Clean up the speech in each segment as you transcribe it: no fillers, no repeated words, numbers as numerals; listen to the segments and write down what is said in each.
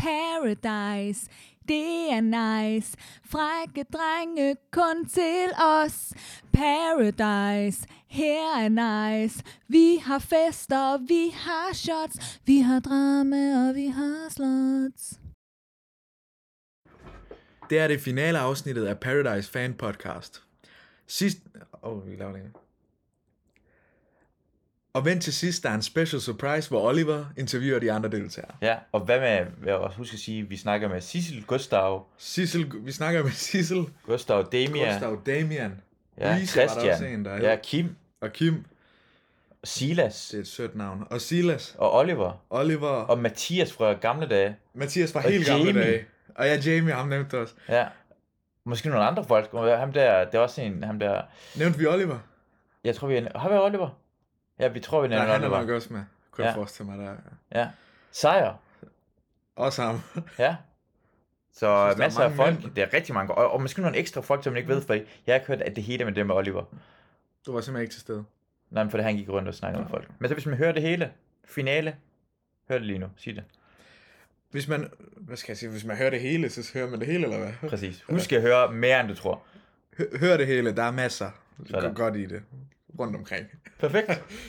Paradise, det er nice. Frække drenge kun til os. Paradise, her er nice. Vi har fester, vi har shots. Vi har drama, og vi har slots. Det er det finale afsnittet af Paradise Fan Podcast. Vi laver det. Og vent til sidst, der er en special surprise, hvor Oliver interviewer de andre deltagere. Ja, og hvad med, jeg også huske at sige, vi snakker med Sissel, Gustav. Vi snakker med Sissel. Gustav, Damian. Ja, Lise, Christian. Ja, Kim. Og Kim. Silas. Det er et sødt navn. Og Silas. Og Oliver. Og Mathias fra gamle dage. Mathias fra helt gamle dage. Og ja, Jamie, ham nævnte også. Ja. Måske nogle andre folk. Ham der, det er også en, ham der... Nævnte vi Oliver? Jeg tror, har vi Oliver? Ja, vi tror, vi nævner Oliver. Ja, han er nok også med. Kunne jeg forestille mig der. Ja. Sejr. Også ham. Ja. Så masser af folk. Det er rigtig mange. Og måske nogle ekstra folk, som man ikke ved, for jeg har ikke hørt, at det hele med det med Oliver. Du var simpelthen ikke til stede. Nej, men for det han gik rundt og snakkede med folk. Men så hvis man hører det hele, finale, hør det lige nu, sig det. Hvis man hører det hele, så hører man det hele, eller hvad? Præcis. Husk at høre mere, end du tror. Hør det hele, der er masser. Du kan godt i det. Rundt omkring. Perfekt.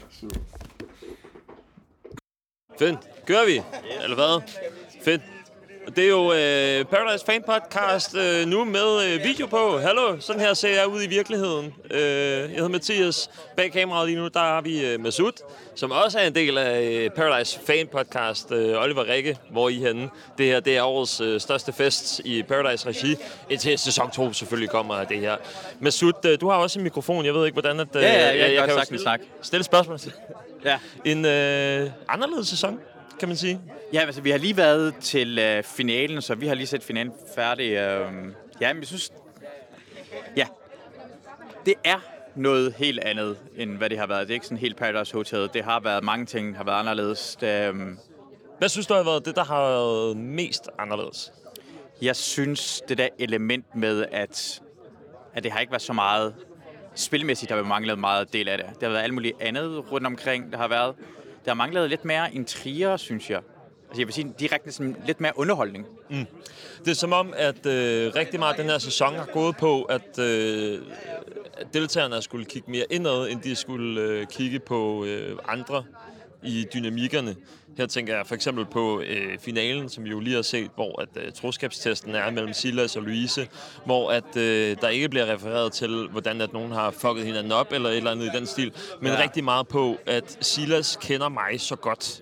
Fedt. Kører vi? Eller hvad? Fedt. Det er jo Paradise Fan Podcast nu med video på. Hallo, sådan her ser jeg ud i virkeligheden. Jeg hedder Mathias. Bag kameraet lige nu, der har vi Masud, som også er en del af Paradise Fan Podcast. Oliver Rikke, hvor I henne. Det her, det er årets største fest i Paradise Regi. Indtil sæson 2 selvfølgelig kommer det her. Masud, du har også en mikrofon. Jeg ved ikke, hvordan... jeg kan sagtens snakke. Stille spørgsmål til. Ja. En anderledes sæson, kan man sige. Ja, altså vi har lige været til finalen, så vi har lige set finalen færdig. Ja, men jeg synes... Ja, det er noget helt andet, end hvad det har været. Det er ikke sådan helt Paradise Hotel. Det har været mange ting, har været anderledes. Hvad synes du har været det, der har været mest anderledes? Jeg synes, det der element med, at det har ikke været så meget spilmæssigt, der har manglet meget del af det. Det har været alt muligt andet rundt omkring, der har været. Der har manglet lidt mere intriger, synes jeg. Altså jeg vil sige direkte sådan lidt mere underholdning. Mm. Det er som om, at rigtig meget af den her sæson har gået på, at deltagerne skulle kigge mere indad, end de skulle kigge på andre i dynamikkerne. Her tænker jeg for eksempel på finalen, som vi jo lige har set, hvor at troskabstesten er mellem Silas og Louise, hvor at der ikke bliver refereret til, hvordan at nogen har fucket hinanden op, eller et eller andet i den stil, men rigtig meget på, at Silas kender mig så godt,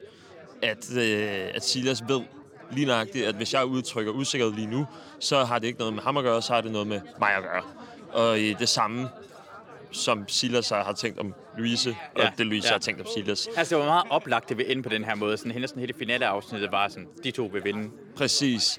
at Silas ved lige nøjagtigt, at hvis jeg udtrykker usikkerhed lige nu, så har det ikke noget med ham at gøre, så har det noget med mig at gøre. Og det samme, som Silas har tænkt om Louise, og det Louise har tænkt om Silas. Altså, det var meget oplagt, det vil ende på den her måde. Sådan, næsten hele finaleafsnittet var sådan, de to vil vinde. Præcis.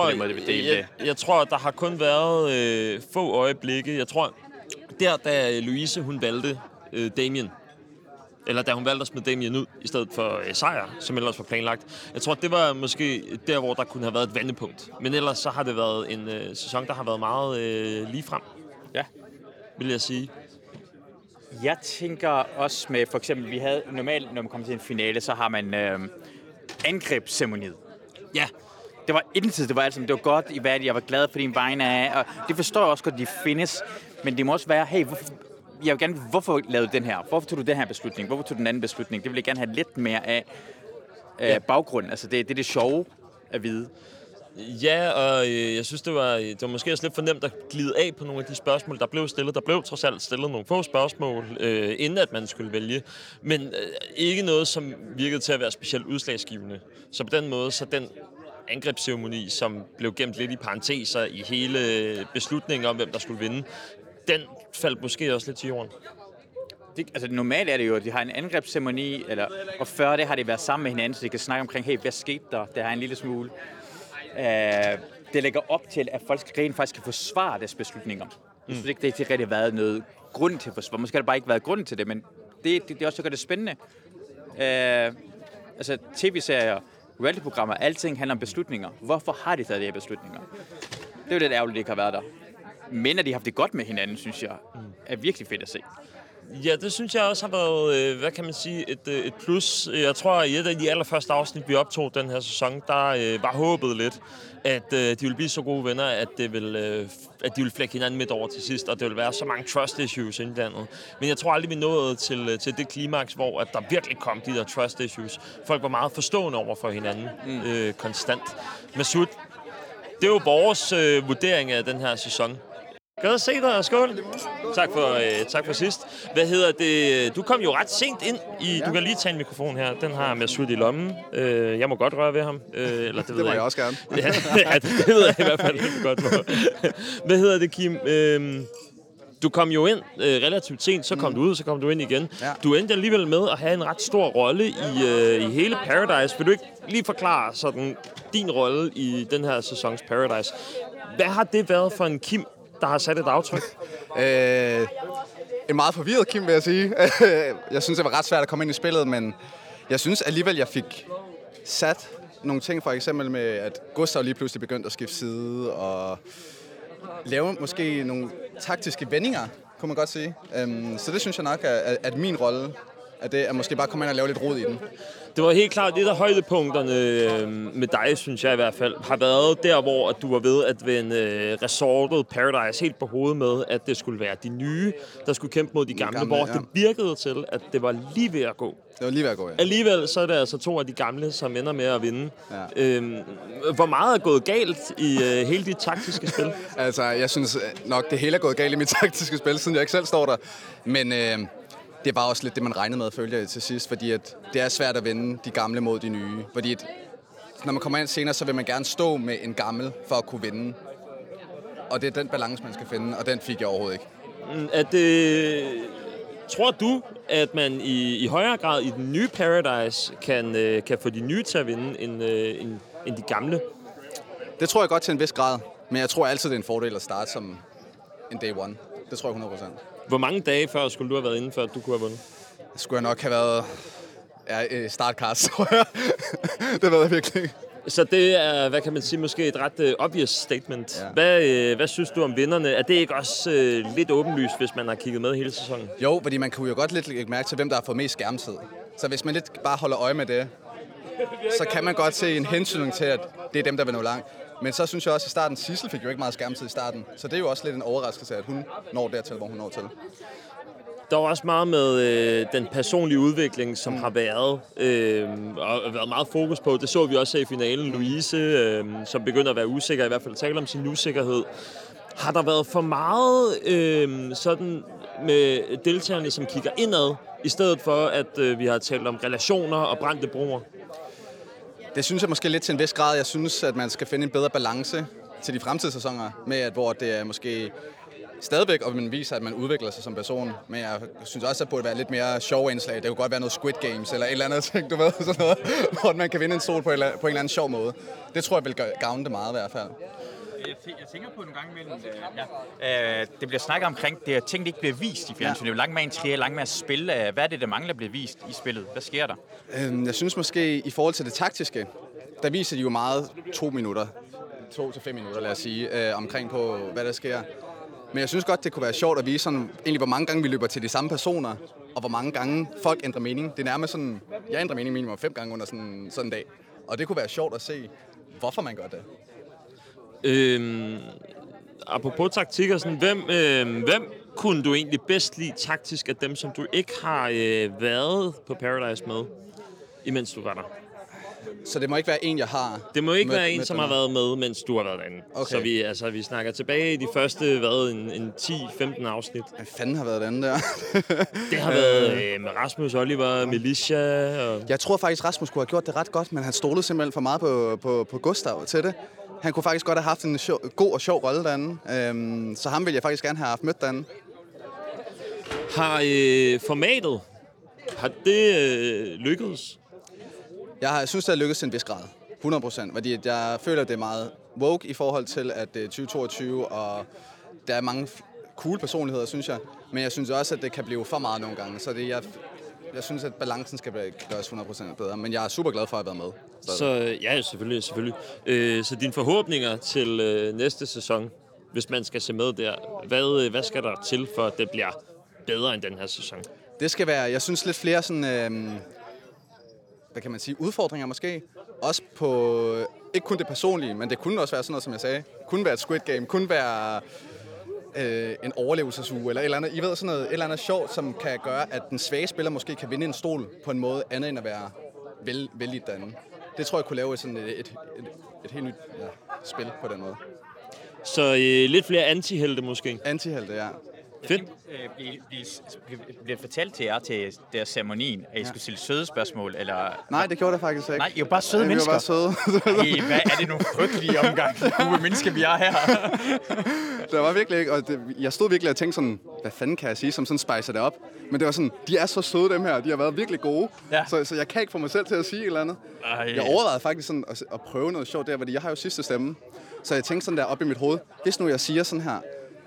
Jeg tror, at der har kun været få øjeblikke. Jeg tror, da Louise, hun valgte Damien, eller da hun valgte at smide Damien ud, i stedet for Sejr, som ellers var planlagt. Jeg tror, det var måske der, hvor der kunne have været et vendepunkt. Men ellers så har det været en sæson, der har været meget ligefrem. Ja. Vil jeg sige. Jeg tænker også med, for eksempel, vi havde normalt, når man kommer til en finale, så har man angrebsceremoniet. Ja. Det var intet, det var godt i hvad jeg var glad for din vegne af, og det forstår jeg også godt, de findes, men det må også være, hey, hvorfor lavede du den her? Hvorfor tog du den her beslutning? Hvorfor tog du den anden beslutning? Det vil jeg gerne have lidt mere af baggrunden, altså det er det sjove at vide. Ja, og jeg synes, det var måske også lidt for nemt at glide af på nogle af de spørgsmål, der blev stillet. Der blev trods alt stillet nogle få spørgsmål, inden at man skulle vælge. Men ikke noget, som virkede til at være specielt udslagsgivende. Så på den måde, så den angrebsceremoni, som blev gemt lidt i parenteser i hele beslutningen om, hvem der skulle vinde, den faldt måske også lidt til jorden. Altså normalt er det jo, at de har en angrebsceremoni, og før det har de været sammen med hinanden, så de kan snakke omkring, hey, hvad skete der? Det har en lille smule. Det lægger op til, at folk rent faktisk kan forsvare deres beslutninger. Jeg synes ikke, det har rigtig været noget grund til at forsvare. Måske har der bare ikke været grund til det, men det er også, der gør det spændende. Altså tv-serier, reality-programmer, alting handler om beslutninger. Hvorfor har de taget de her beslutninger? Det er jo lidt ærgerligt, det ikke har været der. Men at de har haft det godt med hinanden, synes jeg, er virkelig fedt at se. Ja, det synes jeg også har været, hvad kan man sige, et plus. Jeg tror, at i et af de allerførste afsnit, vi optog den her sæson, der var håbet lidt, at de ville blive så gode venner, at de ville flække hinanden midt over til sidst, og det ville være så mange trust issues indblandet. Men jeg tror aldrig, vi nåede til det klimaks, hvor at der virkelig kom de der trust issues. Folk var meget forstående over for hinanden konstant. Masoud, det er jo vores vurdering af den her sæson. Godt at se dig, og skål. Tak for sidst. Hvad hedder det? Du kom jo ret sent ind i... Du kan lige tage en mikrofon her. Den har Masoud i lommen. Jeg må godt røre ved ham. Eller det må jeg også gerne. ja, det ved jeg i hvert fald godt. Hvad hedder det, Kim? Du kom jo ind relativt sent, så kom du ud, så kom du ind igen. Ja. Du endte alligevel med at have en ret stor rolle i hele Paradise. Vil du ikke lige forklare sådan din rolle i den her sæsons Paradise? Hvad har det været for en Kim, der har sat et aftryk? En meget forvirret Kim, vil jeg sige. Jeg synes, det var ret svært at komme ind i spillet, men jeg synes alligevel, jeg fik sat nogle ting, for eksempel med, at Gustav lige pludselig begyndte at skifte side, og lave måske nogle taktiske vendinger, kunne man godt sige. Så det synes jeg nok, at min rolle at det er måske bare komme ind og lave lidt rod i den. Det var helt klart det, der højdepunkterne med dig, synes jeg i hvert fald, har været der, hvor at du var ved at vende resortet Paradise helt på hovedet med, at det skulle være de nye, der skulle kæmpe mod de gamle, hvor det virkede til, at det var lige ved at gå. Det var lige ved at gå, ja. Alligevel så er det altså 2 af de gamle, som ender med at vinde. Ja. Hvor meget er gået galt i hele dit taktiske spil? Altså, jeg synes nok, det hele er gået galt i mit taktiske spil, siden jeg ikke selv står der. Men det var også lidt det, man regnede med, følger jeg til sidst, fordi at det er svært at vinde de gamle mod de nye. Fordi at, når man kommer ind senere, så vil man gerne stå med en gammel for at kunne vinde. Og det er den balance, man skal finde, og den fik jeg overhovedet ikke. Tror du, at man i højere grad i den nye Paradise kan få de nye til at vinde end de gamle? Det tror jeg godt til en vis grad, men jeg tror altid, det er en fordel at starte som en day one. Det tror jeg 100%. Hvor mange dage før skulle du have været inde, før du kunne have vundet? Det skulle jeg nok have været startcast, tror jeg. Det ved jeg virkelig ikke. Så det er, hvad kan man sige, måske et ret obvious statement. Ja. Hvad synes du om vinderne? Er det ikke også lidt åbenlyst, hvis man har kigget med hele sæsonen? Jo, fordi man kunne jo godt lidt lægge mærke til, hvem der har fået mest skærmtid. Så hvis man lidt bare holder øje med det, så kan man godt se en hensynning til, at det er dem, der vil nå langt. Men så synes jeg også, at i starten, Sissel fik jo ikke meget skærmtid i starten. Så det er jo også lidt en overraskelse, at hun når dertil, hvor hun når til. Der var også meget med den personlige udvikling, som har været, og været meget fokus på. Det så vi også i finalen. Louise, som begynder at være usikker, i hvert fald tale om sin usikkerhed. Har der været for meget sådan med deltagerne, som kigger indad, i stedet for, at vi har talt om relationer og brændte broer? Det synes jeg måske lidt til en vis grad. Jeg synes, at man skal finde en bedre balance til de fremtidige sæsoner, med at hvor det er måske stadigvæk, og man viser, at man udvikler sig som person. Men jeg synes også, at det burde være lidt mere sjove indslag. Det kunne godt være noget Squid Games eller et eller andet ting, du ved, sådan noget, hvor man kan vinde en stol på en eller anden sjov måde. Det tror jeg vil gavne det meget i hvert fald. Jeg tænker på en gang imellem, det bliver snakket omkring, det er ting, der ikke bliver vist i fjernsynet. Det er jo langt mere intriger, langt mere spil. Hvad er det, der mangler bliver vist i spillet? Hvad sker der? Jeg synes måske, i forhold til det taktiske, der viser de jo meget 2 minutter. 2 til 5 minutter, lad os sige, omkring på, hvad der sker. Men jeg synes godt, det kunne være sjovt at vise sådan, egentlig, hvor mange gange vi løber til de samme personer, og hvor mange gange folk ændrer mening. Det er nærmest sådan, jeg ændrer mening minimum 5 gange under sådan en dag. Og det kunne være sjovt at se, hvorfor man gør det. Apropos taktikker, sådan, hvem kunne du egentlig bedst lide taktisk af dem, som du ikke har været på Paradise med, imens du var der? Så det må ikke være en, jeg har? Det må ikke være en, som har været med, mens du har været derinde. Okay. Så vi snakker tilbage i de første, en 10-15 afsnit. Hvad fanden har været derinde der? Det har været med Rasmus, Oliver, Melissa. Og... Jeg tror faktisk, Rasmus kunne have gjort det ret godt, men han stolede simpelthen for meget på Gustav til det. Han kunne faktisk godt have haft en god og sjov rolle derinde. Så ham ville jeg faktisk gerne have haft mødt derinde. Har formatet, har det lykkedes? Jeg synes, det har lykkedes til en vis grad. 100%. Fordi jeg føler, at det er meget woke i forhold til, at det er 2022, og der er mange cool personligheder, synes jeg. Men jeg synes også, at det kan blive for meget nogle gange. Så jeg synes, at balancen skal gøres 100% bedre. Men jeg er super glad for at have været med. Så ja, selvfølgelig. Så dine forhåbninger til næste sæson, hvis man skal se med der, hvad skal der til, for at det bliver bedre end den her sæson? Det skal være, jeg synes, lidt flere sådan, hvad kan man sige, udfordringer måske. Også på, ikke kun det personlige, men det kunne også være sådan noget, som jeg sagde. Kunne være et Squid Game, kunne være en overlevelsesuge, eller et eller andet. I ved, sådan noget, et eller andet sjovt, som kan gøre, at den svage spiller måske kan vinde en stol på en måde andet end at være vældigt derinde. Det tror jeg kunne lave sådan et helt nyt spil på den måde. Så lidt flere antihelte måske? Antihelte, ja. Fedt. Vi blev fortalt til jer til der ceremonien, at I skulle stille søde spørgsmål, eller... Nej, det gjorde det faktisk ikke. Nej, I er jo bare søde mennesker. Vi var bare søde. Ej, hvad er det nu frygtelige omgang? Gode mennesker, vi er her. Det var virkelig ikke, og jeg stod virkelig og tænkte sådan, hvad fanden kan jeg sige, som sådan spicer det op. Men det var sådan, de er så søde dem her, de har været virkelig gode. Ja. Så jeg kan ikke få mig selv til at sige et eller andet. Jeg overvejede faktisk sådan at prøve noget sjovt der, fordi jeg har jo sidste stemme. Så jeg tænkte sådan der op i mit hoved, hvis nu jeg siger sådan her,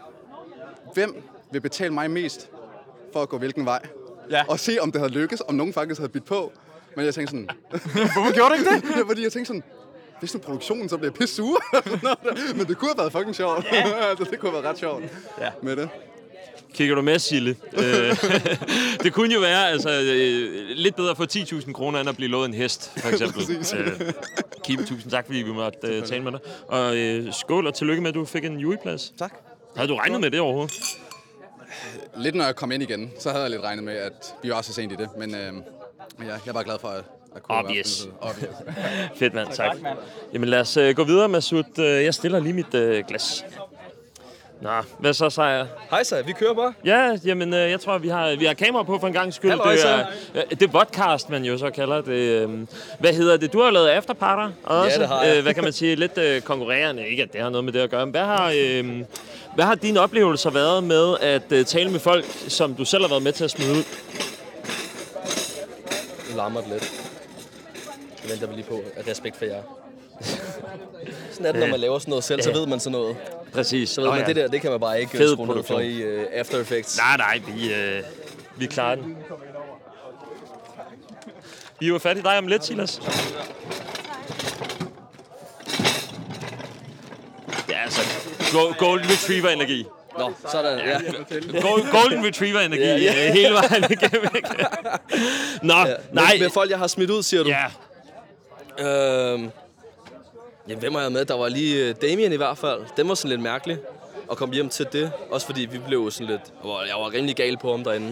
hvem vil betale mig mest for at gå hvilken vej? Ja. Og se, om det havde lykkes, om nogen faktisk havde bidt på. Men jeg tænkte sådan... Hvorfor gjorde du ikke det? Ja, fordi jeg tænkte sådan... Hvis nu produktionen, så bliver jeg pisse sure. Men det kunne have været fucking sjovt. Altså, det kunne have været ret sjovt med det. Kigger du med, Sille? Det kunne jo være lidt bedre at få 10.000 kroner, end at blive lovet en hest, for eksempel. Kim, tusind tak, fordi vi måtte tale med dig. Og skål og tillykke med, at du fik en juryplads. Tak. Havde du regnet med det overhovedet? Lidt når jeg kom ind igen, så havde jeg lidt regnet med, at vi var så sent i det. Men jeg var glad for at kunne Obvious. Fedt, mand. Tak. Jamen lad os gå videre, Masoud. Jeg stiller lige mit glas. Nå, hvad så, Sejr? Hej så, vi kører bare. Ja, jamen jeg tror, vi har kamera på for en gang skyld. Det er podcast, man jo så kalder det. Hvad hedder det? Du har lavet afterparter også. Ja, det har jeg. Hvad kan man sige? Lidt konkurrerende. Ikke, at det har noget med det at gøre. Men hvad har dine oplevelser været med at tale med folk, som du selv har været med til at smide ud? Larmer det lidt. Jeg venter lige på af respekt for jer. Sådan er det, når man laver sådan noget selv, så ved man sådan noget. Præcis. Så ved man, det der, det kan man bare ikke skrue ned for i After Effects. Nej, vi klarer den. Vi er jo fat i dig om lidt, Silas. Ja, altså, Golden Retriever-energi. Nå, sådan, ja. Golden Retriever-energi hele vejen igennem. Nå, nej. Med folk, jeg har smidt ud, siger du? Ja. Jamen, hvem var jeg med? Der var lige Damien i hvert fald. Den var sådan lidt mærkelig at komme hjem til det. Også fordi vi blev sådan lidt... Jeg var rimelig gal på ham derinde.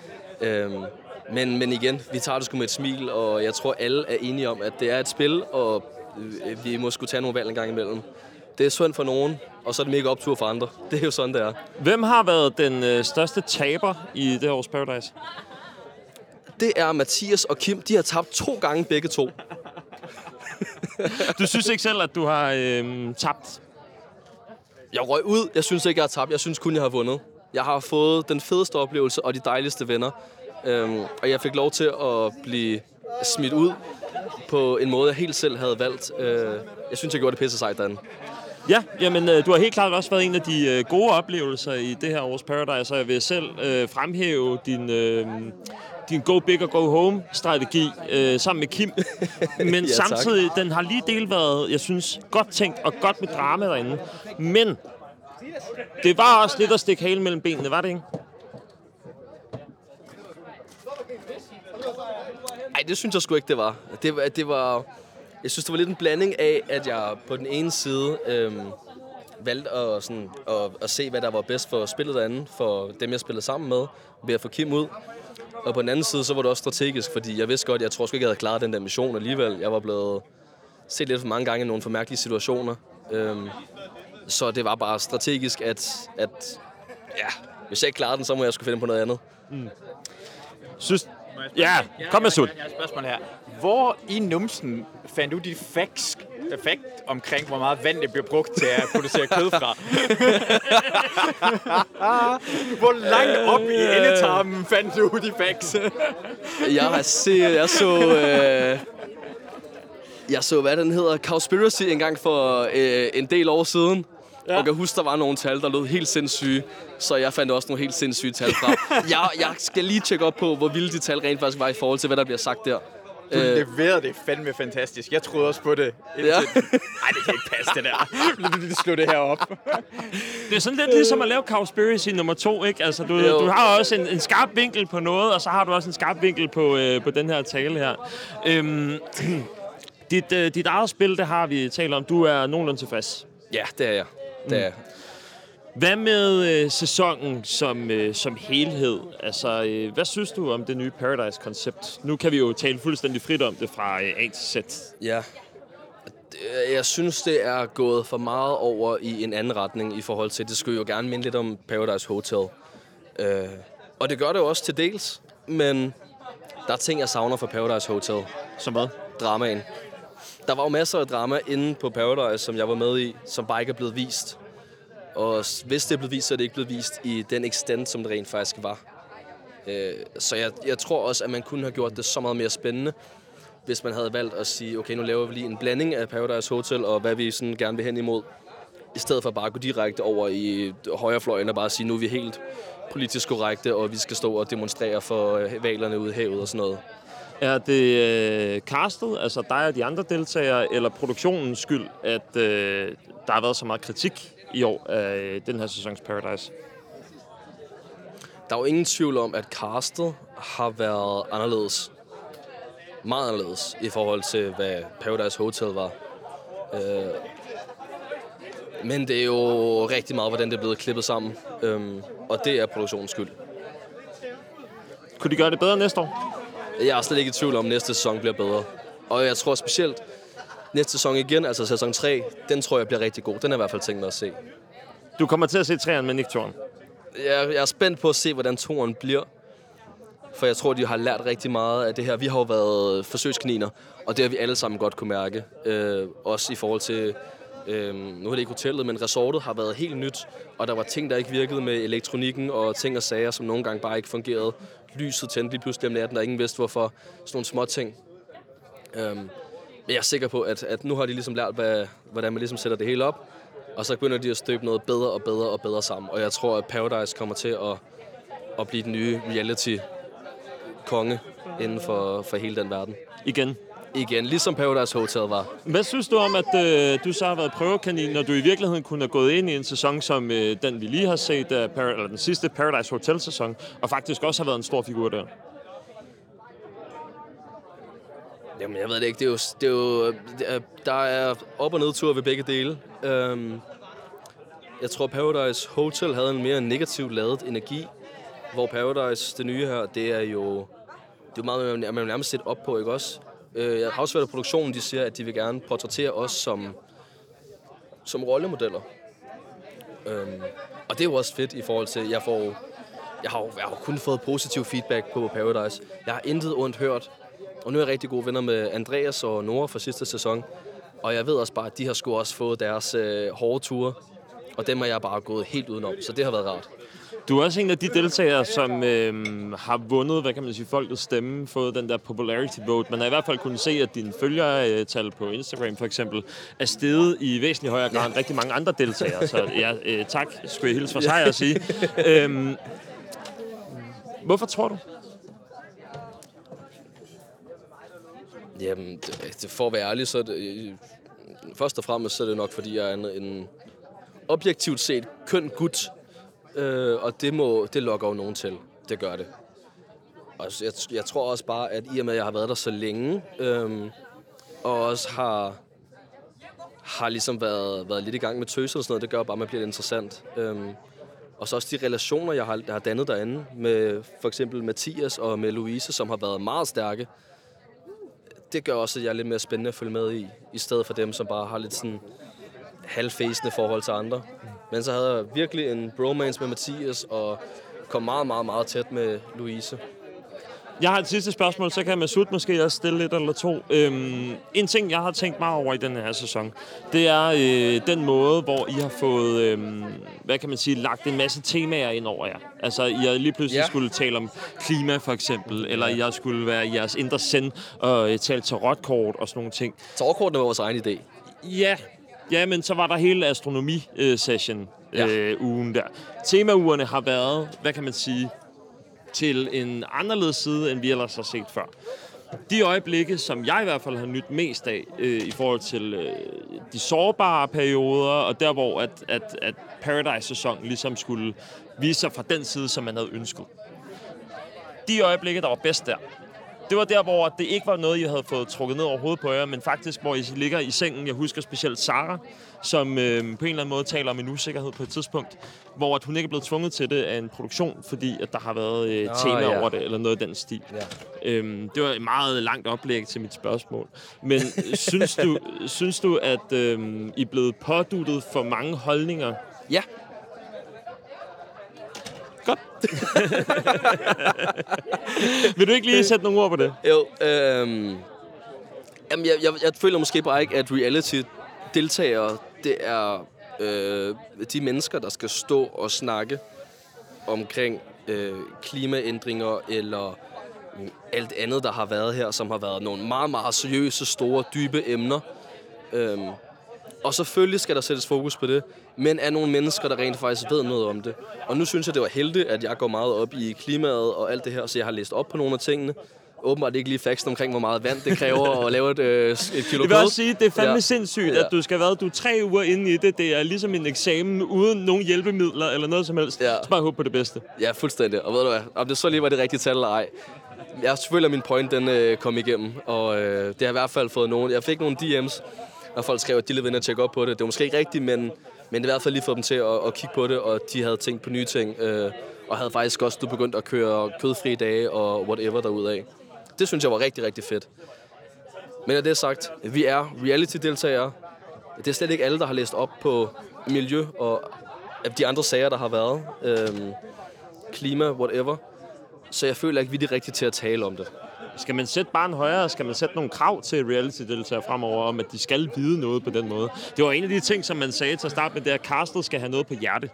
Men igen, vi tager det sgu med et smil, og jeg tror, alle er enige om, at det er et spil, og vi må sgu tage nogle valg en gang imellem. Det er synd for nogen, og så er det mega optur for andre. Det er jo sådan, det er. Hvem har været den største taber i det års Paradise? Det er Mathias og Kim. De har tabt 2 gange begge to. Du synes ikke selv, at du har tabt? Jeg røg ud. Jeg synes ikke, jeg har tabt. Jeg synes kun, jeg har vundet. Jeg har fået den fedeste oplevelse og de dejligste venner. Og jeg fik lov til at blive smidt ud på en måde, jeg helt selv havde valgt. Jeg synes, jeg gjorde det pisse sejt derinde. Ja, jamen du har helt klart også været en af de gode oplevelser i det her års Paradise, og jeg vil selv fremhæve din go big og go home strategi sammen med Kim. Men ja, samtidig, den har lige del været, jeg synes, godt tænkt og godt med drama derinde. Men det var også lidt at stikke halen mellem benene, var det ikke? Nej, det synes jeg sgu ikke, det var. Det var... Jeg synes, det var lidt en blanding af, at jeg på den ene side valgte at se, hvad der var bedst for spillet derinde, for dem, jeg spillede sammen med, ved at få Kim ud. Og på den anden side, så var det også strategisk, fordi jeg vidste godt, jeg tror sgu ikke, jeg havde klaret den der mission alligevel. Jeg var blevet set lidt for mange gange i nogle for mærkelige situationer. Så det var bare strategisk, at hvis jeg ikke klarede den, så må jeg skulle finde på noget andet. Synes... Ja, kom med Sud. Jeg har et spørgsmål her. Hvor i numsen fandt du dit fakt omkring, hvor meget vand det bliver brugt til at producere kød fra? Hvor langt op i endetarmen fandt du de facts? Jeg så, hvad den hedder, Cowspiracy engang for en del år siden. Ja. Og jeg kan huske, der var nogle tal, der lød helt sindssyge. Så jeg fandt også nogle helt sindssyge tal fra. Jeg skal lige tjekke op på, hvor vilde de tal rent faktisk var i forhold til, hvad der bliver sagt der. Du leverede det fandme fantastisk. Jeg troede også på det. Ja. Nej, det kan ikke passe, det der. slå det her op. Det er sådan lidt ligesom at lave Cowspiracy nummer 2, ikke? Altså, du har også en skarp vinkel på noget, og så har du også en skarp vinkel på den her tale her. Dit eget spil, det har vi talt om. Du er nogenlunde tilfreds. Ja, det er jeg. Det er jeg. Hvad med sæsonen som helhed? Altså, hvad synes du om det nye Paradise-koncept? Nu kan vi jo tale fuldstændig frit om det fra A til Z. Ja. Jeg synes, det er gået for meget over i en anden retning i forhold til, det skulle jo gerne minde lidt om Paradise Hotel. Og det gør det jo også til dels, men der er ting, jeg savner fra Paradise Hotel. Som hvad? Dramaen. Der var jo masser af drama inde på Paradise, som jeg var med i, som bare ikke er blevet vist. Og hvis det er blevet vist, så er det ikke blevet vist i den extent, som det rent faktisk var. Så jeg tror også, at man kunne have gjort det så meget mere spændende, hvis man havde valgt at sige, okay, nu laver vi lige en blanding af Paradise Hotel og hvad vi sådan gerne vil hen imod. I stedet for bare at gå direkte over i højrefløjen og bare sige, nu er vi helt politisk korrekte, og vi skal stå og demonstrere for hvalerne ude i havet og sådan noget. Er det castet, altså dig og de andre deltagere, eller produktionens skyld, at der har været så meget kritik i år af den her sæsons Paradise? Der er jo ingen tvivl om, at castet har været anderledes. Meget anderledes i forhold til, hvad Paradise Hotel var. Men det er jo rigtig meget, hvordan det er blevet klippet sammen. Og det er produktionens skyld. Kunne de gøre det bedre næste år? Jeg er slet ikke i tvivl om, at næste sæson bliver bedre. Og jeg tror specielt, næste sæson igen, altså sæson 3, den tror jeg bliver rigtig god. Den er i hvert fald tænkt mig at se. Du kommer til at se 3'eren, men ikke 2'eren? Jeg er spændt på at se, hvordan 2'eren bliver. For jeg tror, de har lært rigtig meget af det her. Vi har jo været forsøgskaniner, og det har vi alle sammen godt kunne mærke. Også i forhold til, nu er det ikke hotellet, men resortet har været helt nyt. Og der var ting, der ikke virkede med elektronikken, og ting og sager, som nogle gange bare ikke fungerede. Lyset tændte lige pludselig om natten, og ingen vidste hvorfor. Sådan nogle små ting. Men jeg er sikker på, at nu har de ligesom lært, hvordan man ligesom sætter det hele op. Og så begynder de at støbe noget bedre og bedre og bedre sammen. Og jeg tror, at Paradise kommer til at blive den nye reality-konge inden for hele den verden. Igen, ligesom Paradise Hotel var. Hvad synes du om, at du så har været prøvekanin, når du i virkeligheden kunne have gået ind i en sæson som den, vi lige har set, eller den sidste Paradise Hotel-sæson, og faktisk også har været en stor figur der? Jamen, jeg ved det ikke. Det er jo der er op- og nedtur ved begge dele. Jeg tror, Paradise Hotel havde en mere negativt ladet energi, hvor Paradise, det nye her, det er meget, man vil nærmest sætte op på, ikke også? Jeg har også været i produktionen, de siger, at de vil gerne portrættere os som rollemodeller. Og det er jo også fedt i forhold til, jeg har kun fået positiv feedback på Paradise. Jeg har intet ondt hørt. Og nu er jeg rigtig gode venner med Andreas og Nora fra sidste sæson. Og jeg ved også bare, at de har sgu også fået deres hårde ture. Og dem er jeg bare gået helt udenom, så det har været rart. Du er også en af de deltagere, som har vundet, hvad kan man sige, folkets stemme, fået den der popularity vote. Man har i hvert fald kunnet se, at dine følgertal på Instagram for eksempel er steget i væsentlig højere grad end rigtig mange andre deltagere. Så ja, tak, skulle jeg hilse fra sig at sige. Hvorfor tror du? Jamen, for at være ærlig, så er det, først og fremmest så er det nok, fordi jeg er en objektivt set køn gut. Og det lokker jo nogen til. Det gør det. Og jeg tror også bare, at i og med, at jeg har været der så længe, og også har ligesom været lidt i gang med tøser og sådan noget, det gør bare, at man bliver lidt interessant. Og så også de relationer, jeg har dannet derinde, med for eksempel Mathias og med Louise, som har været meget stærke. Det gør også, at jeg er lidt mere spændende at følge med i stedet for dem, som bare har lidt sådan halvfæsende forhold til andre. Men så havde jeg virkelig en bromance med Mathias, og kom meget, meget, meget tæt med Louise. Jeg har et sidste spørgsmål, så kan Masoud måske også stille lidt eller to. En ting, jeg har tænkt meget over i den her sæson, det er den måde, hvor I har fået, hvad kan man sige, lagt en masse temaer ind over jer. Altså, I har lige pludselig skulle tale om klima, for eksempel, eller I har skulle være i jeres indre sind og tale tarotkort og sådan nogle ting. Tarotkortene var vores egen idé. Ja, men så var der hele astronomi-session ugen der. Temaugerne har været, hvad kan man sige, til en anderledes side, end vi ellers har set før. de øjeblikke, som jeg i hvert fald har nydt mest af, i forhold til de sårbare perioder, og der hvor at Paradise-sæsonen ligesom skulle vise sig fra den side, som man havde ønsket. De øjeblikke, der var bedst der, det var der, hvor det ikke var noget, jeg havde fået trukket ned over hovedet på jer, men faktisk, hvor I ligger i sengen. Jeg husker specielt Sara, som på en eller anden måde taler om en usikkerhed på et tidspunkt, hvor at hun ikke er blevet tvunget til det af en produktion, fordi at der har været tema over det, eller noget af den stil. Ja. Det var et meget langt oplæg til mit spørgsmål. Men synes du, at I er blevet påduttet for mange holdninger? Ja. Godt. Vil du ikke lige sætte nogle ord på det? Jo, jamen jeg føler måske bare ikke, at reality-deltagere, det er de mennesker, der skal stå og snakke omkring klimaændringer eller alt andet, der har været her, som har været nogle meget, meget seriøse, store, dybe emner. Og selvfølgelig skal der sættes fokus på det, men er nogle mennesker, der rent faktisk ved noget om det. Og nu synes jeg, det var heldigt, at jeg går meget op i klimaet og alt det her, så jeg har læst op på nogle af tingene. Åbenbart ikke lige faksen omkring, hvor meget vand det kræver at lave et kilo kød. Jeg vil også sige, det er fandme sindssygt, at du skal være 3 uger inde i det. Det er ligesom en eksamen uden nogen hjælpemidler eller noget som helst. Så bare håbe på det bedste. Ja, fuldstændig. Og ved du hvad, om det så lige var det rigtige tal eller ej. Jeg selvfølgelig, min point den kom igennem, og det har i hvert fald fået nogen. Jeg fik nogle DM's, og folk skrev, at de ville vinde at tjekke op på det. Det var måske ikke rigtigt, men det i hvert fald lige fået dem til at kigge på det, og de havde tænkt på nye ting, og havde faktisk også begyndt at køre kødfri dage og whatever derudad. Det synes jeg var rigtig, rigtig fedt. Men af det sagt, vi er reality-deltagere. Det er slet ikke alle, der har læst op på miljø og de andre sager, der har været. Klima, whatever. Så jeg føler ikke, vi er de rigtige til at tale om det. Skal man sætte barn højere? Skal man sætte nogle krav til reality-deltagere fremover om, at de skal vide noget på den måde? Det var en af de ting, som man sagde til at starte med, det er, at castet skal have noget på hjerte.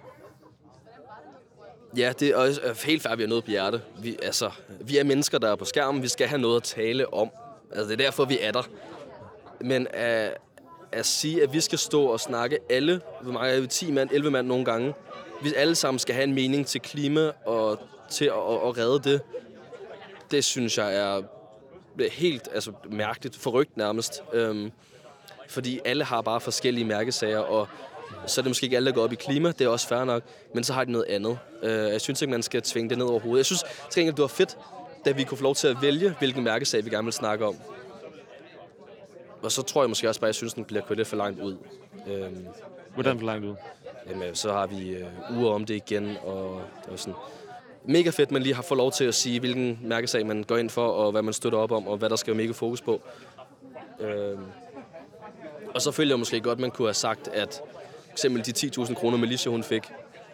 Ja, det er også helt fair, vi har noget på hjerte. Vi er mennesker, der er på skærmen. Vi skal have noget at tale om. Altså, det er derfor, vi er der. Men at sige, at vi skal stå og snakke alle, hvor mange er vi, 10 mand, 11 mand nogle gange, vi alle sammen skal have en mening til klima og til at redde det synes jeg er helt mærkeligt, forrygt nærmest. Fordi alle har bare forskellige mærkesager, og så er det måske ikke alle, der går op i klima, det er også fair nok, men så har de noget andet. Jeg synes ikke, man skal tvinge det ned over hovedet. Jeg synes til gengæld, det var fedt, da vi kunne få lov til at vælge, hvilken mærkesag vi gerne vil snakke om. Og så tror jeg måske også bare, at jeg synes, den bliver kørt lidt for langt ud. Hvordan for langt ud? Jamen, så har vi uger om det igen, og det er sådan mega fedt, man lige har fået lov til at sige, hvilken mærkesag man går ind for, og hvad man støtter op om, og hvad der skal være mega fokus på. Og så føler jeg måske godt, man kunne have sagt, at eksempel de 10.000 kroner, Melissa hun fik,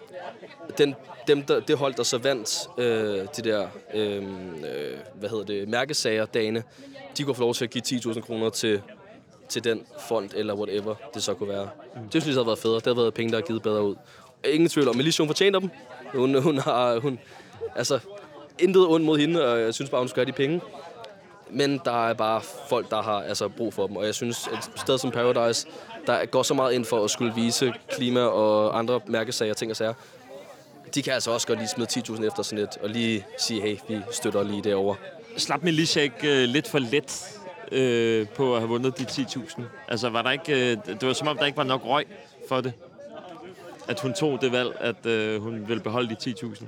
det hold, der så vandt de der mærkesager dagene, de kunne få lov til at give 10.000 kroner til den fond, eller whatever det så kunne være. Det synes jeg havde været federe. Det havde været penge, der har givet bedre ud. Ingen tvivl om, Melissa hun fortjener dem. Hun har intet ondt mod hende, og jeg synes bare, hun skal have de penge. Men der er bare folk, der har brug for dem, og jeg synes, et sted som Paradise, der går så meget ind for at skulle vise klima og andre mærkesager, ting og sager. De kan altså også godt lige smide 10.000 efter sådan lidt, og lige sige, hey, vi støtter lige derovre. Slap Melissa ikke lidt for let på at have vundet de 10.000? Altså, var der ikke, det var som om, der ikke var nok røg for det, at hun tog det valg, at hun ville beholde de 10.000?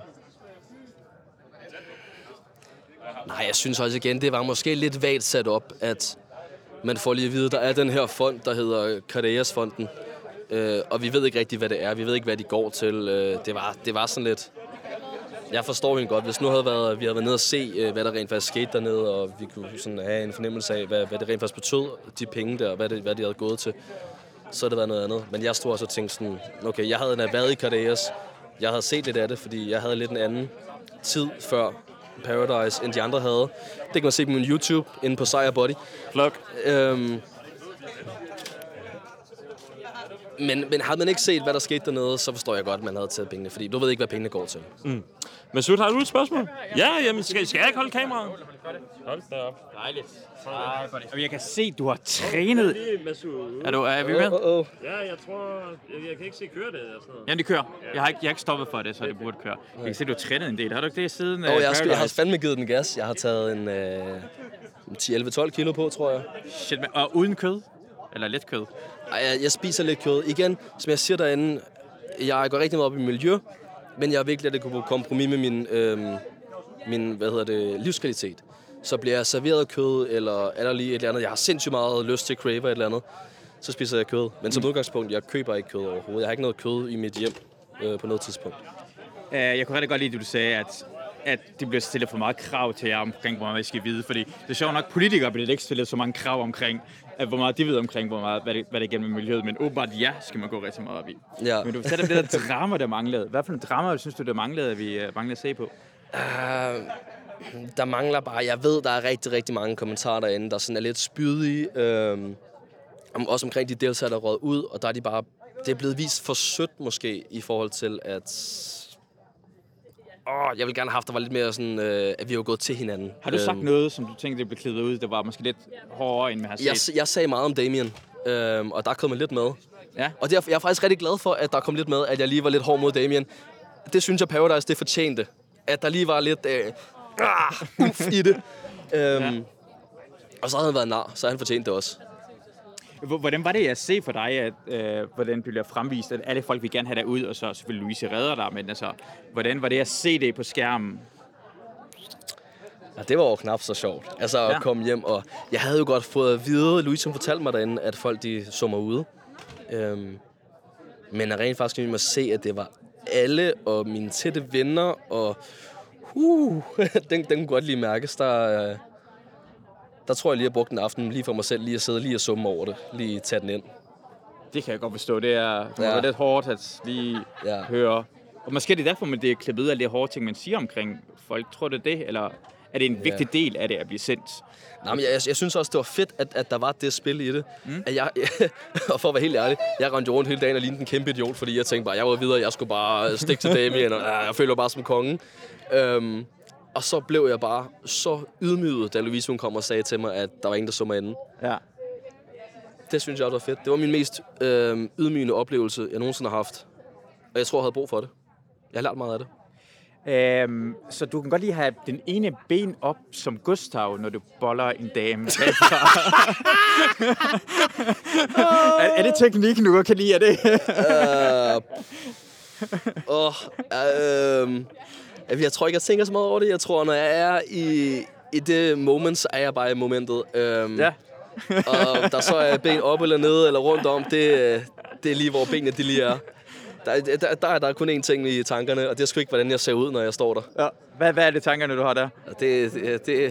Nej, jeg synes også igen, det var måske lidt vagt sat op, at man får lige at vide, der er den her fond, der hedder Carreras-fonden, og vi ved ikke rigtig, hvad det er. Vi ved ikke, hvad de går til. Det var sådan lidt... Jeg forstår hende godt. Hvis nu havde vi havde været nede og se, hvad der rent faktisk skete dernede, og vi kunne sådan have en fornemmelse af, hvad det rent faktisk betød, de penge der, hvad de havde gået til, så havde det været noget andet. Men jeg stod også og tænkte sådan, okay, jeg havde været i Carreras. Jeg havde set lidt af det, fordi jeg havde lidt en anden tid før Paradise, end de andre havde. Det kan man se på min YouTube, inde på Sejr Body. Plug. Men havde man ikke set, hvad der skete dernede, så forstår jeg godt, at man havde taget pengene, fordi du ved ikke, hvad pengene går til. Masud, har du et spørgsmål? Ja, jamen, skal jeg ikke holde kameraet? Hold da op. Dejligt. Og jeg kan se, du har trænet. Er vi med? Ja, jeg tror... Jeg kan ikke se, køre det og sådan noget. Jamen, det kører. Jeg har ikke stoppet for det, så det burde køre. Jeg kan se, du har trænet en del. Har du ikke det siden jeg har fandme givet den gas. Jeg har taget 10-11-12 kilo på, tror jeg. Shit, og uden kød? Eller let kød? Ej, jeg spiser lidt kød. Igen, som jeg siger derinde, jeg går rigtig meget op i miljø, men jeg er virkelig, at det kunne på kompromis med min livskvalitet. Så bliver jeg serveret kød, eller er der lige et eller andet, jeg har sindssygt meget lyst til at crave et eller andet, så spiser jeg kød. Men som udgangspunkt, jeg køber ikke kød overhovedet. Jeg har ikke noget kød i mit hjem på noget tidspunkt. Jeg kunne rigtig godt lide, at du sagde, at det bliver stillet for meget krav til jer omkring, hvor meget I skal vide. Fordi det er sjovt nok, politikere bliver ikke stillet så mange krav omkring, hvor meget de ved omkring, hvad det er gennem miljøet. Men åbenbart skal man gå rigtig meget op i. Ja. Men du fortalte om det der drama, der manglede. Hvad for en drama synes du, der manglede, at vi manglede at se på? Der mangler bare, jeg ved, der er rigtig, rigtig mange kommentarer derinde, der sådan er lidt spydige. Også omkring de deltagere, der er røget ud, og der er de bare, det er blevet vist for sødt måske, i forhold til at... jeg vil gerne have haft, der var lidt mere sådan, at vi var gået til hinanden. Har du sagt noget, som du tænkte, det blev klippet ud, der var måske lidt hårdere, end vi har set? Jeg sagde meget om Damien, og der kom lidt med. Ja. Og jeg er faktisk rigtig glad for, at der kom lidt med, at jeg lige var lidt hård mod Damien. Det synes jeg, Paradise, det fortjente. At der lige var lidt i det. Og så havde han været nar, så han fortjente det også. Hvordan var det at se for dig, at hvordan det bliver fremvist, at alle folk vil gerne have dig ud, og så selvfølgelig Louise redder dig, men altså, hvordan var det at se det på skærmen? Ja, det var jo knap så sjovt. Altså at komme hjem, og jeg havde jo godt fået at vide, Louise fortalte mig derinde, at folk de så mig ude. Men jeg rent faktisk må se, at det var alle og mine tætte venner, og den kunne godt lige mærkes. Der tror jeg lige, at jeg brugte en aften lige for mig selv, lige at sidde lige og summe over det, lige tage den ind. Det kan jeg godt forstå. Det er lidt hårdt at lige høre. Og måske er det derfor, at det er klippet ud af de hårde ting, man siger omkring folk. Tror du det? Eller er det en vigtig del af det at blive sendt? Nej, men jeg synes også, det var fedt, at der var det spil i det. At jeg, og for at være helt ærlig, jeg rendte rundt hele dagen og lignede en kæmpe idiot, fordi jeg tænkte bare, jeg var videre, jeg skulle bare stikke til Damien, og jeg følte mig bare som kongen. Og så blev jeg bare så ydmyget, da Louise hun kom og sagde til mig, at der var ingen, der så mig inde. Ja. Det synes jeg også var fedt. Det var min mest ydmygende oplevelse, jeg nogensinde har haft. Og jeg tror, jeg havde brug for det. Jeg har lært meget af det. Så du kan godt lige have den ene ben op som Gustav, når du boller en dame. Er det teknik, du kan lide af det? Jeg tror ikke, jeg tænker så meget over det. Jeg tror, når jeg er i det moment, så er jeg bare i momentet. Og der så er ben op eller nede eller rundt om, det er lige, hvor benene de lige er. Der er kun én ting i tankerne, og det er sgu ikke, hvordan jeg ser ud, når jeg står der. Ja. Hvad er det tankerne, du har der? Det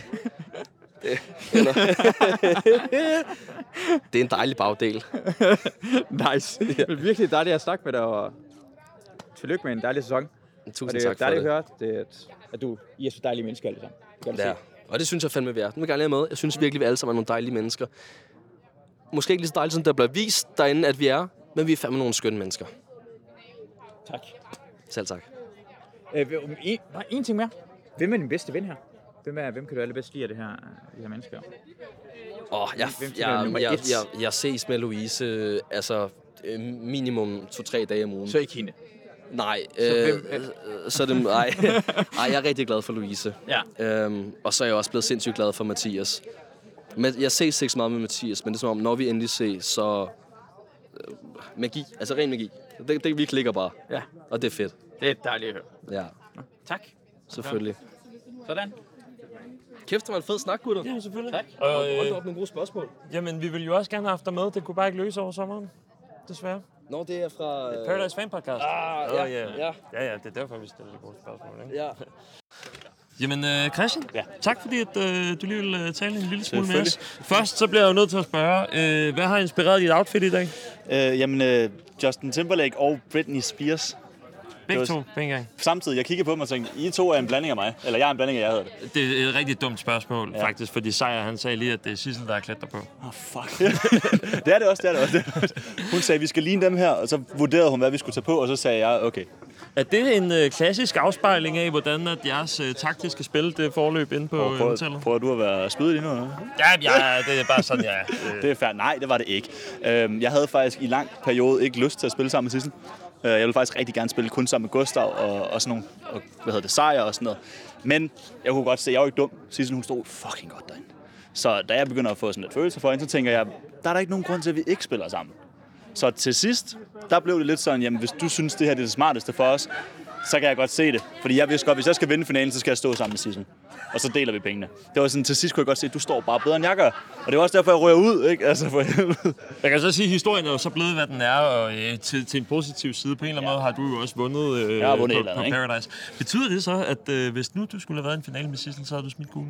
er en dejlig bagdel. Nice. Det er virkelig dejligt at snakke med dig, og tillykke med en dejlig sæson. Tusind tak for det. Det er dejligt at høre, at I er så dejlige mennesker alle sammen. Ja, og det synes jeg fandme, vi er. Nu vil jeg gerne lade med. Jeg synes virkelig, vi alle sammen er nogle dejlige mennesker. Måske ikke lige så dejligt, som der bliver vist derinde, at vi er, men vi er fandme nogle skønne mennesker. Tak. Selv tak. En ting mere. Hvem er din bedste ven her? Hvem kan du allerbedst lide af de her mennesker? Jeg ses med Louise minimum 2-3 dage om ugen. Så ikke hende? Nej, nej, jeg er rigtig glad for Louise. Ja. Og så er jeg også blevet sindssygt glad for Mathias. Men jeg ses ikke så meget med Mathias, men det er som om, når vi endelig ses, så magi, altså ren magi. Det vi klikker bare. Ja. Og det er fedt. Det er dejligt at høre. Ja. Tak. Selvfølgelig. Sådan. Kæft, det var en fed snak, gutter. Ja, selvfølgelig. Tak. Hold op nogle gode spørgsmål. Jamen, vi vil jo også gerne have haft dig med. Det kunne bare ikke løse over sommeren. Desværre. Nå, det er fra... Paradise Fan Podcast. Ja, det er derfor, vi stiller de gode spørgsmål, ikke? Ja. Jamen, Christian, tak fordi at, du lige vil tale en lille smule med os. Først så bliver jeg jo nødt til at spørge, hvad har inspireret dit outfit i dag? Justin Timberlake og Britney Spears. Begge to på en gang? Samtidig, jeg kiggede på dem og tænkte, I to er en blanding af mig. Eller jeg er en blanding af jer, hedder det. Det er et rigtig dumt spørgsmål, faktisk, fordi Sejer, han sagde lige, at det er Sissel, der er klædt på. Fuck. det er det også. Hun sagde, vi skal ligne dem her, og så vurderede hun, hvad vi skulle tage på, og så sagde jeg, okay. Er det en klassisk afspejling af, hvordan at jeres taktiske spil det forløb inde på hotellet? Prøver du at være spydet lige nu? Ja, det er bare sådan, ja. Det er fair. Nej, det var det ikke. Jeg havde faktisk i lang periode ikke lyst til at spille sammen med Sissel. Jeg ville faktisk rigtig gerne spille kun sammen med Gustav og sådan nogle, Sejer og sådan noget. Men jeg kunne godt se, at jeg var ikke dum. Sissel, hun stod fucking godt derinde. Så da jeg begynder at få sådan et følelse for hende, så tænker jeg, der er der ikke nogen grund til, at vi ikke spiller sammen. Så til sidst, der blev det lidt sådan, jamen hvis du synes, det her er det smarteste for os, så kan jeg godt se det. Fordi jeg vidste godt, hvis jeg skal vinde finalen, så skal jeg stå sammen med Sissel. Og så deler vi pengene. Det var sådan, til sidst kunne jeg godt se, at du står bare bedre, end jeg gør. Og det var også derfor, jeg rører ud, ikke? Altså for helvede. Jeg kan så sige, at historien er jo så blevet, hvad den er, og til en positiv side. På en eller anden måde har du jo også vundet, på Paradise. Betyder det så, at hvis nu du skulle have været i en finale med Sissel, så havde du smidt kuglen?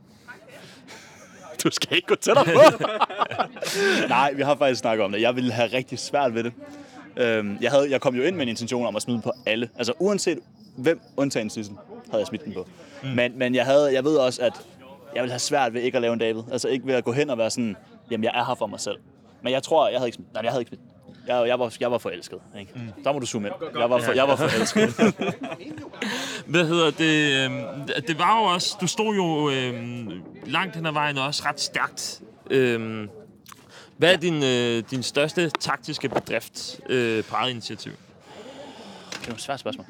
Du skal ikke gå tættere på. Nej, vi har faktisk snakket om det. Jeg ville have rigtig svært ved det. Jeg kom jo ind med en intention om at smide på alle. Altså uanset hvem, undtagen Sissel, havde jeg smidt den på. Men jeg ved også, at jeg ville have svært ved ikke at lave en David. Altså ikke ved at gå hen og være sådan, jamen jeg er her for mig selv. Men jeg tror, jeg havde ikke smidt. Nej, jeg havde ikke smidt. Jeg var forelsket. Ikke? Så må du zoome ind. Jeg var forelsket. Hvad hedder det? Det var jo også, du stod jo langt hen ad vejen også ret stærkt. Hvad er din største taktiske bedrift på eget initiativ? Det er et svært spørgsmål.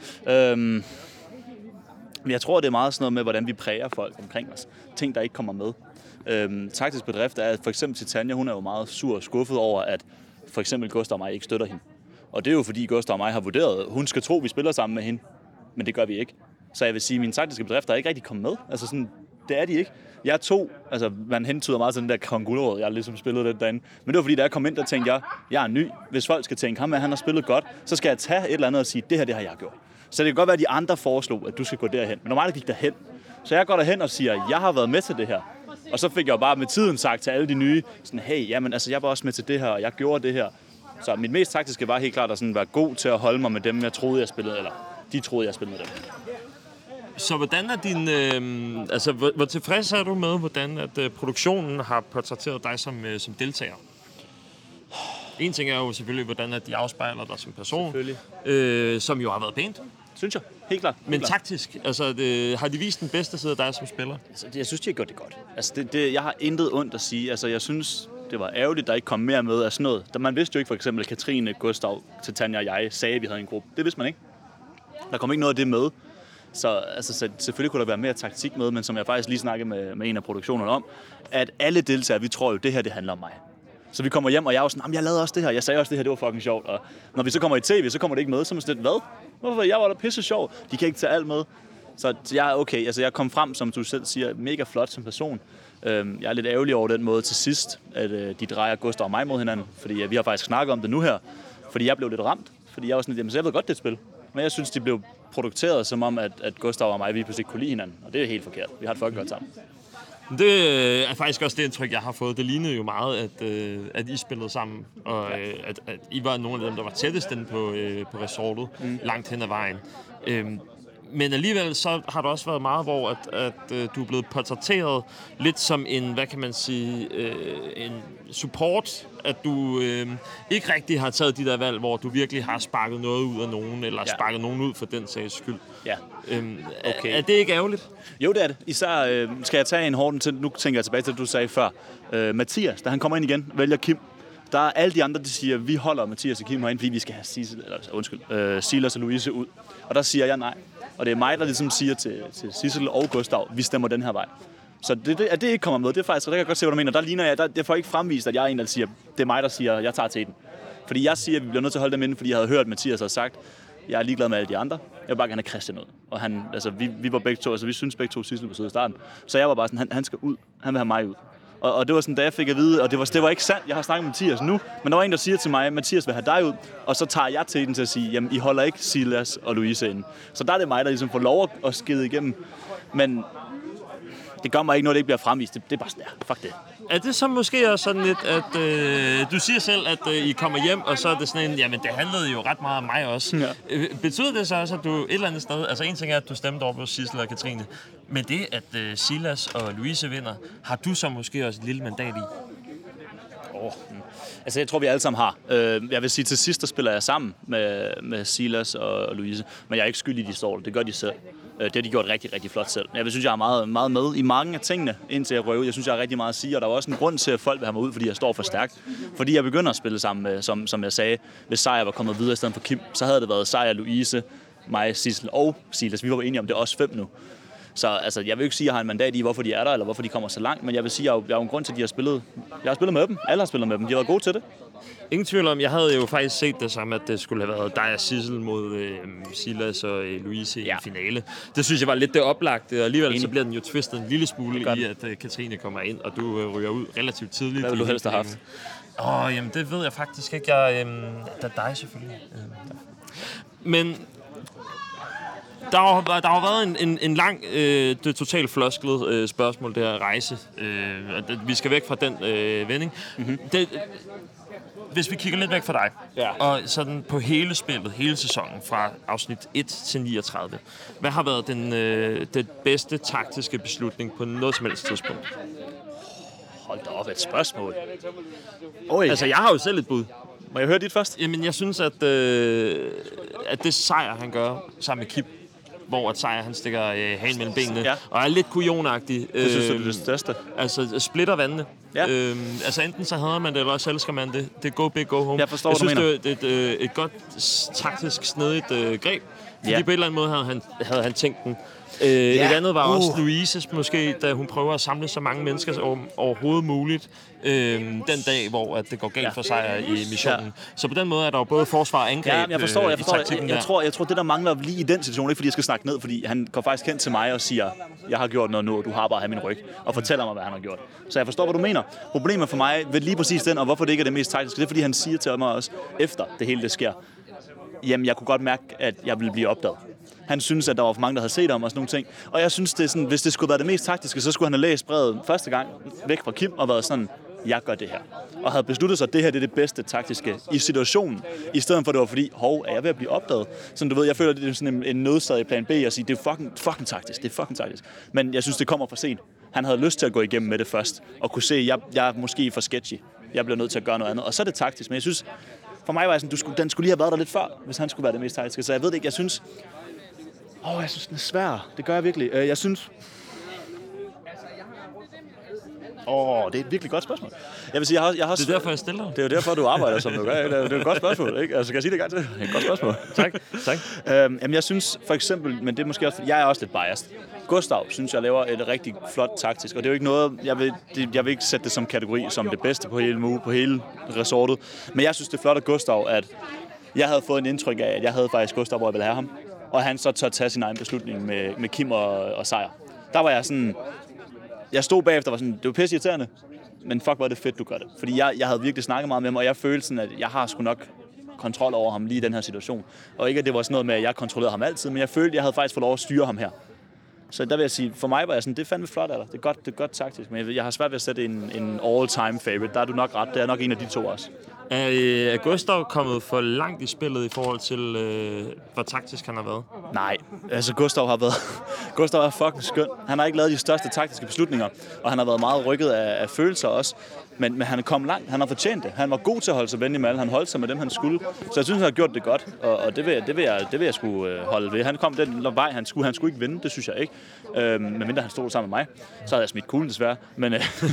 Jeg tror, det er meget sådan noget med, hvordan vi præger folk omkring os. Ting, der ikke kommer med. Taktisk bedrift er, for eksempel til Tanja, hun er jo meget sur og skuffet over, at for eksempel Gustav og mig ikke støtter hende. Og det er jo fordi Gustav og mig har vurderet, at hun skal tro, at vi spiller sammen med hende. Men det gør vi ikke. Så jeg vil sige, at mine taktiske bedrifter er ikke rigtig kommet med. Altså sådan, det er de ikke. Jeg tog, altså man hentyder meget til den der Kong Gulerod, jeg ligesom spillede den derinde. Men det var fordi, da jeg kom ind, der tænkte jeg er ny. Hvis folk skal tænke, ham han har spillet godt, så skal jeg tage et eller andet og sige, det her har jeg gjort. Så det kan godt være, at de andre foreslog, at du skal gå derhen. Men normalt gik derhen. Så jeg går derhen og siger, jeg har været med til det her. Og så fik jeg jo bare med tiden sagt til alle de nye, sådan, hey, jamen altså jeg var også med til det her, og jeg gjorde det her. Så mit mest taktiske var helt klart at sådan være god til at holde mig med dem, jeg troede, jeg spillede, eller de troede, jeg spillede med dem. Så hvordan er din... hvor tilfreds er du med, hvordan at produktionen har portrætteret dig som deltager? En ting er jo selvfølgelig, hvordan at de afspejler dig som person, som jo har været pænt. Synes jeg, helt klart. Men taktisk, har de vist den bedste side af dig som spiller? Altså, jeg synes, de har gjort det godt. Altså, jeg har intet ondt at sige. Altså, jeg synes, det var ærgerligt, der ikke kom mere med af sådan noget. Man vidste jo ikke, for eksempel, at Katrine, Gustav, Tanja og jeg sagde, at vi havde en gruppe. Det vidste man ikke. Der kom ikke noget af det med. Så selvfølgelig kunne der være mere taktik med, men som jeg faktisk lige snakkede med en af produktionerne om, at alle deltagere, vi tror jo, det her, det handler om mig. Så vi kommer hjem, og jeg er jo sådan, jeg lavede også det her, jeg sagde også det her, det var fucking sjovt. Og når vi så kommer i tv, så kommer det ikke med, så er man sådan, hvad? Hvorfor? Jeg var da pisse sjov. De kan ikke tage alt med. Så jeg er okay. Altså, jeg kom frem, som du selv siger, mega flot som person. Jeg er lidt ærgerlig over den måde til sidst, at de drejer Gustav og mig mod hinanden. Fordi vi har faktisk snakket om det nu her. Fordi jeg blev lidt ramt. Fordi jeg var sådan, jamen, så jeg ved godt, det er et spil. Men jeg synes, de blev produkteret som om, at Gustav og mig, vi pludselig kunne lide hinanden. Og det er helt forkert. Vi har det fucking godt sammen. Det er faktisk også det indtryk, jeg har fået. Det lignede jo meget, at I spillede sammen, og at I var nogle af dem, der var tættest inde på resortet, langt hen ad vejen. Men alligevel så har det også været meget, hvor at du er blevet portrætteret lidt som en, hvad kan man sige, en support, at du ikke rigtig har taget de der valg, hvor du virkelig har sparket noget ud af nogen, eller sparket nogen ud for den sags skyld. Ja. Okay. Er det ikke ærgerligt? Jo, det er det. Især skal jeg tage en hården til, nu tænker jeg tilbage til det, du sagde før. Mathias, da han kommer ind igen, vælger Kim. Der er alle de andre, de siger, vi holder Mathias og Kim herinde, fordi vi skal have Silas og Louise ud. Og der siger jeg nej. Og det er mig, der ligesom siger til Sissel og Gustav, vi stemmer den her vej. Så at det ikke kommer med, det er faktisk, der kan jeg godt se, hvad du mener. Der ligner jeg, det får ikke fremvist, at jeg er en, der siger, det er mig, der siger, jeg tager til den. Fordi jeg siger, at vi bliver nødt til at holde dem inde, fordi jeg havde hørt, at Mathias havde sagt, jeg er ligeglad med alle de andre. Jeg vil bare gerne have Christian ud. Og han, altså, vi var begge to, altså vi synes begge to Sissel på siden af starten. Så jeg var bare sådan, han skal ud. Han vil have mig ud. Og det var sådan, da jeg fik at vide, og det var ikke sandt, jeg har snakket med Mathias nu, men der var en, der siger til mig, Mathias vil have dig ud, og så tager jeg til den til at sige, jamen I holder ikke Silas og Louise inde. Så der er det mig, der ligesom får lov at skide igennem. Men det gør mig ikke noget, det ikke bliver fremvist. Det er bare sådan, fuck det. Er det så måske også sådan lidt, at du siger selv, at I kommer hjem, og så er det sådan en, jamen det handlede jo ret meget om mig også. Ja. Betyder det så også, at du et eller andet sted, altså en ting er, at du stemte over på Sissel og Katrine, men det, at Silas og Louise vinder, har du så måske også et lille mandat i? Altså jeg tror, vi alle sammen har. Jeg vil sige, til sidst der spiller jeg sammen med Silas og Louise, men jeg er ikke skyldig, de står der. Det gør de selv. Det har de gjort rigtig, rigtig flot selv. Jeg synes, jeg har meget, meget med i mange af tingene, indtil jeg røver ud. Jeg synes, jeg har rigtig meget at sige, og der er også en grund til, at folk vil have mig ud, fordi jeg står for stærkt. Fordi jeg begynder at spille sammen med, som jeg sagde, hvis Sejr var kommet videre i stedet for Kim, så havde det været Sejr, Louise, mig, Sissel og Silas. Vi var enige om, det er også 5 nu. Så altså, jeg vil ikke sige, at jeg har en mandat i, hvorfor de er der, eller hvorfor de kommer så langt, men jeg vil sige, at jeg har en grund til, at de har spillet. Jeg har spillet med dem. Alle har spillet med dem. De har været gode til det. Ingen tvivl om, jeg havde jo faktisk set det samme, at det skulle have været dig og Sissel mod Silas og Louise i finale. Det synes jeg var lidt det oplagte, og alligevel så bliver den jo twistet en lille smule i, at Katrine kommer ind, og du ryger ud relativt tidligt. Hvad vil du helst have haft? Jamen det ved jeg faktisk ikke. Det er dig selvfølgelig. Men der har været en lang, det totalt flosklet spørgsmål, det her rejse. Vi skal væk fra den vending. Mm-hmm. Hvis vi kigger lidt væk fra dig, og sådan på hele spillet, hele sæsonen, fra afsnit 1 til 39, hvad har været den bedste taktiske beslutning på noget som helst tidspunkt? Hold da op, et spørgsmål. Altså, jeg har jo selv et bud. Må jeg høre dit først? Jamen, jeg synes, at det Sejr, han gør sammen med Kim, hvor at Sejr, han stikker hagen mellem benene, og er lidt kujonagtig. Det synes jeg er det største. Altså, splitter vandene. Ja. Altså, enten så hader man det, eller også elsker man det. Det er go big, go home. Jeg forstår, jeg synes, det er et godt, taktisk, snedigt greb. Fordi på en eller anden måde havde han tænkt den. Et andet var også Louises, måske, da hun prøver at samle så mange mennesker overhovedet muligt den dag, hvor at det går galt for sig i missionen. Ja. Så på den måde er der jo både forsvar og angreb. Ja, jeg forstår. Jeg tror, det der mangler lige i den situation, ikke fordi jeg skal snakke ned, fordi han går faktisk hen til mig og siger, jeg har gjort noget nu, og du har bare have min ryg, og fortæller mig, hvad han har gjort. Så jeg forstår, hvad du mener. Problemet for mig ved lige præcis den, og hvorfor det ikke er det mest taktiske, det er, fordi han siger til mig også, efter det hele det sker, jamen, jeg kunne godt mærke, at jeg ville blive opdaget. Han synes, at der var for mange, der havde set om og sådan nogle ting. Og jeg synes, det er sådan, hvis det skulle være det mest taktiske, så skulle han have læst brevet første gang væk fra Kim og været sådan, jeg gør det her. Og havde besluttet sig, at det her det er det bedste taktiske i situationen. I stedet for, det var fordi, er jeg ved at blive opdaget? Sådan, du ved, jeg føler, at det er sådan en nødstadig plan B at sige, det er fucking taktisk, det er fucking taktisk. Men jeg synes, det kommer for sent. Han havde lyst til at gå igennem med det først, og kunne se, at jeg er måske for sketchy. Jeg bliver nødt til at gøre noget andet. Og så er det taktisk, men jeg synes, for mig var jeg sådan, den skulle lige have været der lidt før, hvis han skulle være det mest taktiske. Så jeg ved det ikke, jeg synes, den er svær. Det gør jeg virkelig. Jeg synes... det er et virkelig godt spørgsmål. Jeg vil sige, jeg har det er derfor, jeg stiller. Det er jo derfor, du arbejder, som du gør. Det er jo et godt spørgsmål, ikke? Altså, kan jeg sige det gang til? Det er et godt spørgsmål. Tak. Jamen, jeg synes for eksempel, men det er måske også, jeg er også lidt biased. Gustav synes jeg laver et rigtig flot taktisk, og det er jo ikke noget, jeg vil ikke sætte det som kategori som det bedste på hele resortet. Men jeg synes, det er flot af Gustav, at jeg havde fået en indtryk af, at jeg havde faktisk Gustav, hvor jeg ville have ham. Og han så tør tage sin egen beslutning med Kim og Sejr. Der var jeg sådan... Jeg stod bagefter og var sådan, det var pisse irriterende, men fuck, hvor er det fedt, du gør det. Fordi jeg havde virkelig snakket meget med ham, og jeg følte sådan, at jeg har sgu nok kontrol over ham lige i den her situation. Og ikke, at det var sådan noget med, at jeg kontrollerede ham altid, men jeg følte, at jeg havde faktisk fået lov at styre ham her. Så der vil jeg sige, for mig var jeg sådan, det er fandme flot af dig. Det er godt taktisk, men jeg har svært ved at sætte en all-time favorite. Der er du nok ret. Det er nok en af de to også. Er Gustav kommet for langt i spillet i forhold til, hvor taktisk han har været? Nej, altså Gustav er fucking skøn. Han har ikke lavet de største taktiske beslutninger, og han har været meget rykket af følelser også. Men han er kommet langt. Han har fortjent det. Han var god til at holde sig venlig med alle. Han holdt sig med dem, han skulle. Så jeg synes, han har gjort det godt, og det vil jeg skulle holde ved. Han kom den vej, han skulle ikke vinde. Det synes jeg ikke. Medmindre han stod sammen med mig. Så havde jeg smidt kuglen desværre. Men,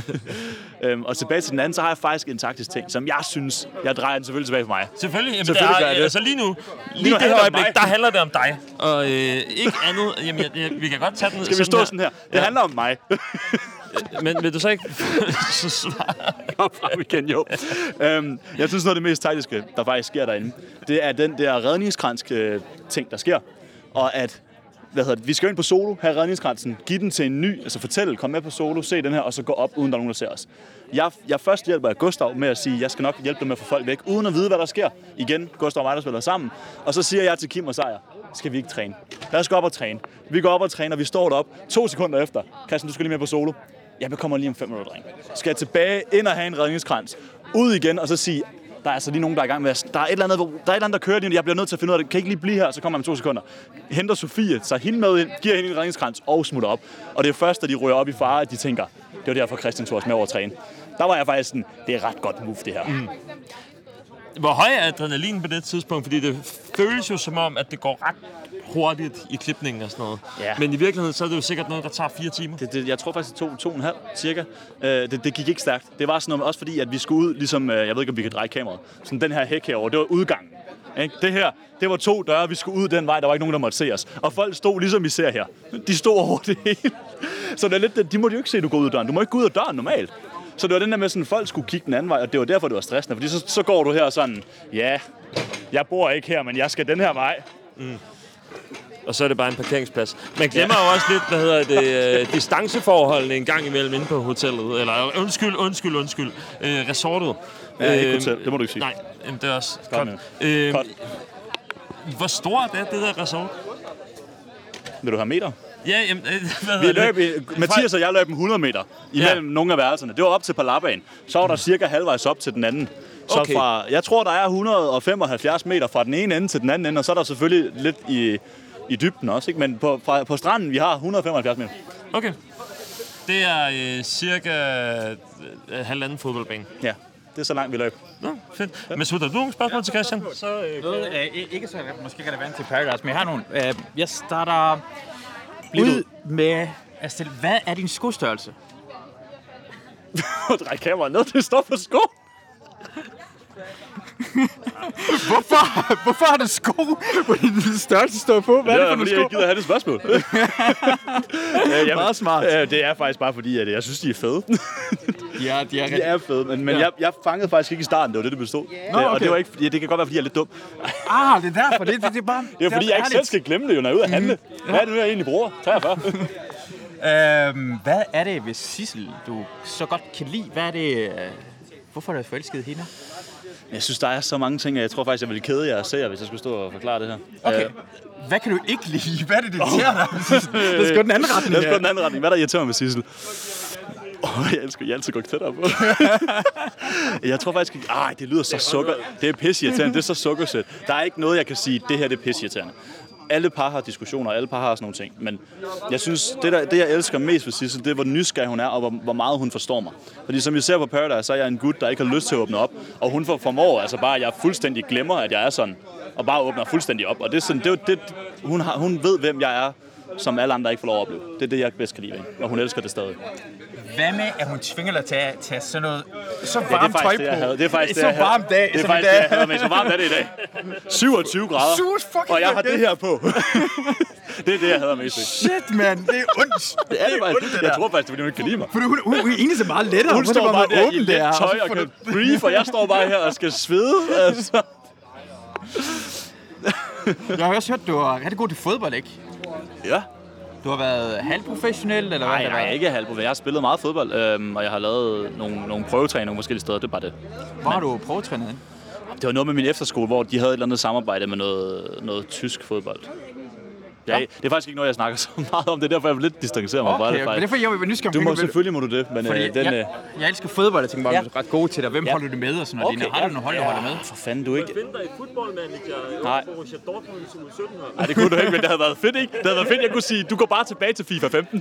og tilbage til den anden, så har jeg faktisk en taktisk ting, som jeg synes, jeg drejer den selvfølgelig tilbage for mig. Selvfølgelig. Jamen, altså lige det her øjeblik, der handler det om dig. Og ikke andet. Jamen, vi kan godt tage den. Skal vi stå sådan her? Det handler om mig. Men vil du så ikke så svare? Kom frem igen, jo. Jeg synes, noget af det mest taktiske, der faktisk sker derinde, det er den der redningskransk ting, der sker. Og at, vi skal ind på solo, have redningskransen, give den til en ny, altså fortælle, kom med på solo, se den her, og så gå op, uden der er nogen, der ser os. Jeg først hjælper Gustav med at sige, jeg skal nok hjælpe dem med at få folk væk, uden at vide, hvad der sker. Igen, Gustav og mig, der spiller sammen. Og så siger jeg til Kim og Sejr, skal vi ikke træne? Lad os gå op og træne. Vi går op og træner, vi står deroppe 2 sekunder efter. Christian, du skal lige med på solo. Jeg kommer lige om 5 minutter, dreng. Skal jeg tilbage, ind og have en redningskrans, ud igen, og så sige, der er altså lige nogen, der er i gang med, der er et eller andet, der kører lige, jeg bliver nødt til at finde ud af det. Kan ikke lige blive her, så kommer jeg om 2 sekunder. Henter Sofie, så hende med ind, giver hende en redningskrans og smutter op. Og det er først, da de ryger op i fare, at de tænker, det var derfor Christian tog os med over at træne. Der var jeg faktisk sådan, det er ret godt move, det her. Mm. Hvor høj er adrenalin på det tidspunkt? Fordi det føles jo som om, at det går ret hurtigt i klipningen og sådan noget. Ja. Men i virkeligheden, så er det jo sikkert noget, der tager 4 timer. Jeg tror faktisk, det tog 2,5 cirka. Det gik ikke stærkt. Det var sådan noget, også fordi, at vi skulle ud, ligesom, jeg ved ikke, om vi kan dreje kameraet. Sådan den her hæk herovre, det var udgangen. Ikke? Det her, det var 2 døre, vi skulle ud den vej, der var ikke nogen, der måtte se os. Og folk stod ligesom vi ser her. De stod over det hele. Så det er lidt, de måtte jo ikke se, at du går ud af døren. Du må ikke gå ud af døren normalt. Så det var den der med, sådan, folk skulle kigge den anden vej, og det var derfor, det var stressende. Fordi så går du her sådan, ja, jeg bor ikke her, men jeg skal den her vej. Og så er det bare en parkeringsplads. Man glemmer jo også lidt, distanceforholdene en gang imellem inde på hotellet. Eller undskyld. Resortet. Ja, ikke hotel. Det må du ikke sige. Nej, det er også godt. Hvor stort er det der resort? Vil du have meter? Ja, jamen, hvad hedder det? Mathias og jeg løb 100 meter imellem nogle af værelserne. Det var op til Palabaen. Så var der cirka halvvejs op til den anden. Så fra, jeg tror, der er 175 meter fra den ene ende til den anden ende, og så er der selvfølgelig lidt i dybden også, ikke? Men på stranden, vi har 175 meter. Okay. Det er cirka halvanden fodboldbane. Ja, det er så langt, vi løb. Nå, fedt. Ja. Men Sutter, du har nogle spørgsmål til Christian? Så, ikke så måske relevant til Paradise, men jeg har nogle. Jeg starter ud med at stille, hvad er din skostørrelse? Drej kameraet ned, det står på sko. Hvorfor har du sko, hvor din størrelse står på? Hvad er det for nogle sko? Jeg gider have det spørgsmål. Meget smart. Det er faktisk bare fordi, at jeg synes, de er fede. Ja, de er fede, men jeg fangede faktisk ikke i starten, det var det bestod. Okay. Og det var ikke, det kan godt være, fordi jeg er lidt dum. Det er derfor. Det er bare... Det er fordi, jeg ikke selv skal glemme det, når jeg er ude at handle. Hvad er det nu, jeg egentlig bruger? 43. Hvad er det ved Sissel, du så godt kan lide? Hvad er det... Hvorfor er du forelsket hende? Jeg synes, der er så mange ting, jeg tror faktisk, jeg ville kede jer at se, hvis jeg skulle stå og forklare det her. Okay. Hvad kan du ikke lide? Hvad er det, der irriterer dig med Sissel? Lad os gå den anden retning. Lad os gå den anden retning. Hvad der irriterer mig med Sissel? Jeg elsker, jeg altid går tættere på. Jeg tror faktisk ikke... det lyder så sukker. Det er pisseirriterende. Det er så sukkersæt. Der er ikke noget, jeg kan sige, det her det er pisseirriterende. Alle par har diskussioner, alle par har sådan nogle ting. Men jeg synes, det jeg elsker mest ved Sissel, det er, hvor nysgerrig hun er, og hvor meget hun forstår mig. Fordi som vi ser på Paradise, så er jeg en gut, der ikke har lyst til at åbne op. Og hun formår altså bare, at jeg fuldstændig glemmer, at jeg er sådan. Og bare åbner fuldstændig op. Og det er sådan, hun ved, hvem jeg er, som alle andre ikke får lov at opleve. Det er det, jeg bedst kan lide. Og hun elsker det stadig. Hvad med, at hun tvinger dig til at tage sådan noget så varmt tøj på? Det er faktisk det, så varm dag. Det er faktisk det, jeg havde med. Så varmt er det i dag. 27 grader. Og jeg har det her på. Det er det, jeg havde med. Shit, man. Det er ondt. Det er det faktisk. Jeg tror faktisk, det er fordi hun ikke kan lide mig. For hun er egentlig så meget lettere. Hun står bare der i let tøj og kan brief, og jeg står bare her og skal svede. Altså. Jeg har også hørt, du er rigtig god til fodbold, ikke? Ja. Du har været halvprofessionel, eller hvad? Nej, jeg er ikke halvprofessionel. Jeg har spillet meget fodbold, og jeg har lavet nogle prøvetræninger nogle forskellige steder. Det er bare det. Hvor har du prøvetrænet ind? Det var noget med min efterskole, hvor de havde et eller andet samarbejde med noget tysk fodbold. Ja. Det er faktisk ikke noget, jeg snakker så meget om. Det er derfor, jeg vil lidt distancere mig fra det. Okay. Derfor jeg vil nysgerrig. Du må selvfølgelig må du det, men jeg elsker fodbold. Jeg tænker bare, du er ret god til det. Hvem holder du med og sådan noget? Okay, har du nogle hold, du holder med? For fanden, du ikke. Du finder i fodboldmanager i Borussia Dortmund i 17 år. Nej, det kunne du ikke, men det havde været fedt, ikke? Det havde været fedt, jeg kunne sige, du går bare tilbage til FIFA 15.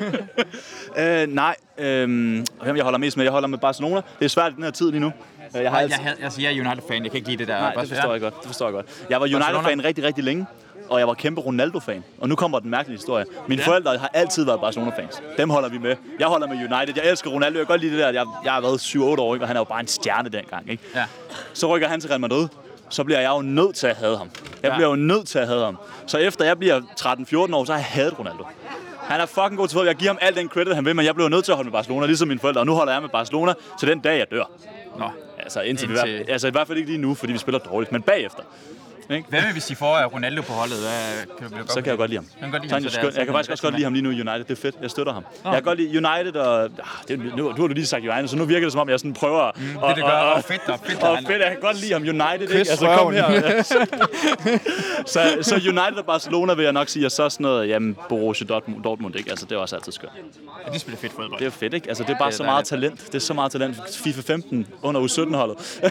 Hvem jeg holder mest med? Jeg holder med Barcelona. Det er svært i den her tid lige nu. Jeg er United-fan. Jeg kan ikke lide det der. Nej, det forstår jeg godt. Jeg var United-fan rigtig, rigtig længe. Og jeg var kæmpe Ronaldo-fan. Og nu kommer den mærkelige historie. Mine forældre har altid været Barcelona-fans. Dem holder vi med. Jeg holder med United. Jeg elsker Ronaldo. Jeg kan godt lide det der. Jeg har været 7-8 år, ikke? Og han er jo bare en stjerne dengang. Ikke? Ja. Så rykker han til Real Madrid. Så bliver jeg jo nødt til at hade ham. Så efter jeg bliver 13-14 år, så har jeg hadet Ronaldo. Han er fucking god til fodbold. Jeg giver ham al den credit, han vil, men jeg bliver nødt til at holde med Barcelona, ligesom mine forældre. Og nu holder jeg med Barcelona til den dag, jeg dør. Nå. Altså indtil i hvert fald ikke lige nu, fordi vi spiller dårligt, men bagefter. Ikke? Hvad vil hvis I får Ronaldo på holdet? Så kan jeg godt lide ham. Jeg kan faktisk også godt lide ham lige nu i United. Det er fedt. Jeg støtter ham. Jeg kan godt lide United, og nu har du lige sagt United, så nu virker det som om, jeg sådan prøver fedt. Jeg kan godt lide ham. United, ikke? Altså kom her. så United og Barcelona vil jeg nok sige, og så sådan noget, Borussia Dortmund, ikke? Altså det er også altid skørt. Ja, de spiller fedt fodbold. Det er fedt, ikke? Altså det er bare så meget talent. Det er så meget talent. FIFA 15 under U17-holdet.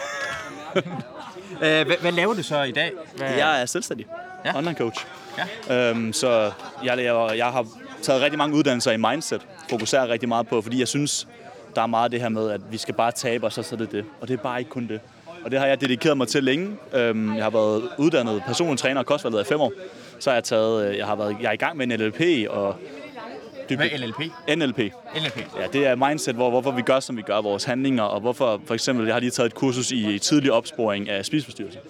Hvad laver du så i dag? Jeg er selvstændig. Online coach. Ja. Så jeg har taget rigtig mange uddannelser i mindset. Fokuserer rigtig meget på, fordi jeg synes, der er meget det her med, at vi skal bare tabe, og så er det det. Og det er bare ikke kun det. Og det har jeg dedikeret mig til længe. Jeg har været uddannet personlig træner og kostvalget i 5 år. Så jeg er i gang med en LLP og Hvad er LLP? NLP. Ja, det er mindset, hvorfor vi gør, som vi gør, vores handlinger, og hvorfor, for eksempel, jeg har lige taget et kursus i tidlig opsporing af spiseforstyrrelser.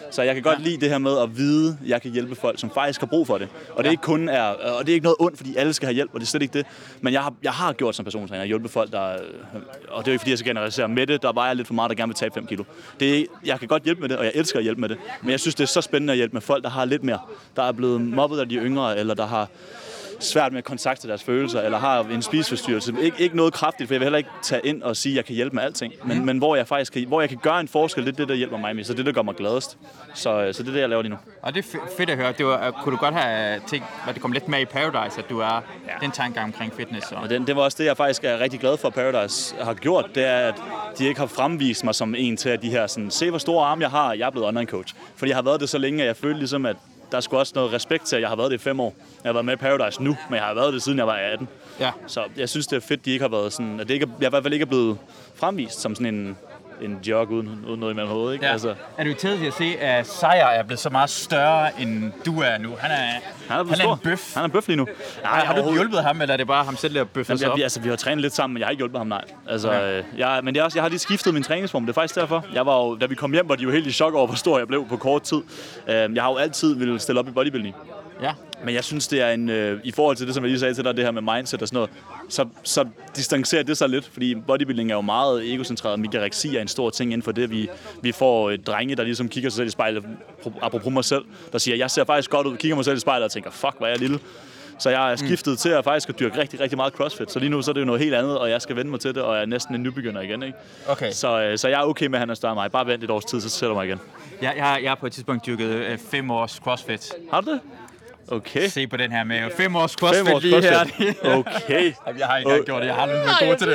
Så jeg kan godt lide det her med at vide, at jeg kan hjælpe folk, som faktisk har brug for det. Og det er ikke kun og det er ikke noget ondt, fordi alle skal have hjælp, og det er slet ikke det. Men jeg har gjort som personstræner, hjulpet folk, der, og det er jo ikke fordi, jeg skal generalisere med det, der vejer lidt for meget, der gerne vil tabe 5 kilo. Jeg kan godt hjælpe med det, og jeg elsker at hjælpe med det. Men jeg synes, det er så spændende at hjælpe med folk, der har lidt mere. Der er blevet mobbet af de yngre, eller der har svært med at kontakte deres følelser, eller har en spiseforstyrrelse. Ikke noget kraftigt, for jeg vil heller ikke tage ind og sige, at jeg kan hjælpe med alting. Men hvor jeg kan gøre en forskel, det er det, der hjælper mig mest, og det, der gør mig gladest. Så det er det, jeg laver lige nu. Og det er fedt at høre. Kunne du godt have tænkt, at det kom lidt med i Paradise, at du er den tankegang omkring fitness? Og det var også det, jeg faktisk er rigtig glad for, Paradise har gjort. Det er, at de ikke har fremvist mig som en til, at de her sådan, se hvor store arme jeg har, jeg er blevet online coach. Fordi jeg har været det så længe, at jeg følte ligesom, at der skulle også noget respekt til, at jeg har været det i 5 år. Jeg har været med i Paradise nu, men jeg har været det siden jeg var 18. Ja. Så jeg synes, det er fedt, de ikke har været sådan, at jeg i hvert fald ikke er blevet fremvist som sådan en jog uden noget imellem hovedet, ikke? Ja. Altså. Er du irriteret til at se, at Sejr er blevet så meget større, end du er nu? Han er en bøf. Han er en bøf lige nu. Nej, har du hjulpet ham, eller er det bare ham selv, der bøffer sig op? Vi har trænet lidt sammen, men jeg har ikke hjulpet ham, nej. Altså, men jeg har lige skiftet min træningsform, det er faktisk derfor. Da vi kom hjem, var de jo helt i chok over, hvor stor jeg blev på kort tid. Jeg har jo altid ville stille op i bodybuilding. Ja. Men jeg synes, det er i forhold til det, som jeg lige sagde til dig, det her med mindset og sådan noget, så distancerer det sig lidt, fordi bodybuilding er jo meget egocentreret. Migreksi er en stor ting inden for det. Vi får drenge, der ligesom kigger sig selv i spejlet, apropos mig selv, der siger, jeg ser faktisk godt ud, kigger mig selv i spejlet og tænker, fuck, hvor er jeg lille. Så jeg er skiftet til at faktisk at dyrke rigtig, rigtig meget CrossFit. Så lige nu så er det jo noget helt andet, og jeg skal vende mig til det, og jeg er næsten en nybegynder igen, ikke? Okay. Så jeg er okay med, at han er større end mig. Bare vent et års tid, så sætter jeg mig igen. Jeg har på et tidspunkt dyrket 5 års CrossFit. Har du det? Okay. Se på den her med 5 års CrossFit lige her. Okay. Jeg har ikke gjort det. Jeg har aldrig været god til det.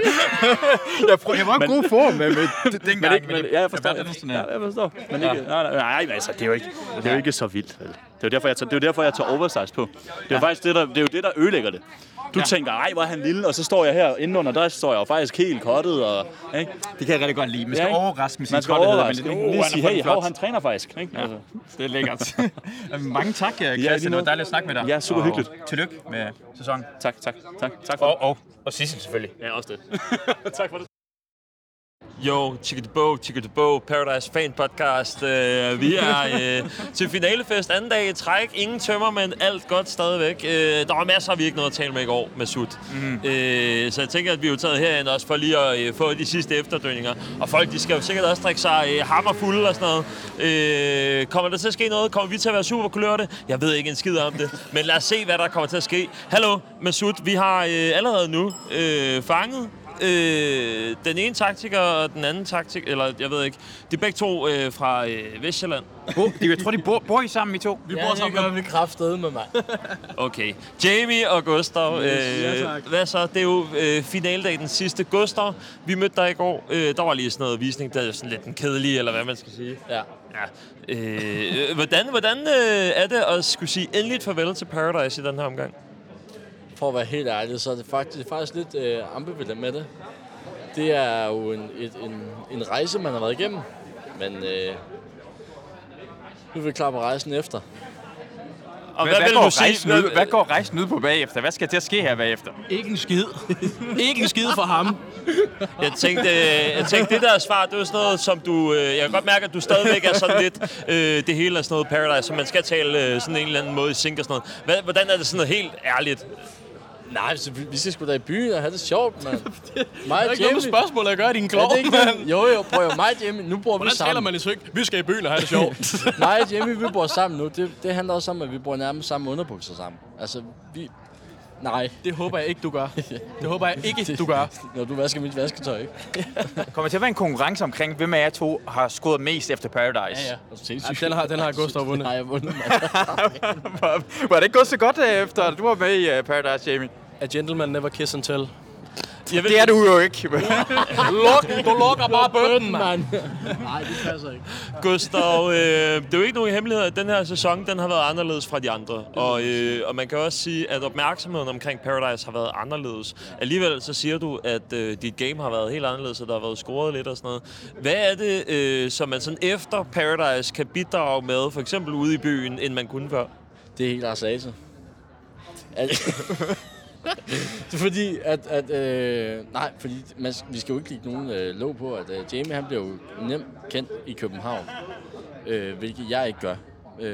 Jeg var en god form med dengang. Jeg forstår. Men ikke, nej, altså, det er jo ikke så vildt. Det er jo derfor, jeg tager oversize på. Det er faktisk det er jo det, der ødelægger det. Du tænker, ej, hvor er han lille, og så står jeg her indenunder, der står jeg jo faktisk helt kottet. Og, ikke? Det kan jeg rigtig godt lide. Man skal overraske med sin kottethed. Man skal lige sige, hey, han træner faktisk. Ikke? Ja, altså. Det er lækkert. Mange tak, Christian. Det var dejligt at snakke med dig. Ja, super hyggeligt. Tillykke med sæsonen. Tak for det. Og Sissel selvfølgelig. Ja, også det. Tak for det. Jo, Chickadebo, Paradise Fan Podcast. Vi er til finalefest anden dag i træk. Ingen tømmer, men alt godt stadigvæk. Der var masser, vi ikke nåede at tale med i går med Sut. Så jeg tænker, at vi er jo taget herind også for lige at få de sidste efterdønninger. Og folk, de skal jo sikkert også drikke sig hammerfulde og sådan noget. Kommer der til at ske noget? Kommer vi til at være super kulørte? Jeg ved ikke en skid om det. Men lad os se, hvad der kommer til at ske. Hallo, Masud. Vi har allerede nu fanget den ene taktiker og den anden taktiker, eller jeg ved ikke, de er begge to fra Vestjylland. Jeg tror, de bor I sammen, I to? Vi bor sammen. Ja, det gør vi kraftedeme med mig. Okay. Jamie og Gustav, hvad så? Det er jo finaledag, den sidste. Gustav, vi mødte dig i går. Der var lige sådan noget visning, der er sådan lidt en kedelig, eller hvad man skal sige. Ja. Hvordan er det at skulle sige endeligt farvel til Paradise i den her omgang? For at være helt ærlig, så er det faktisk lidt ambivalent med det. Det er jo en rejse, man har været igennem, men nu er vi klar på rejsen efter. Og hvad går rejsen ud på bagefter? Hvad skal til at ske her bagefter? Ikke en skid. Ikke en skid for ham. Jeg tænkte, det der svar, det var sådan noget, som du... jeg kan godt mærke, at du stadigvæk er sådan lidt... det hele er sådan noget Paradise, så man skal tale sådan en eller anden måde i sync og sådan noget. Hvordan er det sådan noget helt ærligt? Nej, så vi skal sgu da i byen og have det sjovt, mand. Det er ikke noget spørgsmål at gøre i din klog, mand. Jo, prøv at mig og Jamie, nu bor vi sammen. Hvordan taler man i synk? Vi skal i byen og have det sjovt. Mig og Jamie, vi bor sammen nu. Det handler også om, at vi bor nærmest samme underbukser sammen. Altså, nej. Det håber jeg ikke, du gør. Det håber jeg ikke, du gør. Når du vasker mit vasketøj, ikke? Kommer til at være en konkurrence omkring, hvem af jer to har scoret mest efter Paradise? Ja. Den har Gustav vundet. Nej, jeg vundet, Var det ikke gået så godt efter, du var med i Paradise, Jamie? A gentleman never kiss and tell. Det er du jo ikke. Du lukker bare bøtten, mand. Nej, det passer ikke. Gustav, det er jo ikke nogen hemmelighed, at den her sæson, den har været anderledes fra de andre. Og man kan også sige, at opmærksomheden omkring Paradise har været anderledes. Alligevel så siger du, at dit game har været helt anderledes, og der har været scoret lidt og sådan noget. Hvad er det, som man sådan efter Paradise kan bidrage med, for eksempel ude i byen, end man kunne før? Det er helt rasage. Det er fordi, fordi vi skal jo ikke lægge nogen låg på, at Jamie han bliver jo nemt kendt i København. hvilket jeg ikke gør.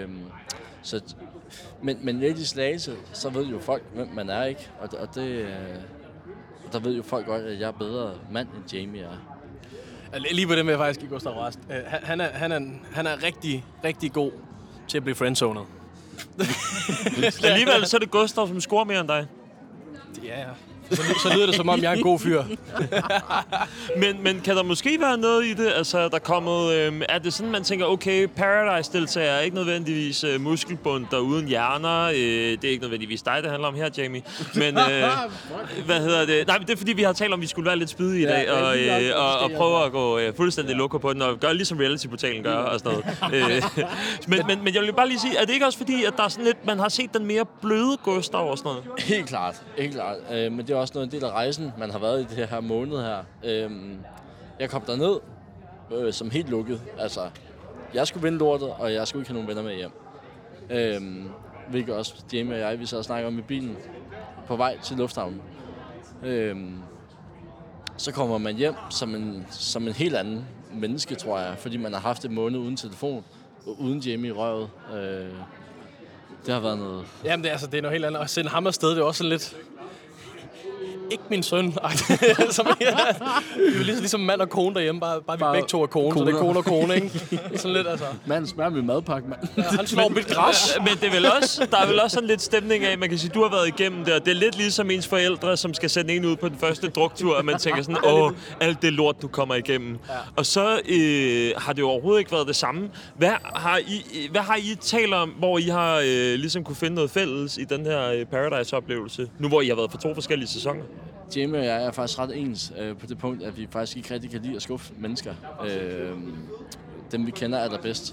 Men lidt i Slagelse, så ved jo folk, hvem man er, ikke? Og der ved jo folk godt, at jeg er bedre mand, end Jamie er. Lige på det med faktisk ikke Gustav Rast. Han er rigtig, rigtig god til at blive friendzonet. Alligevel så er det Gustav, som scorer mere end dig. Ja. Så lyder det, som om jeg er en god fyr. men kan der måske være noget i det? Altså, der er kommet... er det sådan, man tænker, okay, Paradise-deltager er ikke nødvendigvis muskelbund der uden hjerner. Det er ikke nødvendigvis dig, det handler om her, Jamie. Men hvad hedder det? Nej, det er fordi, vi har talt om, at vi skulle være lidt spydige i dag, og prøve at gå fuldstændig loco på den, og gøre ligesom reality-portalen gør, og sådan noget. Men jeg vil bare lige sige, er det ikke også fordi, at der er sådan lidt, man har set den mere bløde Gustav og sådan noget? Helt klart. Men det er også noget en del af rejsen, man har været i det her måned her. Jeg kom derned som helt lukket. Altså, jeg skulle vinde lortet, og jeg skulle ikke have nogen venner med hjem. Hvilket også Jamie og jeg, vi så og snakker om i bilen på vej til lufthavnen. Så kommer man hjem som en helt anden menneske, tror jeg, fordi man har haft en måned uden telefon, og uden Jamie i røvet. Det har været noget... Jamen, det er noget helt andet. At sende ham afsted, det er også sådan lidt... Ikke min søn. Det er jo ligesom mand og kone derhjemme, bare vi begge to er kone, så det er kone og kone, ikke? Sådan lidt, altså. Mand smør min madpakke, mand. Ja, han slår mit græs. Men det er vel også, der er vel også sådan lidt stemning af, man kan sige, du har været igennem det, og det er lidt ligesom ens forældre, som skal sende en ud på den første druktur, og man tænker sådan, alt det lort, du kommer igennem. Ja. Og så har det jo overhovedet ikke været det samme. Hvad har I talt om, hvor I har ligesom kunne finde noget fælles i den her Paradise-oplevelse, nu hvor I har været for 2 forskellige sæsoner? Jamie og jeg er faktisk ret ens på det punkt, at vi faktisk ikke rigtig kan lide at skuffe mennesker. Dem vi kender er der bedst.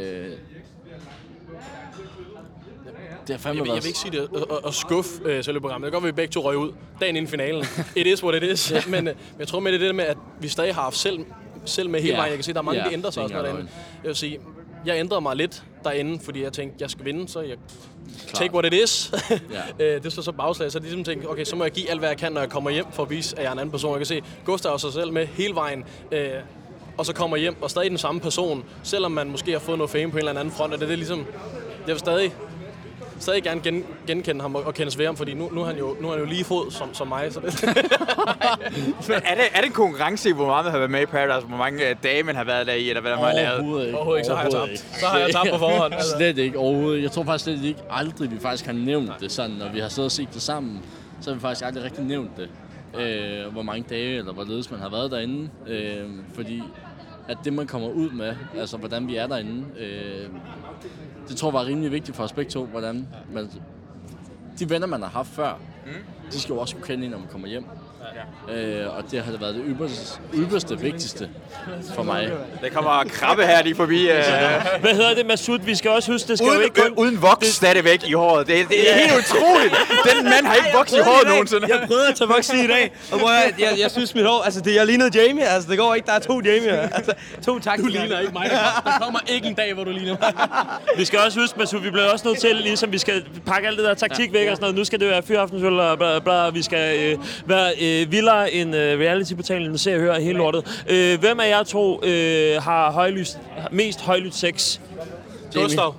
Det har fandme jeg vil ikke sige det at skuffe selve programmet. Det går, vi begge to røg ud dagen inden finalen. It is what it is. Men jeg tror med det med, at vi stadig har haft selv med hele vejen. Jeg kan se, at der er mange, der ændrer sig også derinde. Jeg vil sige, jeg ændrede mig lidt derinde, fordi jeg tænkte, jeg skal vinde, så jeg take what it is. Det så bagslag, så ligesom tænkte, okay, så må jeg give alt, hvad jeg kan, når jeg kommer hjem, for at vise, at jeg er en anden person. Jeg kan se, Gustav og sig selv med hele vejen, og så kommer hjem og stadig den samme person, selvom man måske har fået noget fame på en eller anden front, og det er ligesom, jeg vil stadig gerne genkende ham og kendes ved ham, fordi nu er han jo lige fod som mig. Så det. er det en konkurrence i, hvor meget man har været med i Paradise, hvor mange dage man har været der i, eller hvad man har lavet? Overhovedet ikke, så har jeg tabt. Så har jeg tabt på forhånd. Altså. Slet ikke overhovedet. Jeg tror faktisk slet ikke aldrig, vi faktisk har nævnt det sådan, når vi har siddet og set det sammen, så har vi faktisk aldrig rigtig nævnt det. Hvor mange dage, eller hvorledes man har været derinde. Fordi at det, man kommer ud med, altså hvordan vi er derinde, det tror jeg var rimelig vigtigt for os begge to, hvordan man, de venner, man har haft før, de skal jo også kunne kende en, når man kommer hjem. Og det har været det ypperste vigtigste for mig. Der kommer krabbe her lige forbi. Hvad hedder det, Masud? Vi skal også huske, det skal jo ikke kun... Uden voks stadigvæk i håret. Det er helt utroligt. Den mand har ikke voks i håret nogensinde. Jeg prøvede at tage voks i dag, og jeg synes mit hår, altså jeg lignede Jamie, altså det går ikke, der er 2 Jamie. Altså 2 taktikere. Du ligner ikke mig. Der kommer ikke en dag, hvor du ligner mig. Vi skal også huske, Masud, vi bliver også nødt til, ligesom vi skal pakke alt det der taktik væk og sådan noget. Nu skal det være fyraftensøl og bla bla. Vi skal være vildere end reality-portalen, ser og hører hele lortet. Hvem af jer to har mest højlydt sex? Gustav.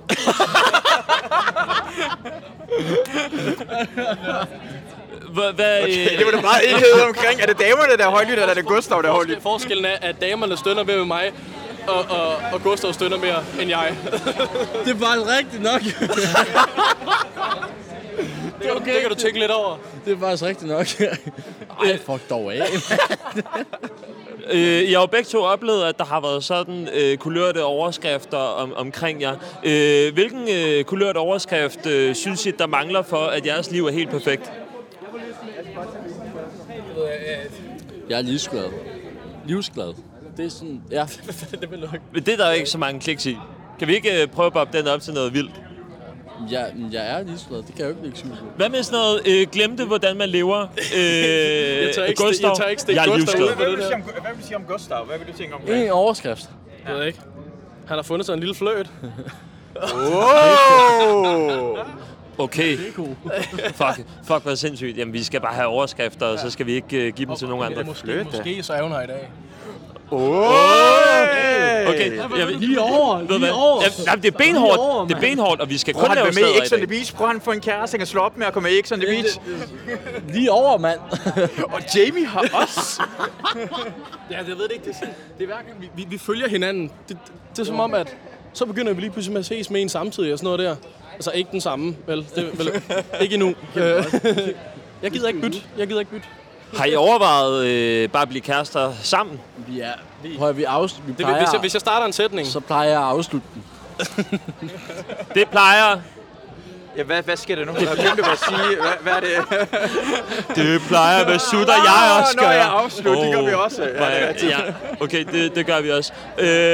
Okay, det var da meget enighed omkring. Er det damerne, der er højlydt, eller er det Gustav, der er højlydt? Forskellen er, at damerne stønner ved mig, og Gustav stønner mere end jeg. Det er faktisk rigtigt nok. Det kan du tænke lidt over. Det er faktisk rigtigt nok. Ej, fuck dog af. Jeg har jo begge to oplevet, at der har været sådan kulørte overskrifter omkring jer. Hvilken kulørt overskrift synes I, der mangler for, at jeres liv er helt perfekt? Jeg er livsglad. Livsglad. Det er sådan, ja. Det er der jo ikke så mange kliks i. Kan vi ikke prøve at boppe den op til noget vildt? Jeg er livsglad. Det kan jeg jo ikke lægge sygt. Hvad med sådan noget, glemte, hvordan man lever? Jeg tager ikke jeg er Gustav ud på det der. Hvad vil du sige om Gustav? Hvad vil du tænke om det? En overskrift. Jeg ved ikke. Han har fundet sig en lille fløjt. Okay. Fuck, hvad sindssygt. Jamen, vi skal bare have overskrifter, og så skal vi ikke give dem til nogen andre. Måske så er hun her i dag. Okay. Lige over. Jamen, det er benhårdt. Det er benhårdt, og vi skal kun lave med steder i X on the Beach. Prøv at få en kæreste, han kan slå op med at komme med i X on the Beach. Lige over, mand. Og Jamie har også. Ja, jeg ved det ikke. Det er hver gang, vi følger hinanden. Det er som om, at så begynder vi lige pludselig med at ses med en samtidig og sådan noget der. Altså ikke den samme, vel? Ikke endnu. Jeg gider ikke bytte. Har I overvejet bare at blive kærester sammen? Hvis jeg starter en sætning, så plejer jeg at afslutte den. Det plejer... Ja, hvad sker der nu? Jeg glemte at sige. Hvad er det? Det plejer, hvad sutter jeg også gør. Nå, jeg afslutter. Det gør vi også. Ja, okay, det gør vi også.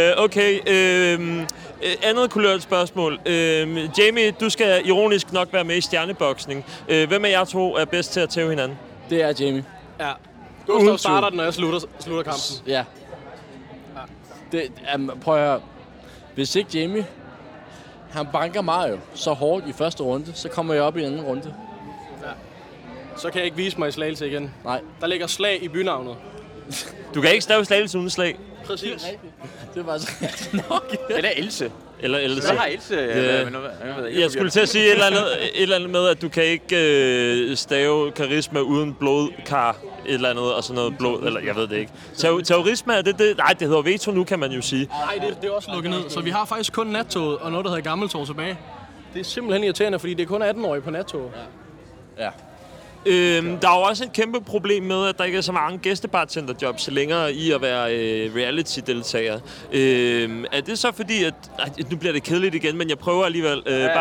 Andet kulørt spørgsmål. Jamie, du skal ironisk nok være med i stjerneboksning. Hvem af jer to er bedst til at tæve hinanden? Det er Jamie. Ja. Gustav starter den, når jeg slutter kampen. Ja. Prøv at høre. Hvis ikke Jamie, han banker Mario så hårdt i første runde, så kommer jeg op i anden runde. Ja. Så kan jeg ikke vise mig i Slagelse igen. Nej. Der ligger slag i bynavnet. Du kan ikke stave Slagelse uden slag. Præcis. Det var så rigtigt nok. Eller Else. Eller Else. Hvad har Else? Jeg skulle til at sige et eller andet med, at du kan ikke stave karisma uden blodkar. Et eller andet, og sådan noget blod, eller jeg ved det ikke. Terrorisme, er det? Nej, det hedder veto nu, kan man jo sige. Nej, det er også lukket ned. Så vi har faktisk kun nattoget og noget, der hedder gammeltog tilbage. Det er simpelthen irriterende, fordi det er kun 18-årige på nattoget. Ja. Der er jo også et kæmpe problem med, at der ikke er så mange gæstebartenderjobs længere i at være reality-deltager. Er det så fordi, at... nu bliver det kedeligt igen, men jeg prøver alligevel.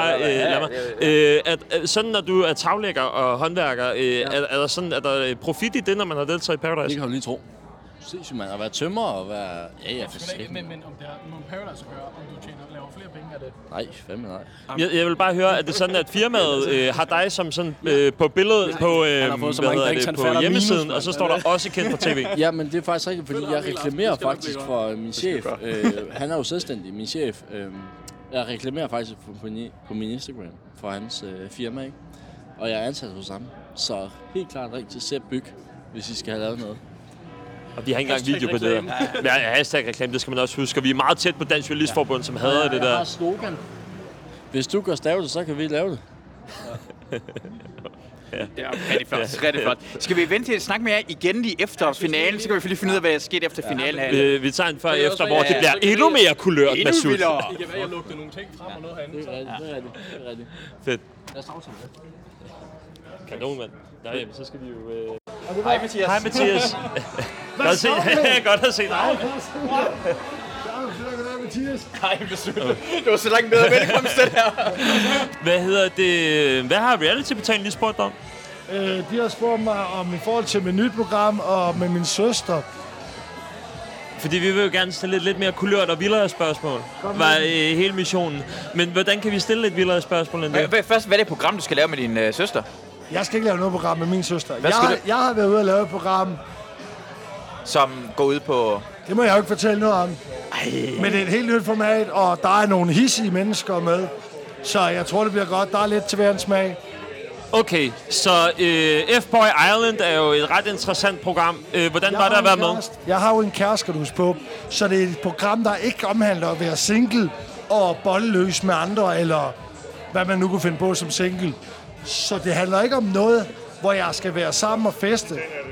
Sådan, når du er taglægger og håndværker, er der profit i det, når man har deltaget i Paradise? Det kan du lige tro. Ses man at være tømmer og være... Ja, for sikkert. Men om det har med Paradise at gøre, om du laver flere penge af det? Nej, fandme nej. Jeg vil bare høre, at det er sådan, at firmaet har dig som sådan på billedet på hjemmesiden, og så står der også kendt på tv. Ja, men det er faktisk rigtigt, fordi jeg reklamerer faktisk for min chef. Han er jo selvstændig, min chef. Jeg reklamerer faktisk på min Instagram for hans firma, ikke? Og jeg er ansat hos ham. Så helt klart rigtig til Sepp Byg, hvis I skal have lavet noget. Og de har ikke engang video på det der. Ja, hashtag-reklame, det skal man også huske. Vi er meget tæt på Dansk Journalistforbund, som hader det der. Jeg har slogan. Hvis du gør stave, så kan vi lave det. Ja. Det er rigtig flot. Skal vi vente til at snakke med jer igen lige efter finalen? Så kan vi lige finde ud af, hvad der skete efter finalen her. Vi tager en før efter, hvor det bliver endnu mere kulørt med sult. Det kan være, jeg lugter nogle ting frem og noget herinde. Det er rigtigt. Fedt. Lad os aftale det. Kanon, mand. Nej, så skal vi jo... Hej, Mathias. Hej, Mathias. Godt at se dig. Nej, det var så langt bedre velkomst, det her. Hvad hedder det? Hvad har reality-betaling lige spurgt om? De har spurgt mig om i forhold til mit nyt program og med min søster. Fordi vi vil jo gerne stille lidt mere kulørt og vildere spørgsmål. Var hele missionen. Men hvordan kan vi stille lidt vildere spørgsmål end det? Først, hvad er det program, du skal lave med din søster? Jeg skal ikke lave noget program med min søster. Jeg har været ude og lave et program. Som går ud på... Det må jeg jo ikke fortælle noget om. Men det er et helt nyt format, og der er nogle hissige mennesker med. Så jeg tror, det bliver godt. Der er lidt til hver en smag. Okay, så F-Boy Island er jo et ret interessant program. Hvordan var det at være med? Jeg har jo en kæreste, skal du huske på. Så det er et program, der ikke omhandler at være single og boldeløs med andre, eller hvad man nu kunne finde på som single. Så det handler ikke om noget, hvor jeg skal være sammen og feste.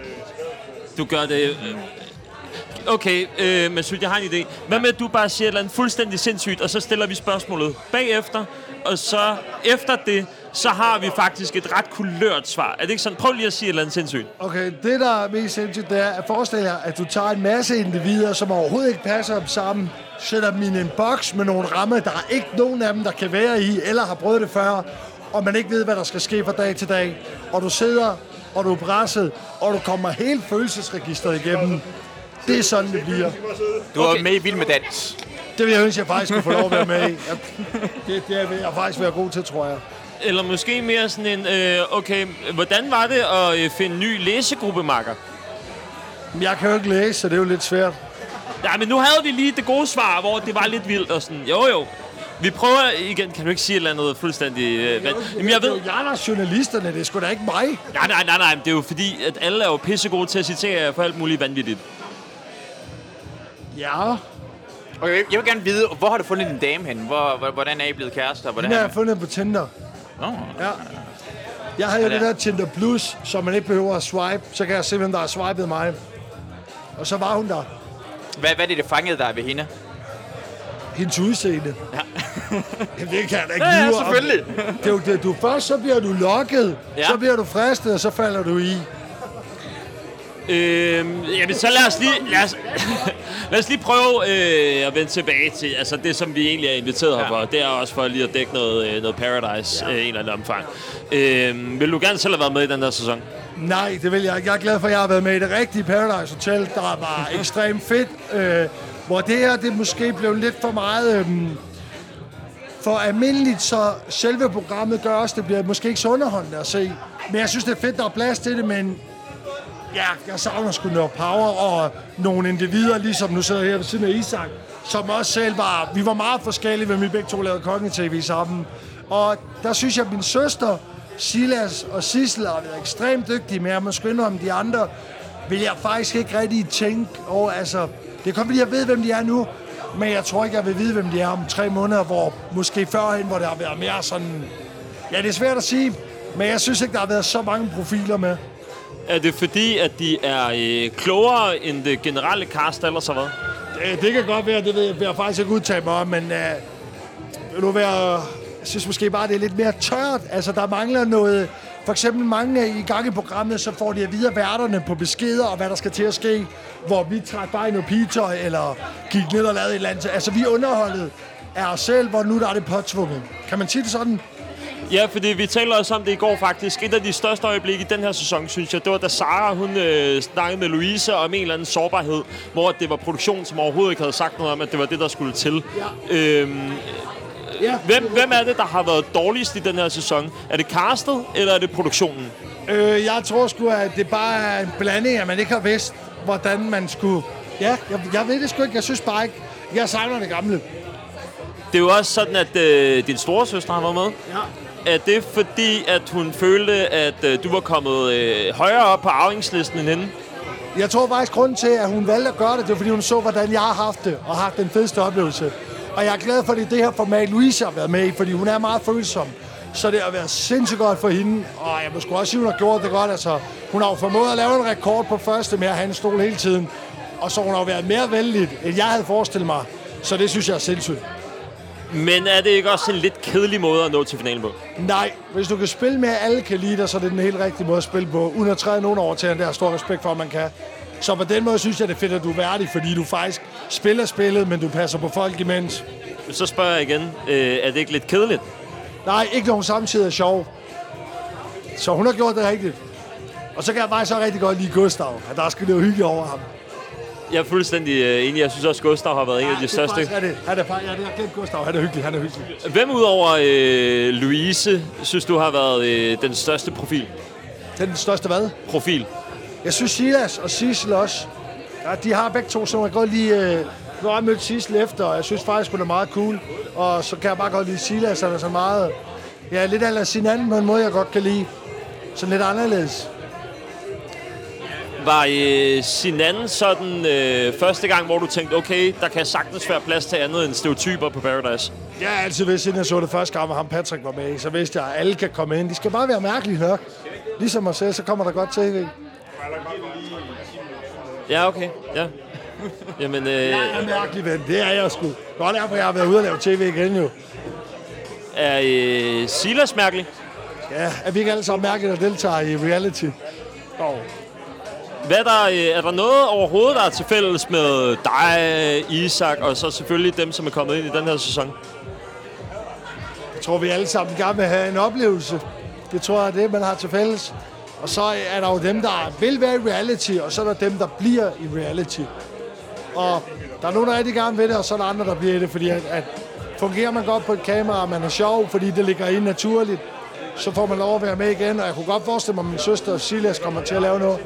Du gør det... Okay, men jeg har en idé. Hvad med, at du bare siger et eller andet fuldstændig sindssygt, og så stiller vi spørgsmålet bagefter, og så efter det, så har vi faktisk et ret kulørt svar. Er det ikke sådan? Prøv lige at sige et eller andet sindssygt. Okay, det der er mest sindssygt, det er at forestille jer, at du tager en masse individer, som overhovedet ikke passer dem sammen, sætter dem i en boks med nogle rammer, der er ikke nogen af dem, der kan være i, eller har prøvet det før, og man ikke ved, hvad der skal ske fra dag til dag. Og du sidder, og du er presset, og du kommer helt følelsesregistret igennem. Det er sådan, det bliver. Du er med i Vild med Dans. Det vil jeg ønske, jeg faktisk kunne få lov at være med i. Det vil jeg faktisk være god til, tror jeg. Eller måske mere sådan en, okay, hvordan var det at finde en ny læsegruppemarker? Jeg kan jo ikke læse, så det er jo lidt svært. Ja, men nu havde vi lige det gode svar, hvor det var lidt vildt og sådan, jo. Vi prøver igen. Kan du ikke sige et eller andet fuldstændig... Jamen, jeg ved... Det er jo jer, journalisterne. Det er sgu da ikke mig. Nej. Det er jo fordi, at alle er jo pissegode til at citere for alt muligt vanvittigt. Ja. Okay, jeg vil gerne vide, hvor har du fundet din dame hen? Hvordan er I blevet kærester? Den har jeg fundet på Tinder. Ja. Jeg har jo det der Tinder Plus, så man ikke behøver at swipe. Så kan jeg se, hvem der har swipet mig. Og så var hun der. Hvad er det, der fangede dig ved hende? Hendes udseende. Ja. Jamen, det kan jeg da ikke ja, selvfølgelig. Det er jo det, du først, så bliver du lokket, så bliver du fristet, og så falder du i. Jamen, så lad os lige prøve at vende tilbage til altså det, som vi egentlig er inviteret her for. Det er også for lige at dække noget Paradise i en eller anden omfang. Vil du gerne selv have været med i den der sæson? Nej, det vil jeg ikke. Jeg er glad for, at jeg har været med i det rigtige Paradise Hotel, der var ekstremt fedt. Hvor det her, det måske blev lidt for meget for almindeligt, så selve programmet gør også, det bliver måske ikke så underholdende at se. Men jeg synes, det er fedt, der er plads til det, men ja, jeg savner sgu noget power og nogle individer, ligesom nu sidder jeg her ved siden af Isak, som også selv var, vi var meget forskellige, men vi begge to lavede konge-tv sammen. Og der synes jeg, at min søster, Silas og Sissel har været ekstremt dygtige, men jeg må skynde om de andre, vil jeg faktisk ikke rigtig tænke over, altså, det er kun fordi, jeg ved, hvem de er nu, men jeg tror ikke, jeg vil vide, hvem de er om 3 måneder, hvor måske førhen, hvor det har været mere sådan, ja, det er svært at sige, men jeg synes ikke, der har været så mange profiler med. Er det fordi, at de er klogere end det generelle cast ellers har været? Det kan godt være, det vil jeg faktisk ikke udtale mig om, men jeg synes måske bare, det er lidt mere tørt. Altså, der mangler noget. For eksempel mange i gang i programmet, så får de at vide værterne på beskeder, og hvad der skal til at ske, hvor vi trækker bare i noget pigetøj, eller gik ned og lavede et eller andet. Altså, vi underholdet af os selv, hvor nu der er det påtvunget. Kan man sige det sådan? Ja, fordi vi taler også om det i går faktisk. Et af de største øjeblikke i den her sæson, synes jeg, det var da Sara, hun snakkede med Louise om en eller anden sårbarhed, hvor det var produktionen, som overhovedet ikke havde sagt noget om, at det var det, der skulle til. Ja. Hvem er det, der har været dårligst i den her sæson? Er det castet, eller er det produktionen? Jeg tror sgu, at det bare er en blanding, at man ikke har vidst, hvordan man skulle... Ja, jeg ved det sgu ikke. Jeg synes bare ikke... Jeg savner det gamle. Det er jo også sådan, at din storesøster har været med. Ja. Er det fordi, at hun følte, at du var kommet højere op på arvingslisten end hende? Jeg tror faktisk, grunden til, at hun valgte at gøre det, det var fordi, hun så, hvordan jeg har haft det, og haft den fedeste oplevelse. Og jeg er glad for, at det her format, Louise har været med i, fordi hun er meget følsom. Så det har været sindssygt godt for hende. Og jeg må sgu også sige, at hun har gjort det godt. Altså, hun har jo formået at lave en rekord på første med at have en stol hele tiden. Og så hun har jo været mere vældigt, end jeg havde forestillet mig. Så det synes jeg er sindssygt. Men er det ikke også en lidt kedelig måde at nå til finalen på? Nej, hvis du kan spille med, at alle kan lide dig, så er det den helt rigtige måde at spille på. Uden at træde nogen over til, det har stor respekt for, at man kan. Så på den måde synes jeg, det er fedt, at du er værdig, fordi du faktisk spiller spillet, men du passer på folk imens. Så spørger jeg igen, er det ikke lidt kedeligt? Nej, ikke nogen samtidig er sjov. Så hun har gjort det rigtigt. Og så kan jeg faktisk så rigtig godt lide Gustav, at der skal noget hygge over ham. Jeg er fuldstændig enig. Jeg synes også, Gustav har været en af de største. Det er glemt Gustav. Han er hyggelig. Hvem udover Louise, synes du har været den største profil? Den største hvad? Profil. Jeg synes Silas og Sissel også. Ja, de har begge to, så jeg godt lide... Nu har jeg mødt Sissel efter, og jeg synes faktisk, hun er meget cool. Og så kan jeg bare godt lide Silas, han er så meget... Ja, lidt af sin anden på en måde, jeg godt kan lide. Så lidt anderledes. Var Sinan sådan første gang, hvor du tænkte, okay, der kan sagtens være plads til andet end stereotyper på Paradise? Ja, altid vidste, siden jeg så det første gang, hvor ham Patrick var med, så vidste jeg, at alle kan komme ind. De skal bare være mærkelige nok. Ligesom mig selv, så kommer der godt tv. Ja, okay. Ja. Jamen, jeg er mærkelig ven, det er jeg sgu. Godt er, for jeg har været ude og lave tv igen jo. Er Silas mærkelig? Ja, er vi ikke alle sammen mærkelige, der deltager i reality? Er der noget overhovedet, der er til fælles med dig, Isak, og så selvfølgelig dem, som er kommet ind i den her sæson? Jeg tror, vi alle sammen gerne vil have en oplevelse. Det tror jeg er det, man har til fælles. Og så er der jo dem, der vil være i reality, og så er der dem, der bliver i reality. Og der er nogen, der rigtig gerne vil det, og så er der andre, der bliver i det, fordi at fungerer man godt på et kamera, og man er sjov, fordi det ligger inde naturligt, så får man lov at være med igen. Og jeg kunne godt forestille mig, at min søster Silas kommer til at lave noget.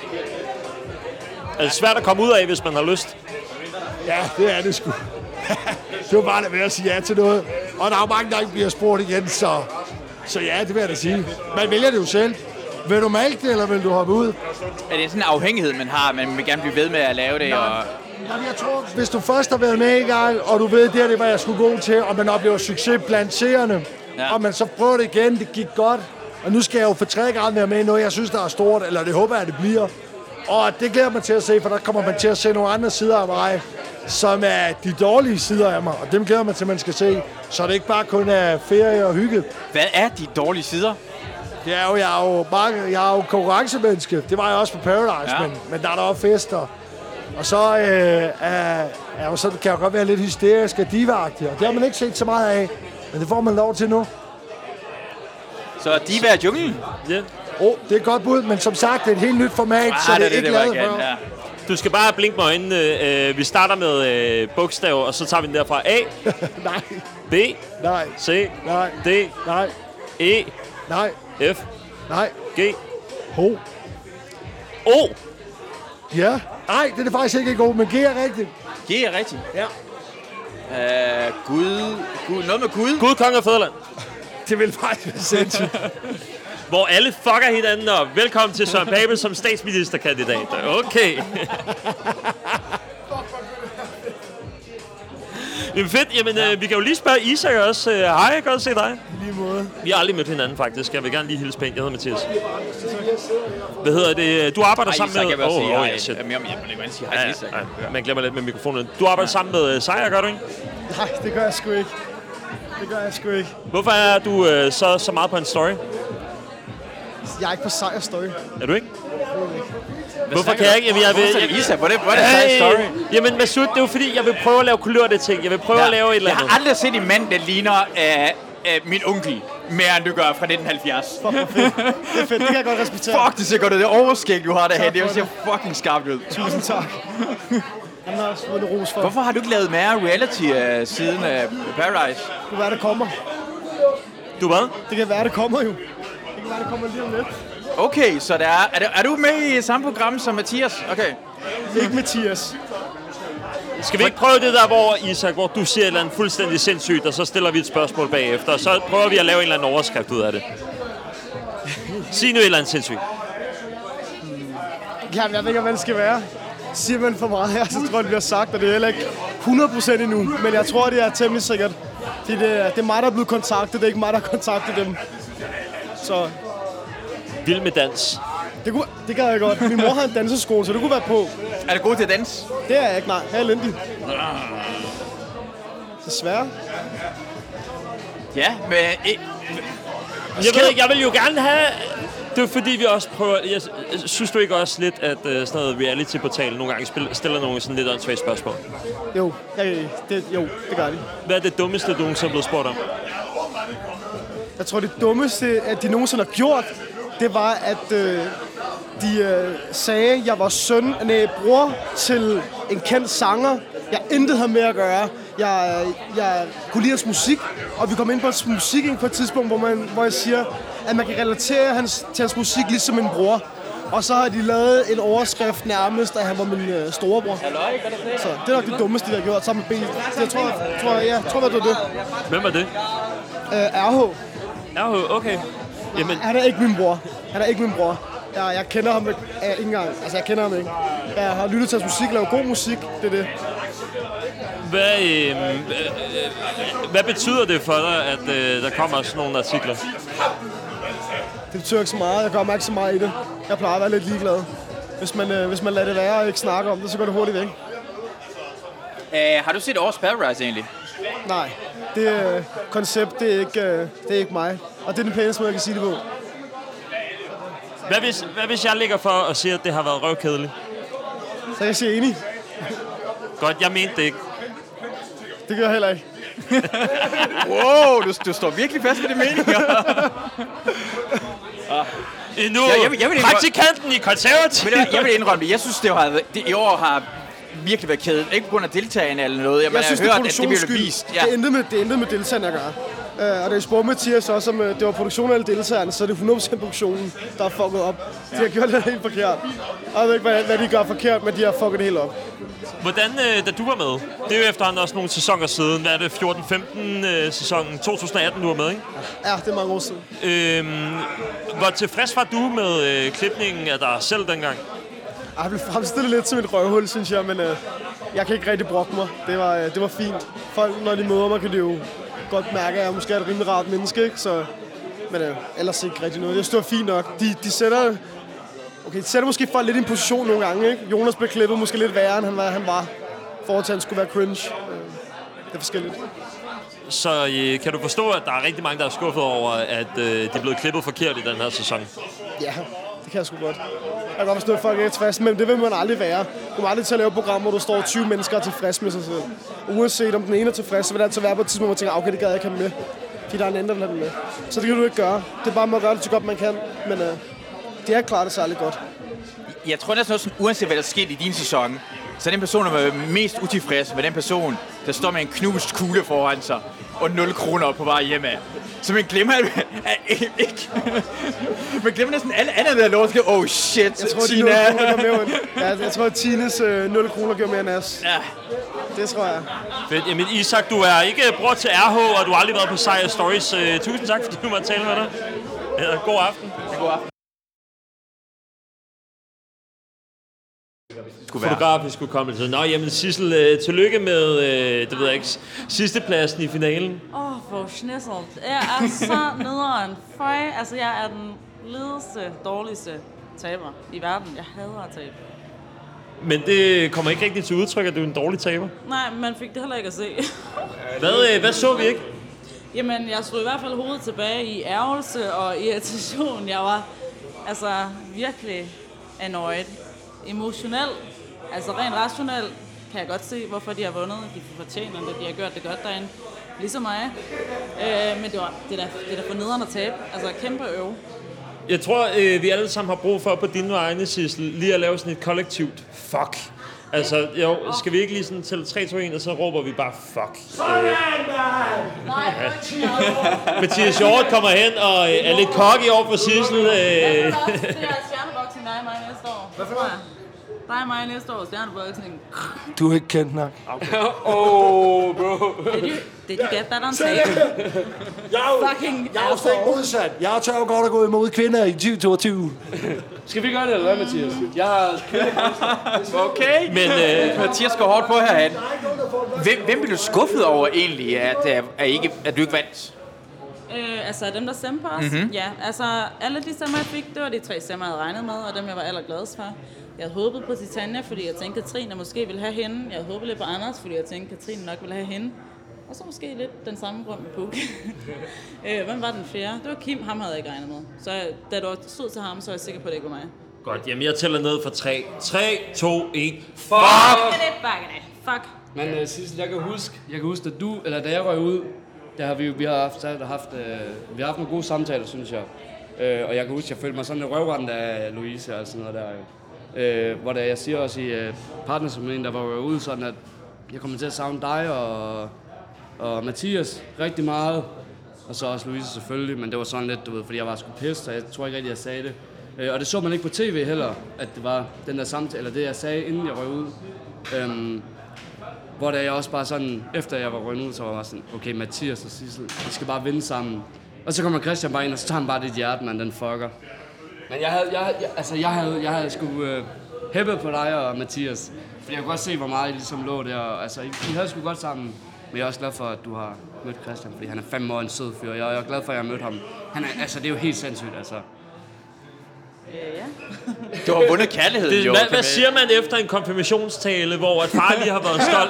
Er det svært at komme ud af, hvis man har lyst? Ja, det er det sgu. Det var bare det med at sige ja til noget. Og der er jo mange, der ikke bliver spurgt igen, så ja, det vil jeg da sige. Man vælger det jo selv. Vil du malke det, eller vil du hoppe ud? Er det sådan en afhængighed, man har? Man vil gerne blive ved med at lave det? Jamen, jeg tror, hvis du først har været med en gang, og du ved, det er hvad jeg skulle gå til, og man oplever succes blandt seerne, og man så prøver det igen, det gik godt, og nu skal jeg jo for 3. gang være med i noget, jeg synes, der er stort, eller det håber jeg, det bliver. Og det glæder man til at se, for der kommer man til at se nogle andre sider af mig, som er de dårlige sider af mig, og dem glæder man til, man skal se, så det ikke bare kun er ferie og hygge. Hvad er de dårlige sider? Det er jo, jeg er jo konkurrencemenneske. Det var jeg også på Paradise, men der er der også fester. Og så kan jeg godt være lidt hysterisk og diva-agtig, og det har man ikke set så meget af, men det får man lov til nu. Så diva er junglen? Ja. Det er et godt bud, men som sagt, det er et helt nyt format, så det er ikke lavet før. Ja. Du skal bare blinke med øjnene. Vi starter med bogstaver, og så tager vi den derfra. A. Nej. B. Nej. C. Nej. D. Nej. E. Nej. F. Nej. G. H. O. Ja. Nej, det er faktisk ikke god, men G er rigtigt. G er rigtigt? Ja. Gud. Noget med Gud? Gud, konge og fædreland. Det vil faktisk være sindssygt. Hvor alle fucker hinanden op. Velkommen til Søren Pape som statsministerkandidat. Okay. Jamen fedt. Jamen, vi kan jo lige spørge Isak også. Hej, godt at se dig. Lige måde. Vi har aldrig mødt hinanden, faktisk. Jeg vil gerne lige hilse pænt. Jeg hedder Mathias. Hvad hedder det? Du arbejder sammen med... Man glemmer lidt med mikrofonen. Du arbejder sammen med Sejr, gør du ikke? Nej, det gør jeg sgu ikke. Hvorfor er du så meget på en story? Jeg er ikke på Sejrs story. Er du ikke? Hvorfor kan jeg ikke? Jamen, jeg vil... Isa, hvor er det Sejrs story? Jamen, Masud, det er jo fordi, jeg vil prøve at lave kulørte ting. Jeg vil prøve at lave et eller andet. Jeg har aldrig set en mand, der ligner min onkel, mere end du gør fra 1970. Fuck, hvor fedt. Det er fedt, det kan jeg godt respektere. Fuck, det ser godt ud. Det overskæg, du har derhen. Det ser fucking skarpt ud. Tusind tak. Han har også vundet ros for. Hvorfor har du ikke lavet mere reality siden Paradise? Det kan være, det kommer. Du hvad? Det kan være, det kommer jo. Det kan være, det kommer lige om lidt. Okay, så er du med i samme program som Mathias? Okay. Ikke Mathias. Skal vi ikke prøve det der, hvor Isak, hvor du siger et eller andet fuldstændig sindssygt, og så stiller vi et spørgsmål bagefter, og så prøver vi at lave en eller anden overskrift ud af det. Sig nu et eller andet sindssygt. Jamen, jeg ved ikke, hvad det skal være. Siger man for meget her, så tror jeg, det bliver sagt, og det er heller ikke 100% endnu. Men jeg tror, det er temmelig sikkert. Fordi det er mig, der er blevet kontaktet, det er ikke mig, der har kontaktet dem. Så... Vild med dans. Det gør jeg godt. Min mor har en danseskole, så det kunne være på. Er du god til at danse? Det er jeg ikke, nej. Jeg er elendig. Desværre. Ja, men... Jeg vil jo gerne have... Det er fordi, vi også prøver... Synes du ikke også lidt, at sådan noget reality-portal nogle gange stiller nogle sådan lidt åndssvage spørgsmål? Jo, det gør de. Hvad er det dummeste, du nogensinde er blevet spurgt om? Jeg tror, det dummeste, at de nogensinde har gjort, det var, at de sagde, at jeg var bror til en kendt sanger. Jeg intet havde med at gøre. Jeg kunne lide hans musik, og vi kom ind på hans musik på et tidspunkt, hvor jeg siger, at man kan relatere til hans musik ligesom min bror. Og så har de lavet en overskrift nærmest, at han var min storebror. Så det er nok det dummeste, de har gjort sammen med B. Jeg tror, det var det. Hvem var det? RH. RH, okay. Jamen. Han er ikke min bror. Jeg kender ham ikke engang. Altså, jeg kender ham ikke. Jeg har lyttet til hans musik, lavet god musik. Det er det. Hvad betyder det for dig, at der kommer sådan nogle artikler? Det betyder ikke så meget. Jeg gør mig ikke så meget i det. Jeg plejer at være lidt ligeglad. Hvis man lader det være og ikke snakker om det, så går det hurtigt væk. Har du set årets Paradise egentlig? Nej. Det koncept, det er ikke mig. Og det er den pæneste måde, jeg kan sige det på. Hvad hvis jeg ligger for at sige, at det har været røvkedeligt? Så jeg siger enig. Godt, jeg mente det ikke. Det gør jeg heller ikke. Wow, du står virkelig fast ved det meninger. Endnu praktikanten i konservativ. Jeg vil indrømme det. Jeg synes, det i år har virkelig været kædet. Ikke på grund af deltagerne eller noget. Jeg synes, har hørt, at det blev vist. Ja. Det endte med deltagerne at gøre. Og det er spurgt Mathias også, om det var produktionen eller deltagerne, så er det 100% produktionen, der er fucket op. De har gjort det helt forkert. Og jeg ved ikke, hvad de gør forkert, men de har fucket det helt op. Hvordan, da du var med, det er jo efterhånden også nogle sæsoner siden, hvad er det, 14-15 sæsonen, 2018 du var med, ikke? Ja, det er mange år siden. Hvor tilfreds var du med klipningen af dig selv dengang? Jeg blev fremstillet lidt som et røvhul, synes jeg, men jeg kan ikke rigtig brokke mig. Det var fint. Folk, når de møder mig, kan de jo godt mærke, at jeg måske er et rimelig rart menneske, ikke? Så, men ellers ikke rigtig noget. Jeg synes, det var fint nok. De sætter måske folk lidt i en position nogle gange, ikke? Jonas blev klippet måske lidt værre, end han var. For at han skulle være cringe. Det er forskelligt. Så kan du forstå, at der er rigtig mange, der er skuffet over, at de er blevet klippet forkert i den her sæson? Ja, det kan jeg sgu godt. Jeg kan godt forstå, at folk er tilfredse, men det vil man aldrig være. Du kommer aldrig til at lave et program, hvor du står 20 mennesker tilfredse med sig selv. Uanset om den ene er tilfreds, så vil det altid være på et tidspunkt, hvor man tænker, okay, det gad jeg ikke have med. Fordi der er en anden, der vil have den med. Så det kan du ikke gøre. Det er bare med at gøre det så godt, man kan. Men det er klart det særligt godt. Jeg tror næsten også, uanset hvad der sker i din sæson, så den person, der var mest utilfreds med den person, der står med en knust kugle foran sig, og 0 kroner på vej hjemme. Så man glemmer ikke. Man glemmer næsten alle andre, der lov til oh shit, jeg tror, Tina. Jeg tror, at Tines 0 kroner gør mere end as. Ja. Det tror jeg. Fedt. Jamen Isak, du er ikke bror til RH, og du har aldrig været på Sejr Stories. Tusind tak, fordi du måtte tale med dig. Ja, god aften. God aften. Fotografisk hukommelse. Nå, jamen Sissel, tillykke med, det ved jeg ikke, sidstepladsen i finalen. For schnitzel. Jeg er så nederen. Føj, altså jeg er den ledeste, dårligste taber i verden. Jeg hader at tabe. Men det kommer ikke rigtig til udtryk, at du er en dårlig taber. Nej, man fik det heller ikke at se. Hvad så vi ikke? Jamen, jeg slog i hvert fald hovedet tilbage i ærgelse og irritation. Jeg var altså virkelig annoyed. Emotionel, altså rent rationelt, kan jeg godt se, hvorfor de har vundet. De fortjener det, de har gjort det godt derinde. Ligesom mig. Men det er da for nederen at tabe. Altså kæmpe øve. Jeg tror, vi alle sammen har brug for på dine vegne, Sissel, lige at lave sådan et kollektivt fuck. Altså, jo, skal vi ikke lige sådan tælle 3, 2, 1, og så råber vi bare fuck. Mathias Hjort kommer hen og er lidt cocky over for Sissel. Det er stjerneboksning, dig og mig næste år. Hvad for noget? Dig og mig næste år, stjerneboksning. Du er ikke kendt nok. Okay. Bro. Did you get that on tape? Jeg er jo slet modsat. Jeg tør jo godt at gå imod kvinder i 2022. Skal vi gøre det, eller hvad, Mathias? Jeg har... Okay, men Mathias går hårdt på herhen. Hvem blev du skuffet over egentlig, at du ikke vandt? Altså dem, der stemte på os? Mm-hmm. Ja, altså alle de stemmer, jeg fik, det var de 3 stemmer, jeg havde regnet med, og dem, jeg var allergladest for. Jeg havde håbet på Titania, fordi jeg tænkte, at Katrine måske ville have hende. Jeg havde håbet lidt på Anders, fordi jeg tænkte, at Katrine nok ville have hende. Og så måske lidt den samme grund med Puk. Hvem var den fjerde? Det var Kim, ham havde jeg ikke regnet med. Så da du stod til ham, så er jeg sikker på, at det ikke var mig. Godt, jamen jeg tæller ned for 3. 3, 2, 1. Fuck! Fuck! Men Sissel, jeg kan huske, da jeg røg ud, der har vi har haft nogle gode samtaler, synes jeg. Og jeg kan huske, at jeg følte mig sådan lidt røvrendt af Louise og sådan noget der. Hvor da jeg siger også i partnersamlingen, der var røget ud, sådan at jeg kommer til at savne dig og Mathias rigtig meget. Og så også Louise selvfølgelig, men det var sådan lidt, du ved, fordi jeg var sgu pissed, så jeg tror ikke rigtig, jeg sagde det. Og det så man ikke på tv heller, at det var den der samtale, eller det jeg sagde, inden jeg røg ud. Hvor da jeg også bare sådan, efter jeg var røget ud, så var jeg sådan, okay, Mathias og Sissel, vi skal bare vinde sammen. Og så kommer Christian bare ind, og så tager han bare dit hjerte, man, den fucker. Men jeg havde sgu hæppet på dig og Mathias. Fordi jeg kunne godt se, hvor meget I ligesom lå der. Altså, I havde sgu godt sammen. Men jeg er også glad for, at du har mødt Christian, fordi han er 5 år en sød fyr. Jeg er glad for, at jeg har mødt ham. Det er jo helt sindssygt, altså. Ja. Du har vundet kærligheden, jo. Hvad siger man efter en konfirmationstale, hvor at far lige har været stolt?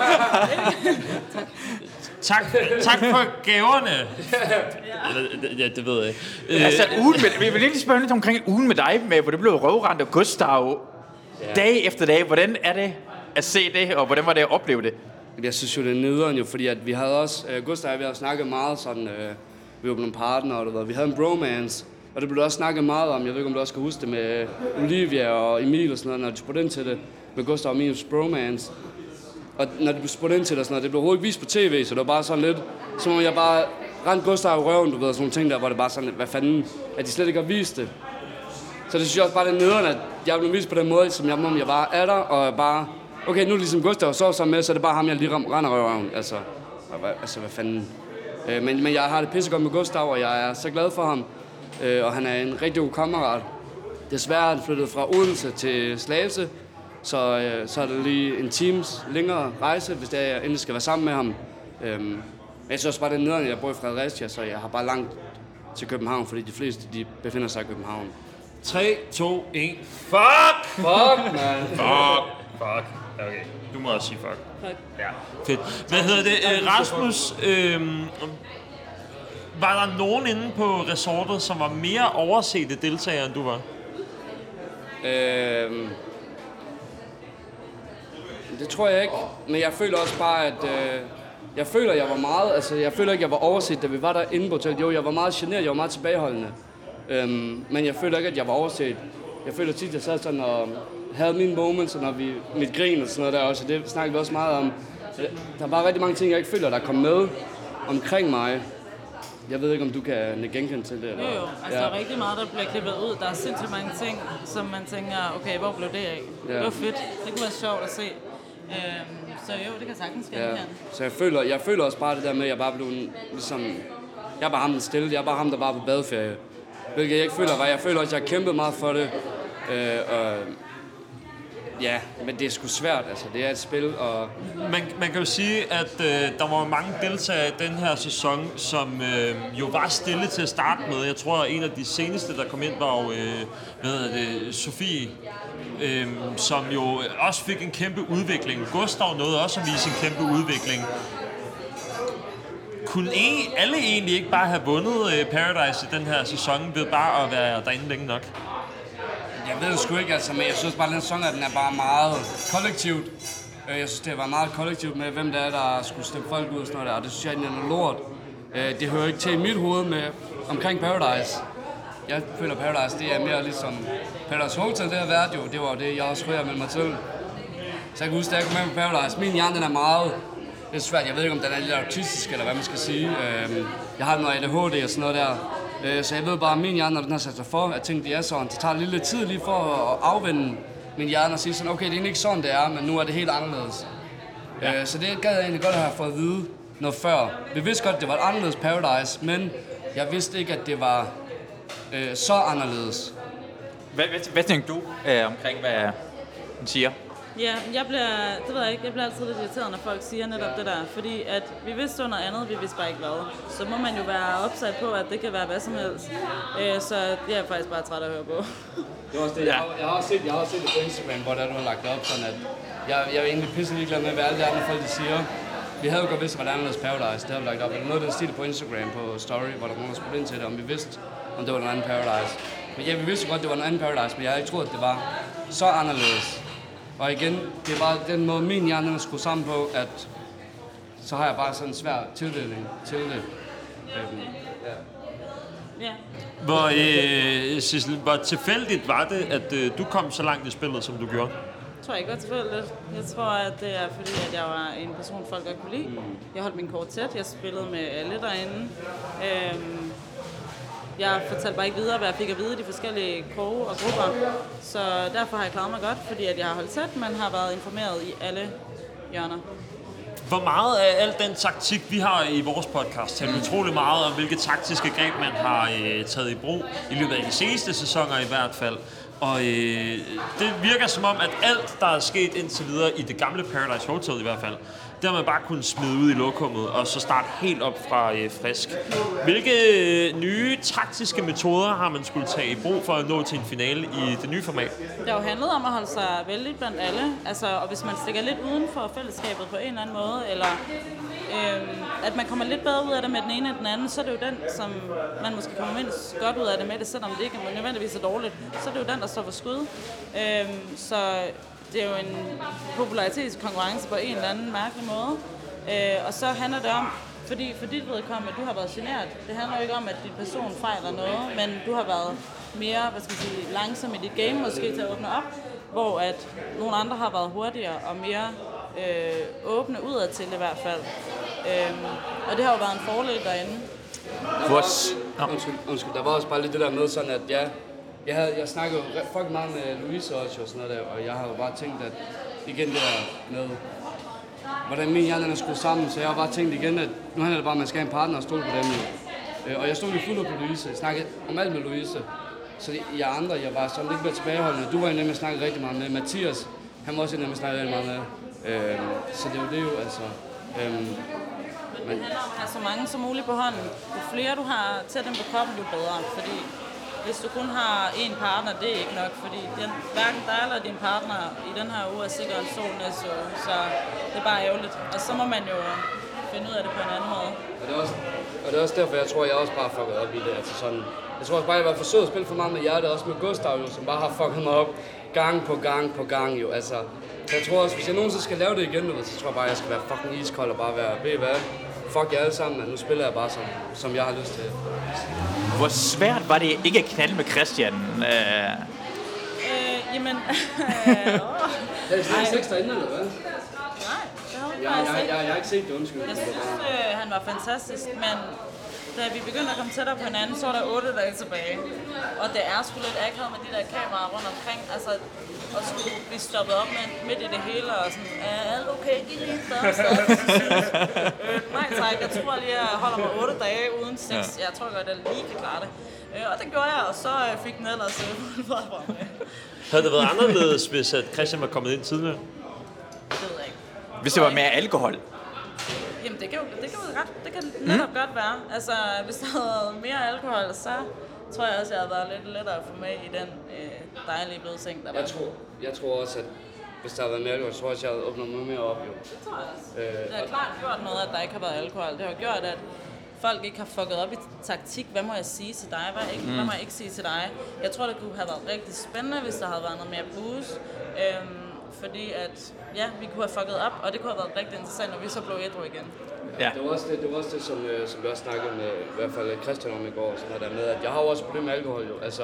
Tak for gaverne. Ja, det ved jeg ikke. Altså, vi vil lige spørge lidt omkring ugen med dig, hvor det blev røvrendt og Gustav. Dag efter dag. Hvordan er det at se det, og hvordan var det at opleve det? Jeg synes jo, det er nederen jo, fordi at vi havde også... Gustav og vi havde snakket meget sådan... vi var blevet partner, og vi havde en bromance. Og det blev også snakket meget om, jeg ved ikke, om du også kan huske det, med Olivia og Emil og sådan noget, når de spurgte ind til det, med Gustav og Emils bromance. Og når de blev spurgt ind til det og sådan noget, det blev overhovedet ikke vist på tv, så det var bare sådan lidt, som om jeg bare rendte Gustav i røven, du ved, sådan nogle ting der, hvor det bare sådan, hvad fanden, at de slet ikke har vist det. Så det synes jeg også bare, det er nederen, at jeg blev vist på den måde, som om jeg bare er der, og bare, okay, nu er ligesom Gustav så sammen med, så er det bare ham, jeg lige render røven, altså hvad fanden. Men jeg har det pissegodt med Gustav, og jeg er så glad for ham. Og han er en rigtig god kammerat. Desværre er han flyttet fra Odense til Slagelse, så er det lige en times længere rejse, hvis det er, jeg endelig skal være sammen med ham. Jeg synes også bare, det er nederen, jeg bor i Fredericia, så jeg har bare langt til København, fordi de fleste de befinder sig i København. 3, 2, 1. Fuck! Fuck, man. Fuck. Okay, du må også sige fuck. Fuck. Ja, fedt. Hvad hedder det? Rasmus, var der nogen inde på resortet, som var mere oversete deltagere, end du var? Det tror jeg ikke, men jeg føler også bare, at jeg føler, jeg var meget, altså jeg føler ikke, jeg var overset, da vi var der inde på hotellet. Jo, jeg var meget generet, jeg var meget tilbageholdende, men jeg føler ikke, at jeg var overset. Jeg føler tit, at jeg sad sådan og havde mine moments, og når mit grin og sådan noget der også, og det snakkede vi også meget om. Der var rigtig mange ting, jeg ikke føler, der kom med omkring mig. Jeg ved ikke, om du kan genkende til det? Eller? Jo, altså der er rigtig meget, der bliver klippet ud. Der er sindssygt mange ting, som man tænker, okay, hvor blev det af? Det var fedt. Det kunne være sjovt at se. Så jo, det kan sagtens genkende. Så jeg føler også bare det der med, at jeg bare blev ligesom... Jeg er bare ham, den stille. Jeg er bare ham, der var på badeferie. Hvilket jeg ikke føler var. Jeg føler også, at jeg har kæmpet meget for det. Ja, men det er sgu svært, altså. Det er et spil, og... Man kan jo sige, at der var mange deltagere i den her sæson, som jo var stille til at starte med. Jeg tror, at en af de seneste, der kom ind, var jo Sofie, som jo også fik en kæmpe udvikling. Gustav nåede også at vise en kæmpe udvikling. Kunne alle egentlig ikke bare have vundet Paradise i den her sæson ved bare at være derinde længe nok? Jeg ved det sgu ikke, altså, men jeg synes bare, at den sæson den er bare meget kollektivt. Jeg synes, det var meget kollektivt med, hvem der er, der skulle stemme folk ud og sådan noget der, og det synes jeg er noget lort. Det hører ikke til i mit hoved med omkring Paradise. Jeg føler, Paradise, det er mere ligesom Paradise Hotel, det har været jo, det var det, jeg også frøer med mig til. Så jeg kan huske, da jeg kom med på Paradise, min hjerne den er meget, det er svært, jeg ved ikke, om den er lidt autistisk, eller hvad man skal sige. Jeg har noget ADHD og sådan noget der. Så jeg ved bare, at min hjerne, når den har sat sig for, at ting de er sådan, det tager lidt tid lige for at afvende min hjerne og sige sådan, okay, det er egentlig ikke sådan, det er, men nu er det helt anderledes. Ja. Så det gad jeg egentlig godt at have fået at vide noget før. Vi vidste godt, at det var et anderledes Paradise, men jeg vidste ikke, at det var så anderledes. Hvad tænker du omkring, hvad hun siger? Ja, jeg bliver altid lidt irriteret, når folk siger netop det der, fordi at vi vidste noget andet, vi vidste bare ikke hvad. Så må man jo være opsat på, at det kan være hvad som helst. Så det er jeg faktisk bare træt at høre på. Det var også det, jeg har også set det på Instagram, hvor der du har lagt det op, sådan at jeg er egentlig pisse ligeglad med, hvad alle de andre folk de siger. Vi havde jo godt vidst, at det var anderledes Paradise, det har vi lagt op. Noget af den stil på Instagram, på Story, hvor der var nogen, der spurgte ind til det, om vi vidste, om det var en anden Paradise. Men ja, vi vidste godt, at det var en anden Paradise, men jeg havde ikke troet, at det var så anderledes. Og igen, det var den måde, min hjerne er skruet sammen på, at så har jeg bare sådan en svær tildeling til det. Ja. Hvor tilfældigt var det, at du kom så langt i spillet, som du gjorde? Jeg tror ikke, det var tilfældigt. Jeg tror, at det er fordi, at jeg var en person, folk godt kunne lide. Jeg holdt min kort tæt. Jeg spillede med alle derinde. Jeg fortalte bare ikke videre, hvad jeg fik at vide i de forskellige kroge og grupper. Så derfor har jeg klaret mig godt, fordi at jeg har holdt tæt, men har været informeret i alle hjørner. Hvor meget af al den taktik, vi har i vores podcast, taler utrolig meget om, hvilke taktiske greb man har taget i brug i løbet af de seneste sæsoner i hvert fald. Og det virker som om, at alt, der er sket indtil videre i det gamle Paradise Hotel i hvert fald, det har man bare kunnet smide ud i lokummet og så starte helt op fra frisk. Hvilke nye taktiske metoder har man skulle tage i brug for at nå til en finale i det nye format? Det har jo handlet om at holde sig vældig blandt alle, altså, og hvis man stikker lidt uden for fællesskabet på en eller anden måde, eller at man kommer lidt bedre ud af det med den ene end den anden, så er det jo den, som man måske kommer mindst godt ud af det med det, selvom det ikke nødvendigvis er dårligt, så er det jo den, der står for skud. Så det er jo en popularitetskonkurrence på en eller anden mærkelig måde. Og så handler det om, fordi for dit vedkommende, du har været generet. Det handler jo ikke om, at din person fejler noget, men du har været mere, langsom i dit game måske til at åbne op, hvor at nogle andre har været hurtigere og mere åbne udad til i hvert fald. Og det har jo været en fordel derinde. Undskyld, der var også bare lidt det der med sådan, at jeg snakkede jo fucking meget med Louise også og sådan noget der, og jeg har jo bare tænkt, at igen det der med, hvordan min hjerne er skruet sammen, så jeg har bare tænkt igen, at nu handler det bare, at man skal have en partner og stole på dem. Og jeg stod jo fuldt på Louise, jeg snakkede om alt med Louise, så jeg andre, jeg var sådan lidt mere tilbageholdende. Du var en af dem, jeg snakkede rigtig meget med. Mathias, Han var også en af dem, jeg snakkede rigtig meget med. Så det er jo det jo, altså. Men det handler om at have så mange som muligt på hånden. Jo flere du har til dem på kroppen, jo bedre. Fordi hvis du kun har én partner, det er ikke nok. Fordi hverken dig eller din partner i den her uge er sikkert en sol næste uge. Så det er bare ærgerligt. Og så må man jo finde ud af det på en anden måde. Og det er også derfor, jeg tror, jeg også bare har fucket op i det. Altså sådan, jeg tror også bare, jeg var forsøgt at spille for meget med hjertet, også med Gustav, jo, som bare har fucket mig op gang på gang. Jo. Altså, jeg tror også, hvis jeg nogensinde skal lave det igen, så tror jeg bare, jeg skal være fucking iskold og bare være, ved I hvad? Fuck jer alle sammen, men nu spiller jeg bare som jeg har lyst til. Hvor svært var det ikke at knalde med Christian? Jamen... Det er sådan 6 derinde, eller hvad? Nej, det har jeg har ikke set det, undskyld. Jeg synes, han var fantastisk, men da vi begyndte at komme tættere på hinanden, så var der 8 dage tilbage. Og det er sgu lidt akavet med de der kameraer rundt omkring. Altså, at skulle blive stoppet op midt i det hele, og sådan, er alt okay? Nej tak, jeg tror lige, jeg holder mig 8 dage uden sex. Jeg tror godt, jeg lige kan klare det. Og det gjorde jeg, og så fik den ellers fra mig. Havde det været anderledes, hvis at Christian var kommet ind tidligere? Det ved jeg ikke. Hvis det var mere alkohol? Jamen, det kan netop godt være. Altså, hvis der havde været mere alkohol, så tror jeg også, jeg havde været lidt lettere at få med i den dejlige bløde seng, der var. Jeg tror også, at hvis der havde været mere alkohol, så tror jeg, at jeg havde åbnet mig mere op. Jo. Det tror jeg også. Det har klart gjort noget, at der ikke har været alkohol. Det har gjort, at folk ikke har fucket op i taktik. Hvad må jeg sige til dig? Hvad må jeg ikke sige til dig? Jeg tror, det kunne have været rigtig spændende, hvis der havde været noget mere booze. Fordi at, ja, vi kunne have fucket op, og det kunne have været rigtig interessant, når vi så blev ædru igen. Ja. Det var også det, som vi også snakkede med, i hvert fald Christian om i går, sådan noget der med, at jeg har jo også problemer med alkohol, jo. Altså,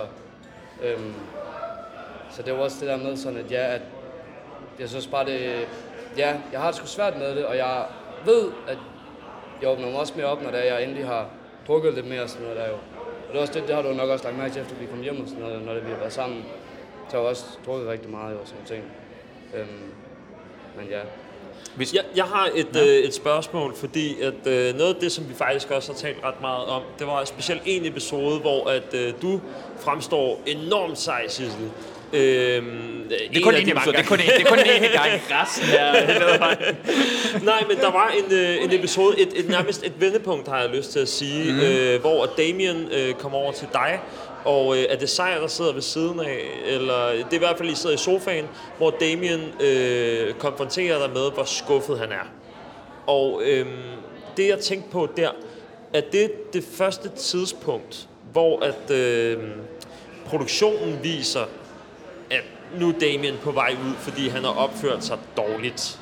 så det var også det der med sådan, at jeg synes bare det, ja, jeg har det sgu svært med det, og jeg ved, at jeg åbner mig også mere op, når jeg endelig har drukket lidt mere og sådan noget der jo. Og det er også det har du nok også lagt mærke til, efter vi kom hjem og sådan noget, når vi har været sammen. Så har jeg også drukket rigtig meget og sådan ting. Men ja. Jeg har et spørgsmål, fordi at noget af det, som vi faktisk også har talt ret meget om, det var specielt en episode, hvor at du fremstår enormt sej, Sissel. Det er kun en episode, det er kun en gang resten her. Nej, men der var en episode, nærmest et vendepunkt, har jeg lyst til at sige, hvor Damien kom over til dig, og er det Sejr, der sidder ved siden af, eller det er i hvert fald, I sidder i sofaen, hvor Damien konfronterer dig med, hvor skuffet han er. Og det, jeg tænkte på der, at det første tidspunkt, hvor at produktionen viser, at nu er Damien på vej ud, fordi han har opført sig dårligt.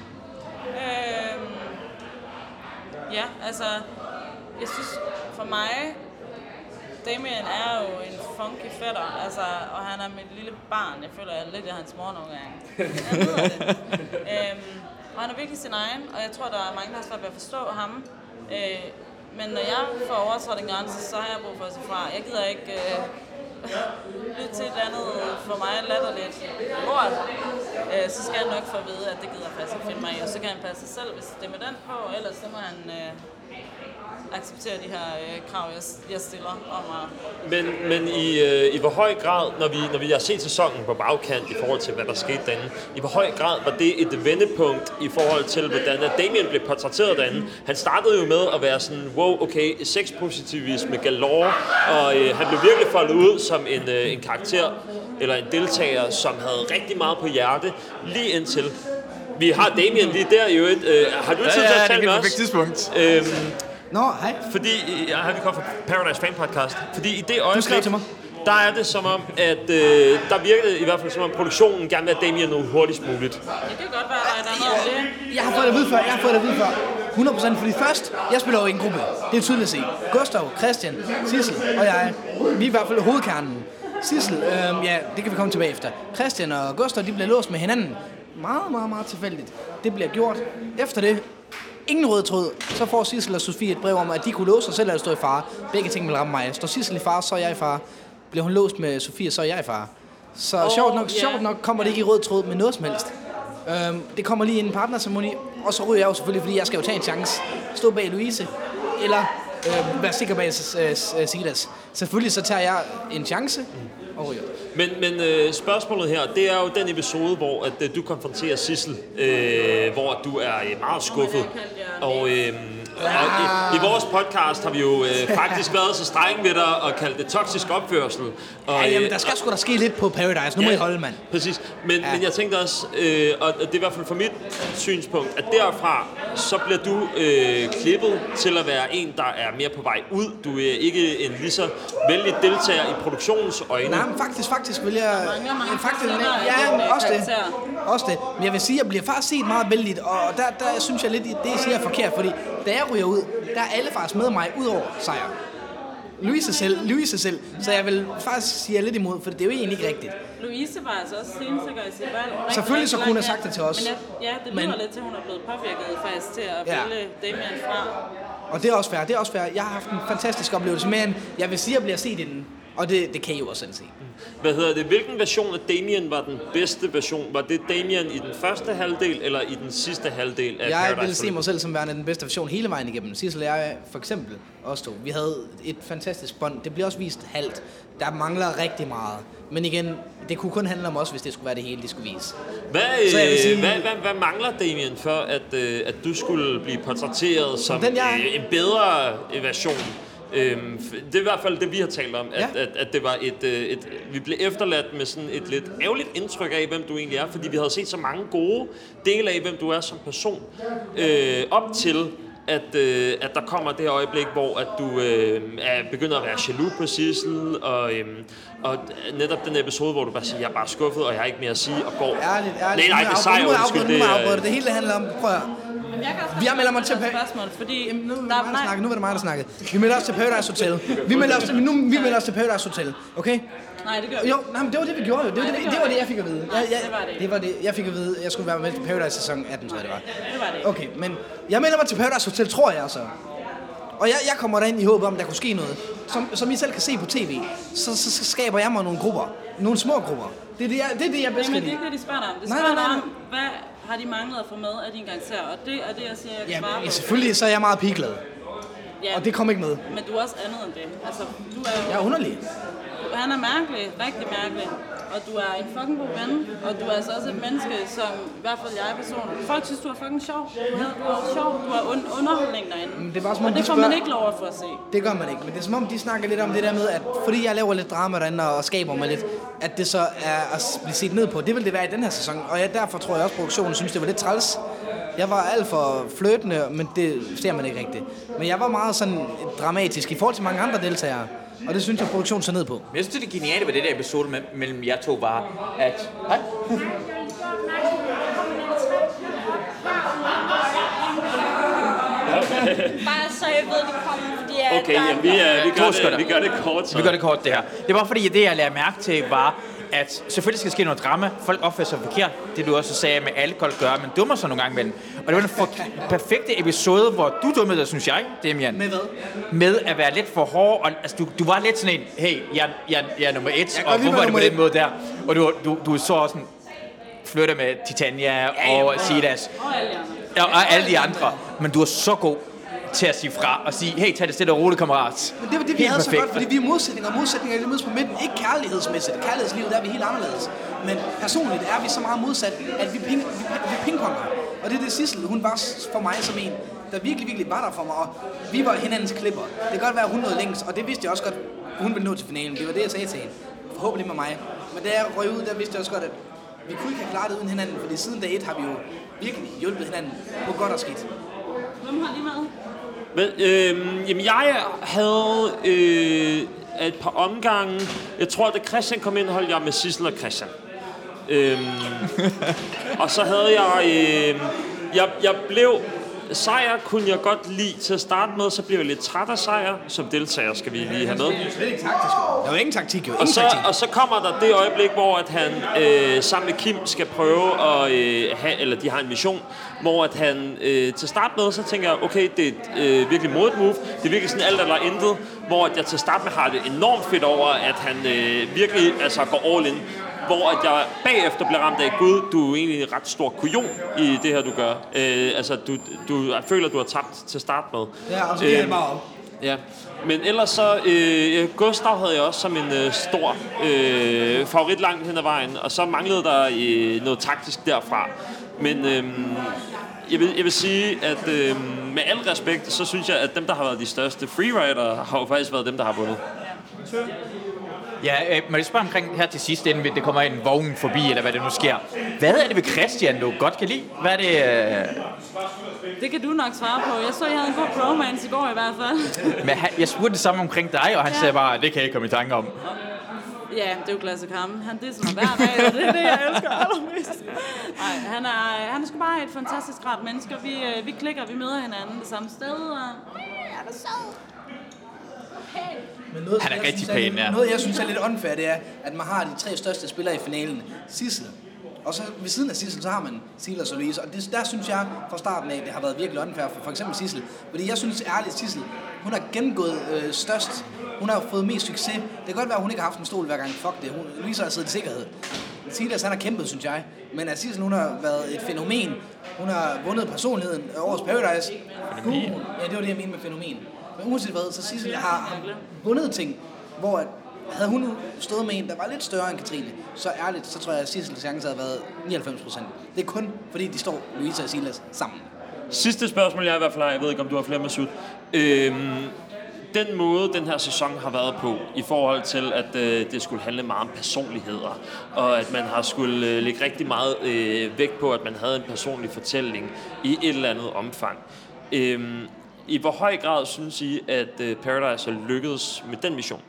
Ja, altså, jeg synes for mig, Damien er jo en funky fætter, altså, og han er mit lille barn. Jeg føler, jeg er lidt af hans mor nogle gange. Jeg ved det. Og han er virkelig sin egen, og jeg tror, der er mange, der har svært ved at forstå ham. Men når jeg får overtrådt en grænse, så har jeg brug for at sige fra. Jeg gider ikke lytte til et andet for mig latterligt lort. Så skal jeg nok få at vide, at det gider jeg faktisk ikke finde mig i. Og så kan han passe sig selv, hvis det er med den på, ellers så må han acceptere de her krav, jeg stiller om at... Men i hvor høj grad, når vi har set sæsonen på bagkant i forhold til, hvad der skete derinde, i hvor høj grad var det et vendepunkt i forhold til, hvordan Damien blev portrætteret derinde? Han startede jo med at være sådan, wow, okay, sexpositivisme galore, og han blev virkelig foldet ud som en karakter, eller en deltager, som havde rigtig meget på hjerte, lige indtil... Vi har Damien lige der i øvrigt. Har du tid til at tale med os? Tidspunkt. Nå, hej. Fordi, vi kommer fra Paradise Fan Podcast, fordi i det øjeblik, du skrev til mig. Der er det som om, at der virkede i hvert fald som om produktionen gerne vil have Damien nu hurtigst muligt. Det kan godt være, at der er noget af det. Jeg har fået det at vide før, 100%, fordi først, jeg spiller jo i en gruppe. Det er tydeligt at se. Gustav, Christian, Sissel og jeg, vi er i hvert fald hovedkernen. Sissel, ja, det kan vi komme tilbage efter. Christian og Gustav, de bliver låst med hinanden. Meget, meget, meget tilfældigt. Det bliver gjort. Efter det, ingen rød tråd. Så får Sissel og Sofie et brev om, at de kunne låse sig selv, eller stå i fare. Begge ting vil ramme mig. Står Sissel i fare, så er jeg i fare. Bliver hun låst med Sofie, så er jeg i fare. Så sjovt nok kommer det ikke i rød tråd med noget som helst. Det kommer lige en partnerceremoni, og så ryger jeg jo selvfølgelig, fordi jeg skal jo tage en chance. Stå bag Louise, eller være sikker bag Silas. Selvfølgelig så tager jeg en chance og ryger. Men spørgsmålet her, det er jo den episode, hvor at, du konfronterer Sissel, hvor du er meget skuffet. Og i vores podcast har vi jo faktisk været så strenge ved dig og kaldt det toksisk opførsel. Og, jamen, der skal sgu da ske lidt på Paradise. Nu må I holde, mand. Præcis. Men jeg tænkte også, og det er i hvert fald fra mit synspunkt, at derfra, så bliver du klippet til at være en, der er mere på vej ud. Du er ikke en lige så vældig deltager i produktionens øjne. Nej, men faktisk vil jeg... Også det. Men jeg vil sige, at jeg bliver faktisk set meget vældigt, og der synes jeg lidt, det jeg siger er forkert, fordi da jeg ryger ud, der er alle faktisk med mig, ud over Sejr. Louise selv, så jeg vil faktisk sige lidt imod, for det er jo egentlig ikke rigtigt. Louise var altså også stensikker i sit valg. Selvfølgelig så kunne hun have sagt det til os. Men det lyder lidt til, at hun er blevet påvirket faktisk til at vælge Damien fra. Og det er også fair, Jeg har haft en fantastisk oplevelse, men jeg vil sige, at jeg bliver set inden. Og det kan I jo også selv se. Hvilken version af Damien var den bedste version? Var det Damien i den første halvdel, eller i den sidste halvdel af Paradise? Jeg vil se mig selv som værende den bedste version hele vejen igennem. Sissel og jeg, for eksempel, os to. Vi havde et fantastisk bånd. Det bliver også vist halvt. Der mangler rigtig meget. Men igen, det kunne kun handle om os, hvis det skulle være det hele, de skulle vise. Hvad mangler Damien for, at du skulle blive portrætteret som en bedre version? Det er i hvert fald det, vi har talt om, at det var vi blev efterladt med sådan et lidt ærgerligt indtryk af, hvem du egentlig er, fordi vi havde set så mange gode dele af, hvem du er som person, op til, at der kommer det øjeblik, hvor at du begynder at være jaloux på Sissel, og netop den episode, hvor du bare siger, jeg er bare skuffet, og jeg har ikke mere at sige, og går... Ærligt. Nej, det er sejt, undskyld. Nu må jeg afbryde det. Det hele det handler om, prøv at... Jeg melder mig til nu var det mig, der snakkede. Vi melder os til Paradise Hotel. Vi melder os til Paradise Hotel, okay? Nej, det gør vi. Jo, nej, men det var det, vi gjorde jo. Det var det, jeg fik at vide. Det var det, jeg fik at vide. Jeg skulle være med til Paradise sæson 18, tror jeg det var. Det var det. Okay, men jeg melder mig til Paradise Hotel, tror jeg så. Og jeg kommer derind i håb om, der kunne ske noget. Som I selv kan se på tv, så skaber jeg mig nogle grupper. Nogle små grupper. Det er det, jeg bedst kan lide. Men det er ikke det, de spørger dig om. Det spørger dig om, hvad har de manglet at få med af din karakter? Og det er det, jeg siger, jeg kan svare på. Ja, selvfølgelig så er jeg meget pigeglad. Ja, og det kom ikke med. Men du er også andet end det. Altså, du er jo... Jeg er underlig. Han er mærkelig, rigtig mærkelig. Og du er en fucking god ven. Og du er altså også et menneske, som i hvert fald jeg er person. Folk synes, du er fucking sjov. Du er sjov. Du er underholdning derinde. Det er bare, som om, og det får man ikke lov at få at se. Det gør man ikke. Men det er som om, de snakker lidt om det der med, at fordi jeg laver lidt drama derinde og skaber mig lidt, at det så er at blive set ned på. Det vil det være i den her sæson. Og derfor tror jeg også, produktionen synes, det var lidt træls. Jeg var alt for fløtende, men det ser man ikke rigtigt. Men jeg var meget sådan dramatisk i forhold til mange andre deltagere. Og det synes jeg, produktionen så ned på. Men jeg synes, det geniale ved det der episode mellem jer to var, at... Hej? Bare så jeg ved, det kommer, fordi jeg... Okay, ja, vi gør det kort. Så. Vi gør det kort, det her. Det var fordi, det jeg lagde mærke til var, at selvfølgelig skal ske noget drama. Folk opfører sig forkert. Det du også sagde med alle folk gør, men dummer sig nogle gange imellem. Og det var den perfekte episode, hvor du dummede dig, synes jeg, Damien. Med hvad? Med at være lidt for hård. Og, altså, du var lidt sådan en, hey, jeg er nummer 1, og hvorfor er det på den måde der? Og du så sådan flytter med Titania og Silas. Og alle de andre. Men du er så god til at sige fra og sige, hey, tag det stille og roligt, kammerat. Men det var det, vi havde så godt, fordi vi er modsætninger. Modsætninger er mødes på midten. Ikke kærlighedsmæssigt. Kærlighedslivet, der er vi helt anderledes. Men personligt er vi så meget modsat, at vi pingponger. Og det er det Sissel, hun var for mig som en, der virkelig var der for mig. Og vi var hinandens klipper. Det kan godt være, at hun nåede længst, og det vidste jeg også godt, hun ville nå til finalen. Det var det, jeg sagde til hende. Forhåbentlig med mig. Men da jeg røg ud, der vidste jeg også godt, at vi kunne ikke have klaret det uden hinanden, fordi siden dag 1 har vi jo virkelig hjulpet hinanden på godt og skidt. Hvem har lige med? Jamen, jeg havde et par omgange. Jeg tror, at da Christian kom ind, holdt jeg med Sissel og Christian. Og så havde jeg blev... Sejr kunne jeg godt lide til at starte med, så blev jeg lidt træt af Sejr. Som deltager skal vi lige have med. Det er slet ikke taktisk. Der var ingen taktik, jo. Og så kommer der det øjeblik, hvor at han sammen med Kim skal prøve at eller de har en mission, hvor at han til start med, så tænker jeg, okay, det er et virkelig modigt move. Det er virkelig sådan alt eller intet, hvor at jeg til start med har det enormt fedt over, at han virkelig går all in. Hvor at jeg bagefter bliver ramt af, Gud, du er egentlig en ret stor kujon i det her, du gør. Du føler, du har tabt til start med. Ja, og så giver han bare op. Ja, men ellers så, Gustav havde jeg også som en stor favorit langt hen ad vejen, og så manglede der noget taktisk derfra. Men jeg vil sige, at med al respekt, så synes jeg, at dem, der har været de største freerider, har jo faktisk været dem, der har vundet. Ja, må jeg spørge omkring her til sidst, inden det kommer en vogn forbi, eller hvad det nu sker. Hvad er det ved Christian, du godt kan lide? Hvad er det... Det kan du nok svare på. Jeg så, jeg havde en god bromance i går i hvert fald. Men jeg spurgte det samme omkring dig, og han sagde bare, det kan jeg ikke komme i tanke om. Ja, det er jo Klasse Kamme. Han disser mig hver dag, og det er det, jeg elsker allermest. Nej, han er sgu bare et fantastisk rart menneske. Vi klikker, vi møder hinanden det samme sted, og er det så? Okay. Men noget, han er rigtig pæn, ja. Noget, jeg synes er lidt unfair, det er, at man har de 3 største spillere i finalen. Sissel. Og så ved siden af Sissel, så har man Silas og Louise. Og der synes jeg fra starten af, det har været virkelig unfair for eksempel Sissel. Fordi jeg synes ærligt, Sissel, hun har gennemgået størst. Hun har fået mest succes. Det kan godt være, at hun ikke har haft en stol hver gang. Fuck det. Louise har siddet i sikkerhed. Silas, han har kæmpet, synes jeg. Men at Sissel, hun har været et fænomen. Hun har vundet personligheden årets Paradise. Ja, det var det, jeg mente med fænomen. Men uanset hvad, så Sissel har vundet ting, hvor at, havde hun stået med en, der var lidt større end Katrine, så ærligt, så tror jeg, at Sissels chance havde været 99%. Det er kun fordi, de står, Louise og Silas, sammen. Sidste spørgsmål, jeg i hvert fald har, jeg ved ikke, om du har flere med Sud. Den måde, den her sæson har været på, i forhold til, at det skulle handle meget om personligheder, og at man har skulle lægge rigtig meget vægt på, at man havde en personlig fortælling i et eller andet omfang. I hvor høj grad synes I, at Paradise har lykkedes med den mission?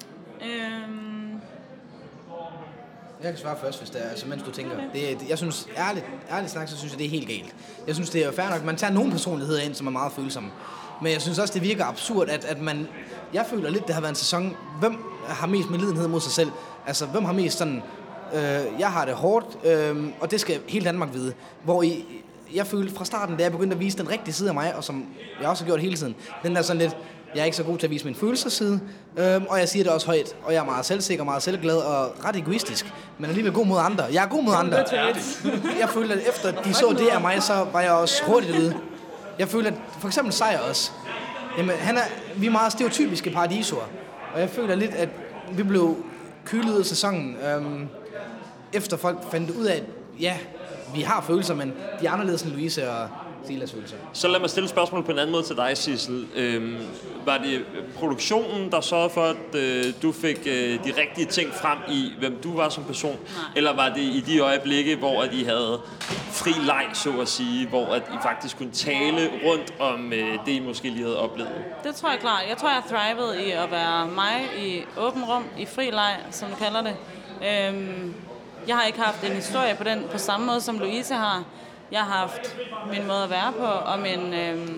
Jeg kan svare først, hvis det er, altså mens du tænker. Jeg synes, ærligt snak, så synes jeg, det er helt galt. Jeg synes, det er fair nok, man tager nogle personligheder ind, som er meget følsomme. Men jeg synes også, det virker absurd, at man... Jeg føler lidt, det har været en sæson. Hvem har mest medlidenhed mod sig selv? Altså, hvem har mest sådan... jeg har det hårdt, og det skal hele Danmark vide. Hvor jeg følte fra starten, da jeg begyndte at vise den rigtige side af mig, og som jeg også har gjort hele tiden, den der sådan lidt... Jeg er ikke så god til at vise min følelsesside, og jeg siger det også højt, og jeg er meget selvsikker, meget selvglad og ret egoistisk, men alligevel god mod andre. Jeg er god mod andre. Jeg følte, at efter de så det af mig, så var jeg også hurtigt ude. Jeg føler, at for eksempel Sejr også. Jamen, vi er meget stereotypiske paradisoer, og jeg føler lidt, at vi blev kylet ud af sæsonen, efter folk fandt ud af, at ja, vi har følelser, men de er anderledes end Louise og Silas følelser. Så lad mig stille spørgsmål på en anden måde til dig, Sissel. Var det produktionen, der sørgede for, at du fik de rigtige ting frem i, hvem du var som person? Nej. Eller var det i de øjeblikke, hvor at I havde fri leg, så at sige, hvor at I faktisk kunne tale rundt om det, I måske lige havde oplevet? Det tror jeg klart. Jeg tror, jeg thrivede i at være mig i åben rum, i fri leg, som du kalder det. Jeg har ikke haft en historie på samme måde, som Louise har. Jeg har haft min måde at være på, og min...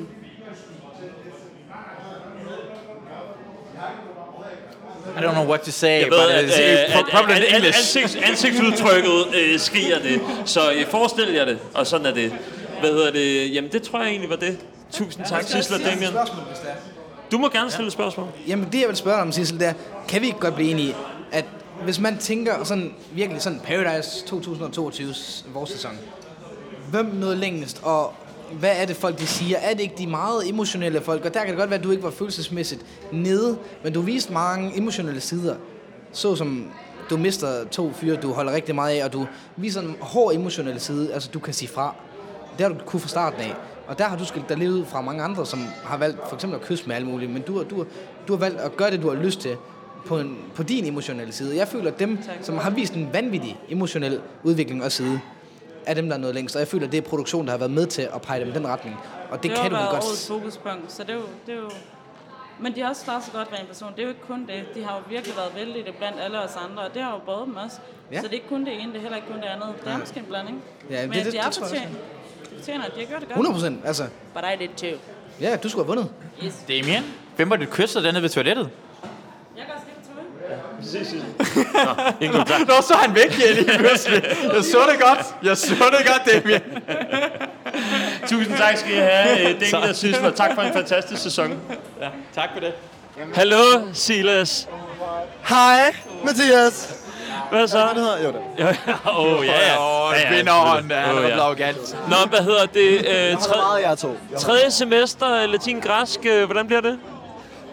I don't know what to say. Jeg ved, ansigtsudtrykket skriger det, så forestil jer det, og sådan er det. Hvad hedder det? Jamen, det tror jeg egentlig var det. Tusind tak, Sissel og Damien. Du må gerne stille spørgsmål. Jamen, det jeg vil spørge om, Sissel, det er, kan vi ikke godt blive enige, at hvis man tænker sådan virkelig sådan Paradise 2022's vores sæson, hvem nåede længst, og hvad er det folk, de siger? Er det ikke de meget emotionelle folk? Og der kan det godt være, at du ikke var følelsesmæssigt nede, men du viste mange emotionelle sider. Så som du mister 2 fyre, du holder rigtig meget af, og du viser en hård emotionelle side, altså du kan sige fra. Det har du kunne fra starten af. Og der har du skilt dig lidt ud fra mange andre, som har valgt for eksempel at kysse med alle mulige, men du har valgt at gøre det, du har lyst til på din emotionelle side. Jeg føler, at dem, som har vist en vanvittig emotionel udvikling og side, er dem, der er noget længst. Og jeg føler, at det er produktionen, der har været med til at pege dem i den retning. Og det kan du vel godt... Det har været årets fokuspunkt, så det er jo... Men de har også klaret sig godt rent person. Det er jo ikke kun det. De har jo virkelig været vældige blandt alle os andre, og det har jo både dem også. Ja. Så det er ikke kun det ene, det er heller ikke kun det andet. Det er måske en blanding. Ja, men det de har tror jeg også. De har gjort det godt. 100%, altså. But I did too. Ja, du skulle have vundet. Yes. Damien, hvem var det kysset dernede ved toilettet? Jeg kan også skifte tøj. Nå, så er han væk, Jenny. Jeg så det godt, Damien. Tusind tak skal I have, Damien og Sissel, og tak for en fantastisk sæson. Ja, tak for det. Hallo, Silas. Hej, Mathias. Hvad så? Hvad det hedder? Jo, det. Vinderen, han var blaugalt. Nå, hvad hedder det? Tredje semester latin-græsk. Hvordan bliver det?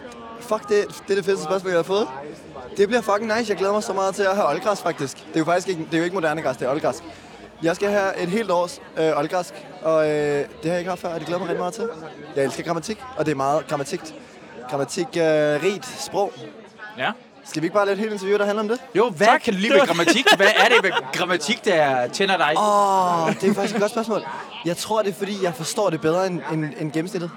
Fuck, det er det fedeste spørgsmål, jeg har fået. Det bliver fucking nice. Jeg glæder mig så meget til at have oldgræs, faktisk. Det er jo faktisk ikke, det er jo ikke moderne græs, det er oldgræs. Jeg skal have et helt års oldgræs, og det har jeg ikke haft før, og det glæder mig rigtig meget til. Jeg elsker grammatik, og det er meget grammatik-rigt sprog. Ja. Skal vi ikke bare lave et helt interview, der handler om det? Jo, hvad kan du lide ved grammatik? Hvad er det ved grammatik, der tænder dig? Det er faktisk et godt spørgsmål. Jeg tror, det er, fordi jeg forstår det bedre end gennemsnittet.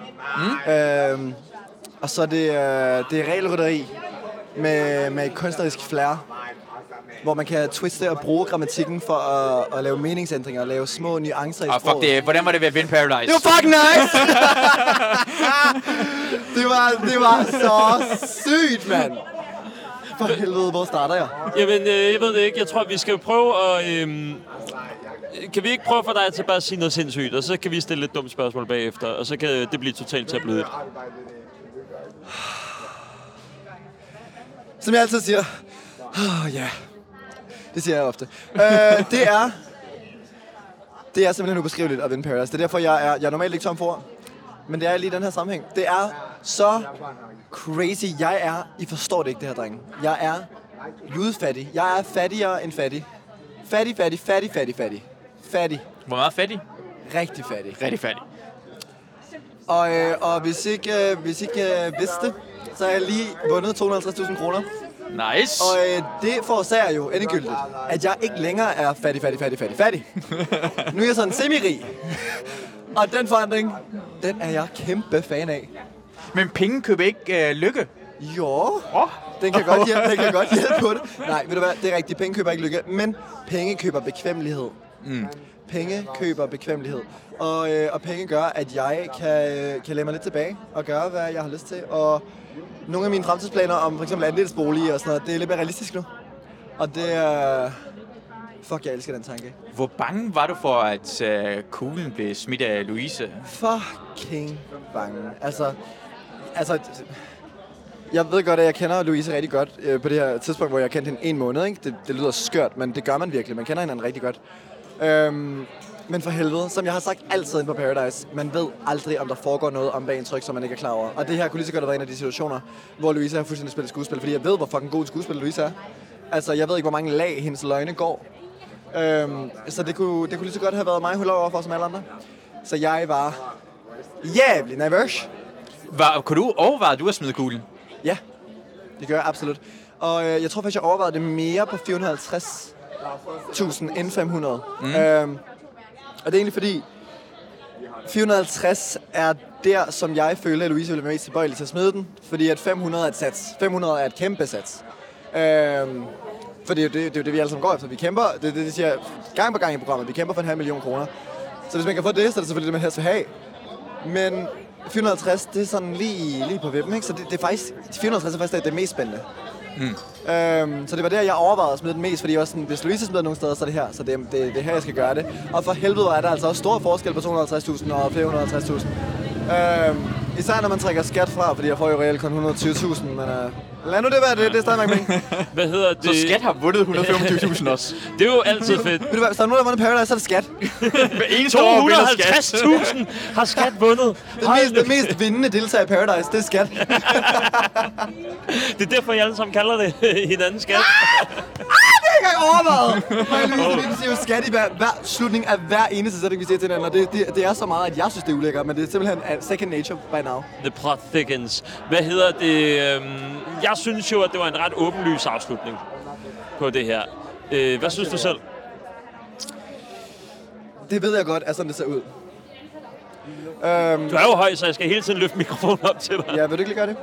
Og så det er regelrytteri med et kunstnerisk flair, hvor man kan twiste og bruge grammatikken for at lave meningsændringer og lave små nuancer i sproget. Fuck det. Hvordan var det ved at vinde Paradise? Det var fucking nice! det var så sygt, mand! For helvede, hvor starter jeg? Jamen, jeg ved det ikke. Jeg tror, vi skal prøve at... kan vi ikke prøve for dig til bare at sige noget sindssygt, og så kan vi stille et dumt spørgsmål bagefter, og så kan det blive totalt tabloidt. Som jeg altid siger... ja. Det siger jeg ofte. Det er simpelthen ubeskriveligt at vinde Paradise. Det er derfor, jeg er normalt ikke tom for ord. Men det er lige den her sammenhæng. Det er så crazy. I forstår det ikke, det her, drenge. Jeg er ludfattig. Jeg er fattigere end fattig. Fattig. Hvor meget fattig? Rigtig fattig. Rigtig fattig. Og hvis ikke vidste, så har jeg lige vundet 250.000 kroner. Nice. Og det forårsager jo endegyldigt, at jeg ikke længere er fattig. Nu er jeg sådan semi-rig. Og den forandring, den er jeg kæmpe fan af. Men penge køber ikke lykke? Jo. Den kan godt hjælpe på det. Nej, ved du hvad, det er rigtigt. Penge køber ikke lykke, men penge køber bekvemmelighed. Penge køber bekvemmelighed. Og penge gør, at jeg kan lægge mig lidt tilbage og gøre, hvad jeg har lyst til. Og nogle af mine fremtidsplaner om for eksempel andelsbolig og sådan noget, det er lidt mere realistisk nu. Og det er... Fuck, jeg elsker den tanke. Hvor bange var du for, at kuglen blev smidt af Louise? Fucking bange. Altså, jeg ved godt, at jeg kender Louise rigtig godt på det her tidspunkt, hvor jeg kendte hende 1 måned. Ikke? Det lyder skørt, men det gør man virkelig. Man kender hinanden rigtig godt. Men for helvede, som jeg har sagt altid inde på Paradise, man ved aldrig, om der foregår noget om bag en tryk, som man ikke er klar over. Og det her kunne lige så godt have været en af de situationer, hvor Louise har fuldstændig spillet skuespil, fordi jeg ved, hvor fucking god skuespiller Louise er. Altså, jeg ved ikke, hvor mange lag hendes løgne går. Så det kunne lige så godt have været mig, hun lå overfor som alle andre. Så jeg var jævlig nervøs. Kunne du overveje, at du har smidt kuglen? Ja, det gør jeg absolut. Og jeg tror faktisk, jeg overvejede det mere på 450.000 end 500. Og det er egentlig fordi, 450 er der, som jeg føler, at Louise ville være mest tilbøjelig til at smide den. Fordi at 500 er et sats. 500 er et kæmpe sats. For det er jo det, vi alle sammen går efter. Vi kæmper, det siger gang på gang i programmet, vi kæmper for 500.000 kroner. Så hvis man kan få det, så er det selvfølgelig det, man helst vil have. Men 450, det er sådan lige på vippen, ikke? Så det er faktisk, 450 er faktisk det mest spændende. Så det var der, jeg overvejede at smide den mest, fordi jeg var sådan, hvis Louise smider nogle steder, så er det her. Så det er her, jeg skal gøre det. Og for helvede er der altså også stor forskel på 250.000 og 450.000. Især når man trækker skat fra, fordi jeg får jo reelt kun 120.000, men lad nu det være det er stadig mange penge. Hvad hedder det? Så skat har vundet 125.000 også. Det er jo altid fedt. Ved du hvad, hvis der er nogen, der har vundet Paradise, så er det skat. 250.000 har skat vundet. Den mest vindende deltager i Paradise, det er skat. Det er derfor, jeg alle sammen kalder det hinanden skat. Det er ikke engang overvejet! Vi siger jo skat i hver slutning af hver eneste sætning, vi siger til hinanden, og det er så meget, at jeg synes, det er ulækkert, men det er simpelthen second nature by now. The plot thickens. Hvad hedder det? Jeg synes jo, at det var en ret åbenlys afslutning på det her. Hvad synes du selv? Det ved jeg godt, at sådan det ser ud. Du er jo høj, så jeg skal hele tiden løfte mikrofonen op til dig. Ja, vil du ikke lige gøre det?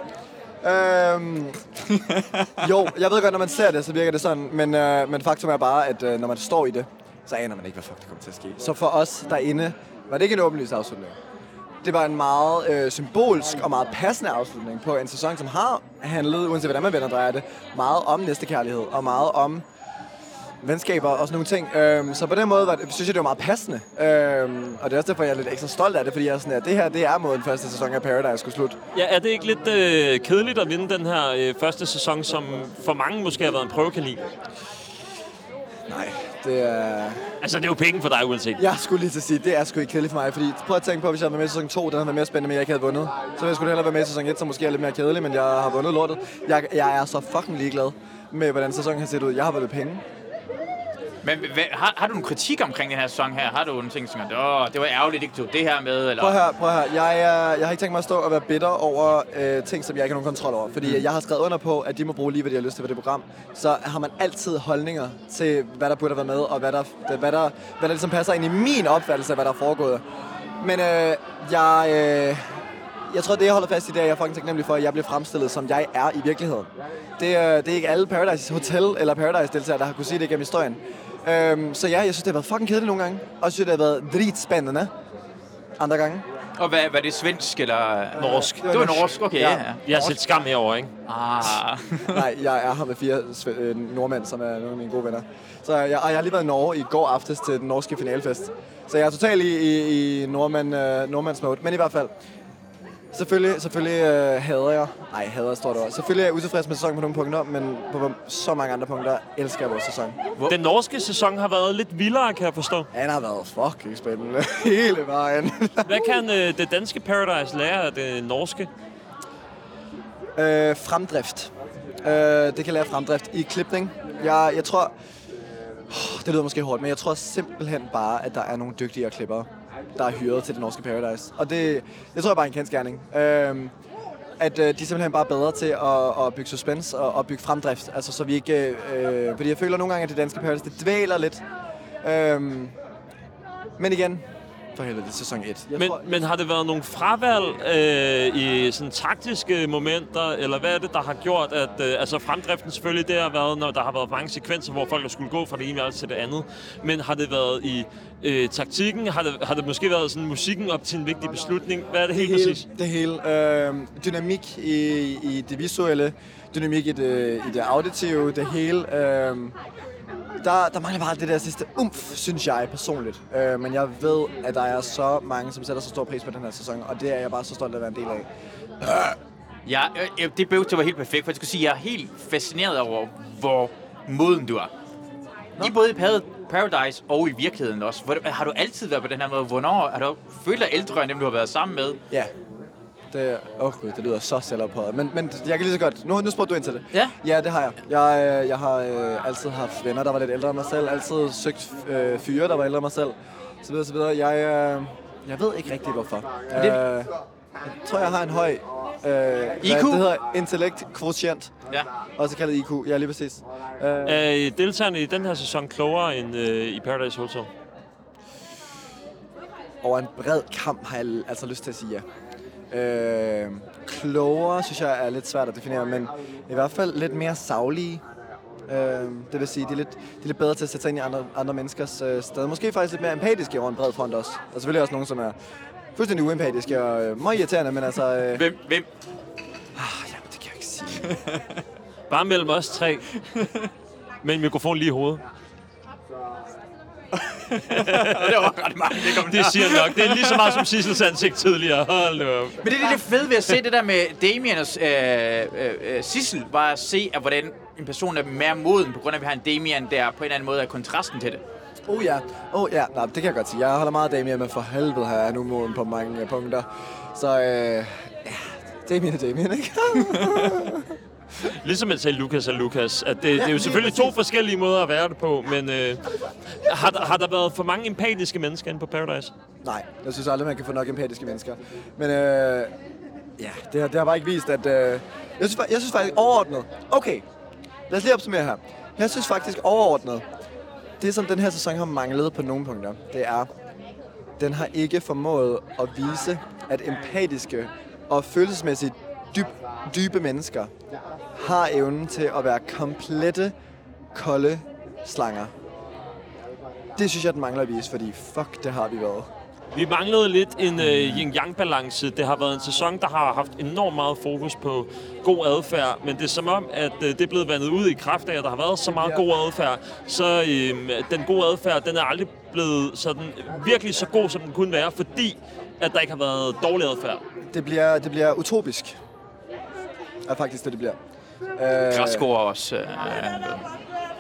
Jo, jeg ved godt, når man ser det, så virker det sådan, men faktum er bare, at når man står i det, så aner man ikke, hvad fuck der kommer til at ske. Så for os derinde, var det ikke en åbenlys afslutning. Det var en meget symbolsk og meget passende afslutning på en sæson, som har handlet, uanset hvordan man vender drejer det, meget om næstekærlighed og meget om venskaber og sådan nogle ting. Så på den måde synes jeg, det var meget passende. Og det er også derfor, jeg er lidt ekstra stolt af det, fordi jeg er sådan, at det her, det er måden første sæson af Paradise skulle slutte. Ja, er det ikke lidt kedeligt at vinde den her første sæson, som for mange måske har været en prøvekanin? Nej, Det er... Altså, det er jo penge for dig, uanset. Jeg skulle lige til at sige, det er sgu ikke kedeligt for mig, fordi prøv at tænke på, hvis jeg havde været med i sæson 2, den havde været mere spændende, men jeg ikke havde vundet. Så ville jeg skulle hellere være med i sæson 1, som måske er lidt mere kedelig, men jeg har vundet lortet. Jeg er så fucking ligeglad med, hvordan sæsonen har set ud. Jeg har vundet penge. Men har du en kritik omkring den her sæson her? Har du en ting, som det var ærgerligt, ikke tog det her med? Eller? Prøv her. Jeg har ikke tænkt mig at stå og være bitter over ting, som jeg ikke har nogen kontrol over. Fordi jeg har skrevet under på, at de må bruge lige, hvad de har lyst til ved det program. Så har man altid holdninger til, hvad der burde have været med, og hvad der ligesom passer ind i min opfattelse af, hvad der er foregået. Men jeg tror, det jeg holder fast i, det er, at jeg er fucking taknemmelig for, at jeg bliver fremstillet, som jeg er i virkeligheden. Det er ikke alle Paradise Hotel eller Paradise-deltagere, der har kunne sige det gennem historien. Så ja, jeg synes, det har været fucking kedeligt nogle gange. Og jeg synes, det har været dritspændende andre gange. Og var det svensk eller norsk? Det var norsk, okay. Ja. Jeg har set Skam herovre, ikke? Nej, jeg er her med 4 nordmænd, som er nogle af mine gode venner. Så jeg har lige været i Norge i går aftes til den norske finalefest. Så jeg er totalt i nordmandsmode. Men i hvert fald, selvfølgelig hader jeg... Nej, hader står det også. Selvfølgelig er jeg utilfreds med sæsonen på nogle punkter, men på så mange andre punkter elsker jeg vores sæson. Den norske sæson har været lidt vildere, kan jeg forstå. Ja, den har været fucking spændende hele vejen. Hvad kan det danske Paradise lære af det norske? Fremdrift. Det kan lære fremdrift i klipning. Jeg tror... Det lyder måske hårdt, men jeg tror simpelthen bare, at der er nogle dygtigere klippere, der er hyret til det norske Paradise. Og det tror jeg bare er en kendsgerning. At de simpelthen bare er bedre til at bygge suspense og bygge fremdrift. Altså så vi ikke... fordi jeg føler nogle gange, at det danske Paradise, det dvæler lidt. Men igen... For helvede, sæson 1. Men har det været nogle fravalg i sådan taktiske momenter, eller hvad er det, der har gjort, at altså fremdriften selvfølgelig, det har været, når der har været mange sekvenser, hvor folk skulle gå fra det ene til det andet, men har det været i taktikken? Har det måske været sådan musikken op til en vigtig beslutning? Hvad er det helt præcis? Det hele. Dynamik i det visuelle, dynamik i det auditive, det hele. Der mangler bare det der sidste synes jeg personligt. Men jeg ved, at der er så mange, som sætter så stor pris på den her sæson, og det er jeg bare så stolt af at være en del af. Ja, det blev til var helt perfekt, for jeg skulle sige, at jeg er helt fascineret over, hvor moden du er. I både Paradise og i virkeligheden også. Har du altid været på den her måde? Hvornår har du følt dig ældre end dem, du har været sammen med? Ja. Det lyder så selvophøjet. Men jeg kan lige så godt... Nu spurgte du ind til det. Ja? Ja, det har jeg. Jeg har altid haft venner, der var lidt ældre end mig selv. Altid søgt fyre, der var ældre end mig selv. Så videre. Jeg ved ikke rigtig, hvorfor. Jeg tror, jeg har en høj... IQ? Det hedder intellekt-quotient. Ja. Også kaldet IQ. Ja, lige præcis. Er deltagerne i den her sæson klogere end i Paradise Hotel? Over en bred kamp har jeg altså lyst til at sige ja. Klogere, synes jeg er lidt svært at definere, men i hvert fald lidt mere saglige. Det vil sige, de er lidt bedre til at sætte sig ind i andre menneskers sted. Måske faktisk lidt mere empatiske over en bred front også. Og selvfølgelig også nogen, som er fuldstændig uempatiske og meget irriterende, men altså... Hvem? Jamen, det kan jeg ikke sige. Bare mellem os 3. Med en mikrofon lige i hovedet. Det var ret mange. Det siger nok. Det er lige så meget som Sissels ansigt tidligere. Hold nu op. Men det er det fede ved at se det der med Damien og Sissel, var at se, at hvordan en person er mere moden, på grund af, at vi har en Damien, der på en eller anden måde er kontrasten til det. Ja. Nej, det kan jeg godt sige. Jeg holder meget af Damien, men for helvede har jeg nu moden på mange punkter. Så Damien, ikke? Ligesom at sige Lukas og Lukas. At det er jo selvfølgelig 2 forskellige måder at være det på, men har der været for mange empatiske mennesker inde på Paradise? Nej, jeg synes aldrig, man kan få nok empatiske mennesker. Men det har bare ikke vist, at... Jeg synes faktisk overordnet... Okay, lad os lige opsummere her. Jeg synes faktisk overordnet, det som den her sæson har manglet på nogle punkter, det er, den har ikke formået at vise, at empatiske og følelsesmæssigt dybe mennesker har evnen til at være komplette, kolde slanger. Det synes jeg, den mangler at vise, fordi fuck, det har vi været. Vi manglede lidt en yin-yang-balance. Det har været en sæson, der har haft enormt meget fokus på god adfærd, men det er som om, at det er blevet vandet ud i kraft af, at der har været så meget god adfærd, så den gode adfærd, den er aldrig blevet sådan virkelig så god, som den kunne være, fordi at der ikke har været dårlig adfærd. Det bliver utopisk. Er faktisk det bliver. Græsgård også.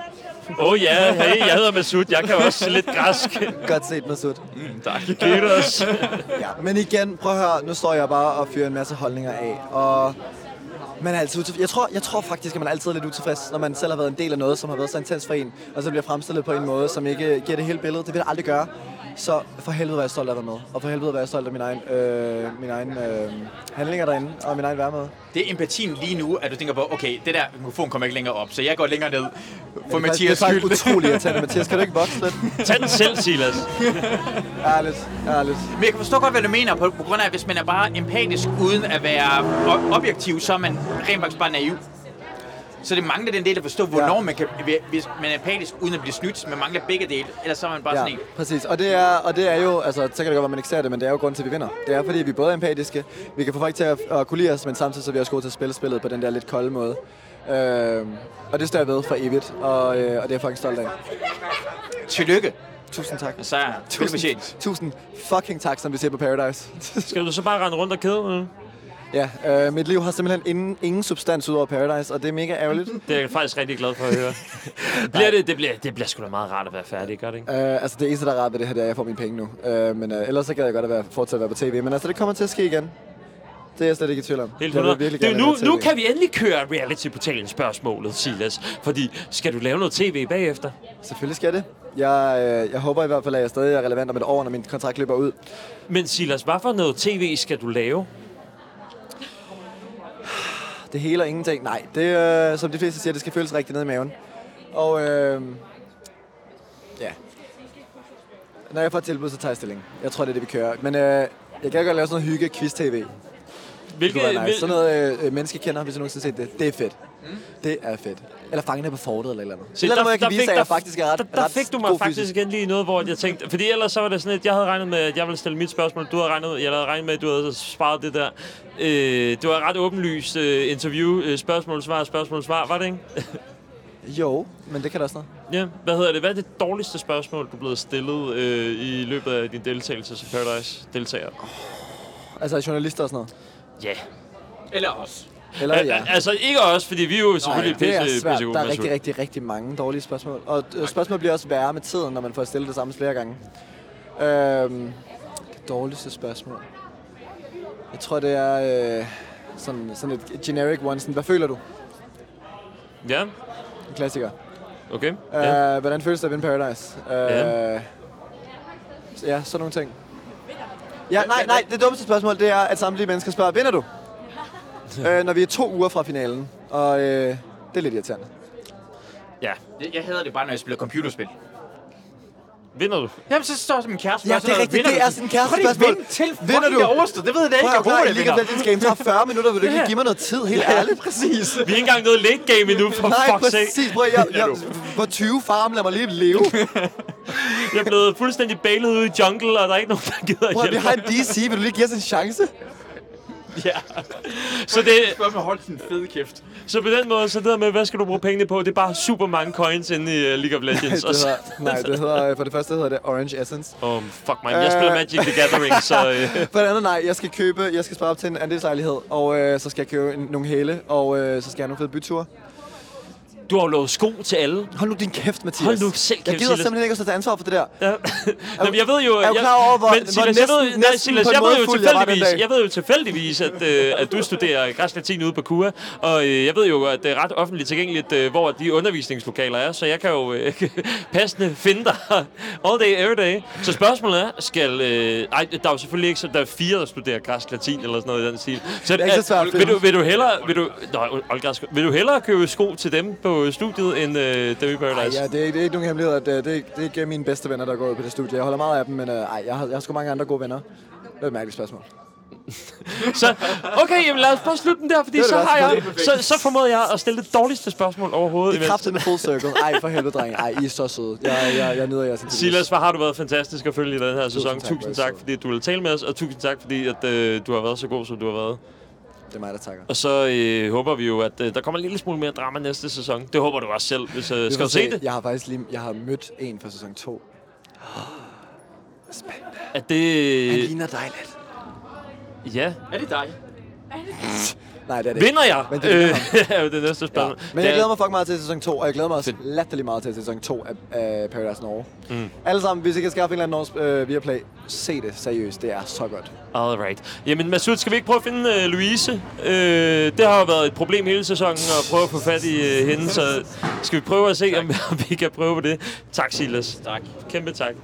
Ja, hey, jeg hedder Masud. Jeg kan også lidt græsk. Godt set, Masud. Tak. Kyros. Ja, men igen, prøv at høre. Nu står jeg bare og fyrer en masse holdninger af. Og man er altid jeg tror faktisk, at man altid er lidt utilfreds, når man selv har været en del af noget, som har været så intens for en, og så bliver fremstillet på en måde, som ikke giver det hele billede. Det vil jeg aldrig gøre. Så for helvede var jeg stolt af at være med. Og for helvede var jeg stolt af mine egne handlinger derinde, og min egen værmøde. Det er empatien lige nu, at du tænker på, okay, det der mikrofon kommer ikke længere op, så jeg går længere ned for Mathias skyld. Det er faktisk utroligt at tage det. Mathias, kan du ikke vokse lidt? Tag den selv, Silas. Ærligt. Men jeg kan forstå godt, hvad du mener, på grund af, at hvis man er bare empatisk uden at være objektiv, så er man rent faktisk bare naiv. Så det mangler den del at forstå, hvornår man kan, hvis man er empatisk uden at blive snydt, man mangler begge dele, ellers så er man bare sådan en. Præcis. Og det er jo, altså, så kan det godt være, man ikke ser det, men det er jo grunden til, at vi vinder. Det er, fordi vi både er empatiske, vi kan få folk til at kunne lide os, men samtidig så er vi også gode til at spille spillet på den der lidt kolde måde. Og det står jeg ved for evigt, og det er jeg fucking stolt af. Tillykke. Tusind tak. Så tusind fucking tak, som vi ser på Paradise. Skal du så bare rende rundt og kede? Ja, mit liv har simpelthen ingen substans ud over Paradise, og det er mega ærgerligt. Det er jeg faktisk rigtig glad for at høre. Det bliver sgu da meget rart at være færdig, gør det ikke? Altså det eneste, der er rart ved det her, det er, at jeg får mine penge nu. Men ellers så gad jeg godt at fortsætte at være på tv. Men altså, det kommer til at ske igen. Det er jeg slet ikke i tvivl om. Nu kan vi endelig køre reality-portalen spørgsmålet, Silas. Fordi, skal du lave noget tv bagefter? Selvfølgelig skal det. Jeg håber i hvert fald, at jeg stadig er relevant om et år, når min kontrakt løber ud. Men Silas, hvad for noget tv skal du lave? Det hele og ingenting. Nej, det som de fleste siger, det skal føles rigtigt ned i maven. Og ja. Når jeg får tilbud, så tager jeg stilling. Jeg tror, det er det, vi kører. Men jeg kan godt lave sådan noget hygge-quiz-tv. Nice. Sådan noget menneske kender, hvis jeg nogensinde har set det. Det er fedt. Det er fedt. Eller Fangene på fortet eller andet. Så der, jeg kan vise, at jeg faktisk er der fik du mig faktisk igen lige noget, hvor jeg tænkte... Fordi ellers så var det sådan, at jeg havde regnet med, at jeg ville stille mit spørgsmål. Jeg havde regnet med, at du havde sparet det der. Det var ret åbenlyst interview. Spørgsmål-svar. Var det ikke? Jo, men det kan da også noget. Ja, hvad er det dårligste spørgsmål, du er blevet stillet i løbet af din deltagelse som Paradise-deltager? Altså journalister og sådan noget? Ja. Eller os. Eller ja. Altså ikke os, fordi vi er jo selvfølgelig pisse gode. Der er rigtig mange dårlige spørgsmål. Og spørgsmål bliver også værre med tiden, når man får stillet det samme flere gange. Det dårligste spørgsmål. Jeg tror, det er sådan et generic one. Sådan, hvad føler du? Ja. En klassiker. Okay. Hvordan føles det at vinde Paradise? Ja, sådan nogle ting. Ja, nej, det dummeste spørgsmål, det er, at samtlige mennesker spørger, vinder du? Når vi er 2 uger fra finalen, og det er lidt irriterende. Ja. Jeg hader det bare, når jeg spiller computerspil. Vinder du? Jamen, så står som en kæreste. Ja, det er rigtigt. Det er sådan en kærestespørgsmål. Vinder du? Det ved jeg da ikke. Jeg håber, det vinder. League of Legends game tager 40 minutter. Vil du ikke give mig noget tid? Helt ærligt. Præcis. Vi er ikke engang noget late game endnu, for fuck's sake. Nej, præcis. Prøv, jeg var 20 farm. Lad mig lige leve. Jeg er blevet fuldstændig bailet ude i jungle, og der er ikke nogen, der gider hjælpe. Vi har en DC. Vil du lige give os en chance? Ja. Så det spørger mig holdt sin fede kæft. Så på den måde, så det der med, hvad skal du bruge pengene på? Det er bare super mange coins inde i League of Legends. Det hedder for det første hedder det Orange Essence. Fuck man, jeg spiller Magic the Gathering, så... For det andet nej, jeg skal spare op til en andelslejlighed, og så skal jeg købe nogle hæle, og så skal jeg have nogle fede byture. Du har jo lovet sko til alle. Hold nu din kæft, Mathias. Hold nu selv kæft, jeg gider simpelthen ikke at stå til ansvar for det der. Ja. Jamen, jeg ved jo... Er du klar over, hvor jeg ved jo tilfældigvis, at du studerer græsk latin ude på KUA, og jeg ved jo, at det er ret offentligt tilgængeligt, hvor de undervisningslokaler er, så jeg kan jo passende finde dig all day, every day. Så spørgsmålet er, skal... der er jo selvfølgelig ikke så... Der er 4, der studerer græsk latin eller sådan noget i den stil. Så det er ikke så svært. Vil du hellere købe sko til dem på studiet end dem i Paradise? Ja, det er ikke nogen hemmelighed, at det er ikke mine bedste venner, der går ud på det studie. Jeg holder meget af dem, men jeg har sgu mange andre gode venner. Det er et mærkeligt spørgsmål. Så, okay, jamen lad os bare slutte den der, fordi så formåede jeg at stille det dårligste spørgsmål overhovedet. Det er kraftigt med full circle. Ej, for helvede, dreng. Ej, I er så søde. Jeg nyder jeres interviews. Silas, hvor har du været fantastisk at følge i den her sæson. Tusind tak, fordi du ville tale med os, og tusind tak, fordi at, du har været så god, som du har været. Det er mig, der takker. Og så håber vi jo, at der kommer en lille smule mere drama næste sæson. Det håber du også selv. Hvis, skal du se det? Jeg har faktisk jeg har mødt en fra sæson 2. Spændende. Er det... Han ligner dig lidt. Ja. Er det dig? Nej, det er det Vinder ikke. jeg? Men det er jo det næste spørgsmål. Ja. Men jeg glæder mig fucking meget til sæson 2, og jeg glæder mig også latterlig meget til sæson 2 af Paradise Norge. Alle sammen, hvis I kan skaffe en eller anden Viaplay, se det seriøst. Det er så godt. Alright. Jamen Masoud, skal vi ikke prøve at finde Louise? Det har jo været et problem hele sæsonen at prøve at få fat i hende, så skal vi prøve at se, om vi kan prøve på det. Tak, Silas. Tak. Kæmpe tak.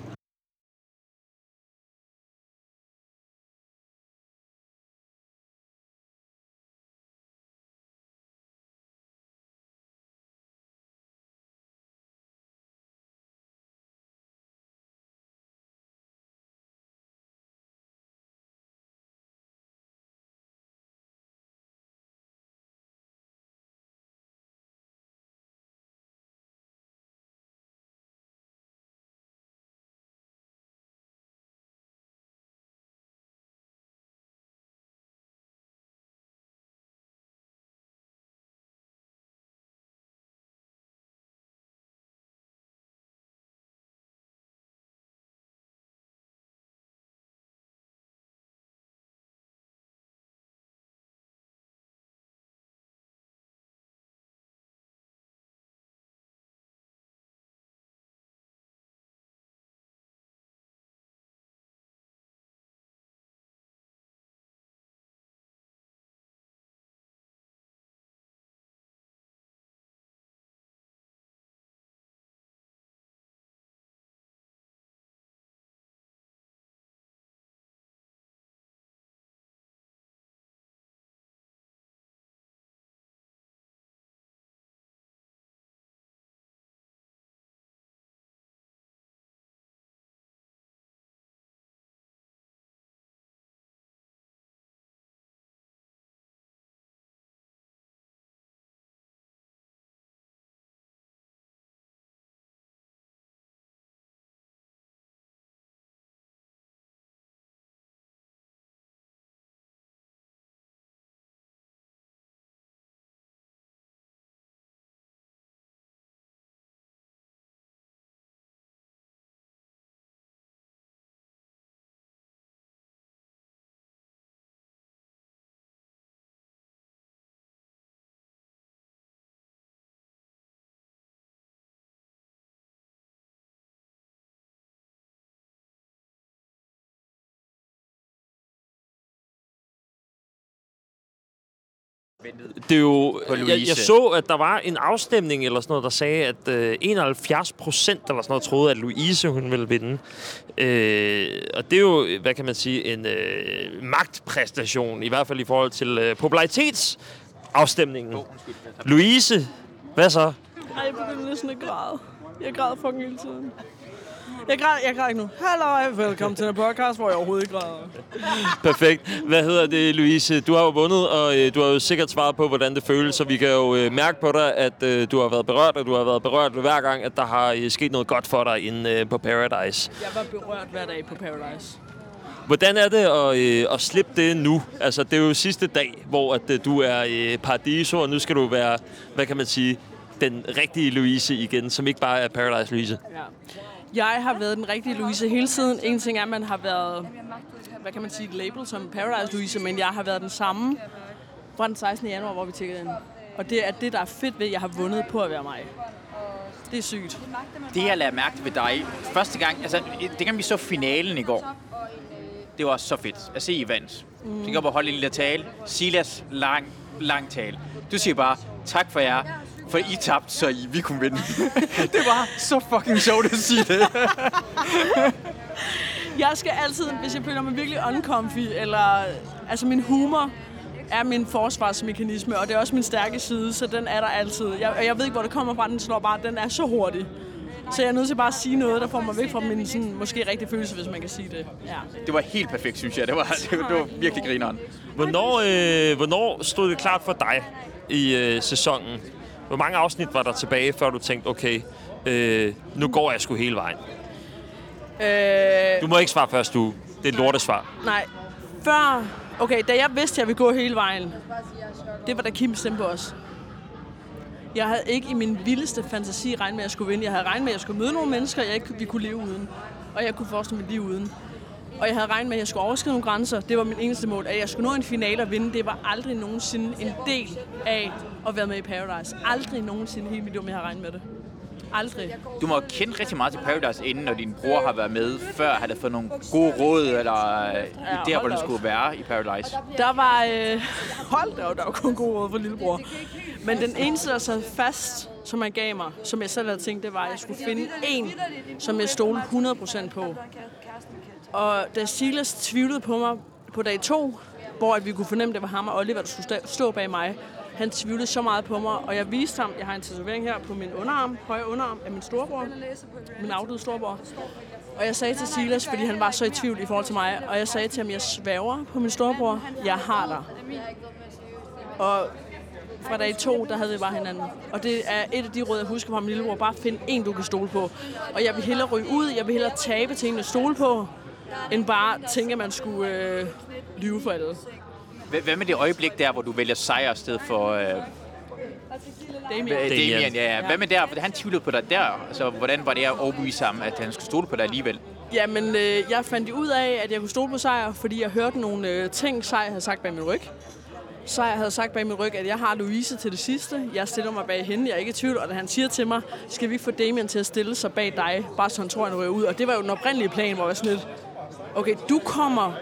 Det er jo, jeg så, at der var en afstemning eller sådan noget, der sagde, at 71% eller sådan noget troede, at Louise hun ville vinde. Og det er jo, hvad kan man sige, en magtpræstation, i hvert fald i forhold til popularitetsafstemningen. Louise, hvad så? Ej, jeg begynder næsten at græde. Jeg græder fucking hele tiden. Jeg græder ikke nu. Hallo, velkommen til en podcast, hvor jeg overhovedet ikke græder. Perfekt. Hvad hedder det, Louise? Du har jo vundet, og du har jo sikkert svaret på, hvordan det føles, så vi kan jo mærke på dig, at du har været berørt, og du har været berørt hver gang, at der har sket noget godt for dig inde på Paradise. Jeg var berørt hver dag på Paradise. Hvordan er det at slippe det nu? Altså, det er jo sidste dag, hvor at du er i Paradiso, og nu skal du være, hvad kan man sige, den rigtige Louise igen, som ikke bare er Paradise Louise. Ja. Jeg har været den rigtige Louise hele tiden. En ting er, at man har været, hvad kan man sige, et label som Paradise Louise, men jeg har været den samme fra den 16. januar, hvor vi tjekkede ind. Og det er det, der er fedt ved, at jeg har vundet på at være mig. Det er sygt. Det, jeg lader mærke ved dig, første gang, altså det gang vi så finalen i går, det var så fedt at se, I vandt. Så gik op og holde en lille tale. Silas, lang tale. Du siger bare, tak for jer. For I tabte, så vi kunne vinde. Det var så fucking sjovt at sige det. Jeg skal altid, hvis jeg føler mig virkelig uncomfy, eller altså min humor er min forsvarsmekanisme, og det er også min stærke side, så den er der altid. Jeg ved ikke, hvor det kommer fra, den slår bare, den er så hurtig. Så jeg er nødt til bare at sige noget, der får mig væk fra min sådan, måske rigtig følelse, hvis man kan sige det. Ja. Det var helt perfekt, synes jeg. Det var virkelig grineren. Hvornår stod det klart for dig i sæsonen? Hvor mange afsnit var der tilbage, før du tænkte, okay, nu går jeg sgu hele vejen? Du må ikke svare først, du. Det er et lortesvar. Nej. Før... Okay, da jeg vidste, at jeg ville gå hele vejen, det var da Kim stemte på os. Jeg havde ikke i min vildeste fantasi regnet med, at jeg skulle vinde. Jeg havde regnet med, at jeg skulle møde nogle mennesker, jeg ikke ville kunne leve uden. Og jeg kunne forestille mit liv uden. Og jeg havde regnet med, at jeg skulle overskride nogle grænser. Det var min eneste mål. At jeg skulle nå en finale og vinde, det var aldrig nogensinde en del af at være med i Paradise. Aldrig nogensinde hele mit liv, jeg har regnet med det. Aldrig. Du må have kendt rigtig meget til Paradise inden, når din bror har været med før. Har der fået nogle gode råd eller idéer, hvordan det skulle være i Paradise? Der var... der var kun gode råd for lillebror. Men den eneste, der sad fast, som han gav mig, som jeg selv havde tænkt, det var, at jeg skulle finde en, som jeg stolede 100% på. Og da Silas tvivlede på mig på dag 2, hvor at vi kunne fornemme, det var ham og Oliver, der skulle stå bag mig, han tvivlede så meget på mig, og jeg viste ham, jeg har en tatovering her på min underarm, højre underarm af min storebror, min afdøde storebror. Og jeg sagde til Silas, fordi han var så i tvivl i forhold til mig, og jeg sagde til ham, jeg sværger på min storebror, jeg har dig. Og fra dag 2, der havde vi bare hinanden. Og det er et af de råd, jeg husker fra min lillebror, bare find en, du kan stole på. Og jeg vil hellere ryge ud, jeg vil hellere tabe til en at stole på, end bare tænke, at man skulle lyve for alle. Hvad med det øjeblik der, hvor du vælger sejr i stedet for Damien? Ja. Hvad med der? For han tvivlede på dig der. Altså, hvordan var det at overbevise ham, at han skulle stole på dig alligevel? Jamen, jeg fandt ud af, at jeg kunne stole på Sejr, fordi jeg hørte nogle ting, Sejr havde sagt bag min ryg. Sejr havde sagt bag min ryg, at jeg har Louise til det sidste. Jeg stiller mig bag hende, jeg er ikke i tvivl. Og da han siger til mig, skal vi få Damien til at stille sig bag dig, bare så han tror, han ryger ud. Og det var jo den oprindelige plan, hvor jeg sådan lidt, okay, du kommer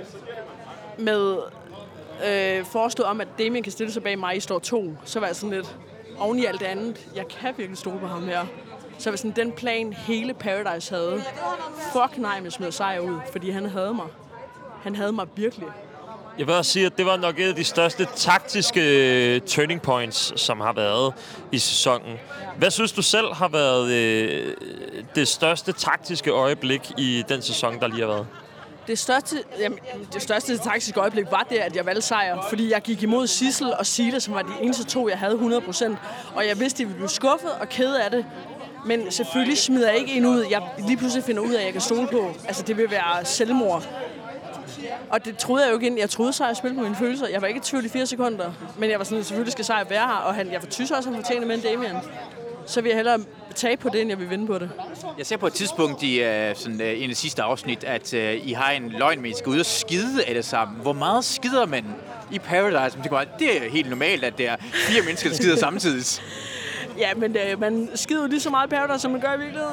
med forestået om, at Damien kan stille sig bag mig, I står 2. Så var jeg sådan lidt, oven i alt det andet, jeg kan virkelig stole på ham her. Så var sådan den plan, hele Paradise havde. Fuck nej, jeg smed Sejr ud, fordi han havde mig. Han havde mig virkelig. Jeg vil også sige, at det var nok et af de største taktiske turning points, som har været i sæsonen. Hvad synes du selv har været det største taktiske øjeblik i den sæson, der lige har været? Det største taktiske øjeblik var det, at jeg valgte Sejr, fordi jeg gik imod Sissel og Silas, som var de eneste 2, jeg havde 100%. Og jeg vidste, at jeg ville blive skuffet og ked af det. Men selvfølgelig smider jeg ikke en ud, jeg lige pludselig finder ud af, at jeg kan stole på. Altså, det vil være selvmord. Og det troede jeg jo ikke. Jeg troede Sejr spille på mine følelser. Jeg var ikke i tvivl i 4 sekunder. Men jeg var sådan, selvfølgelig skal Sejr være her. Og jeg synes også, at han fortjener med en Damien. Så vil jeg hellere tabe på det, end jeg vil vinde på det. Jeg ser på et tidspunkt i en af de sidste afsnit, at I har en løgn, men I skal ud og skide af det sammen. Hvor meget skider man i Paradise? Det er helt normalt, at det er 4 mennesker, der skider samtidig. Ja, men man skider lige så meget i Paradise, som man gør i virkeligheden.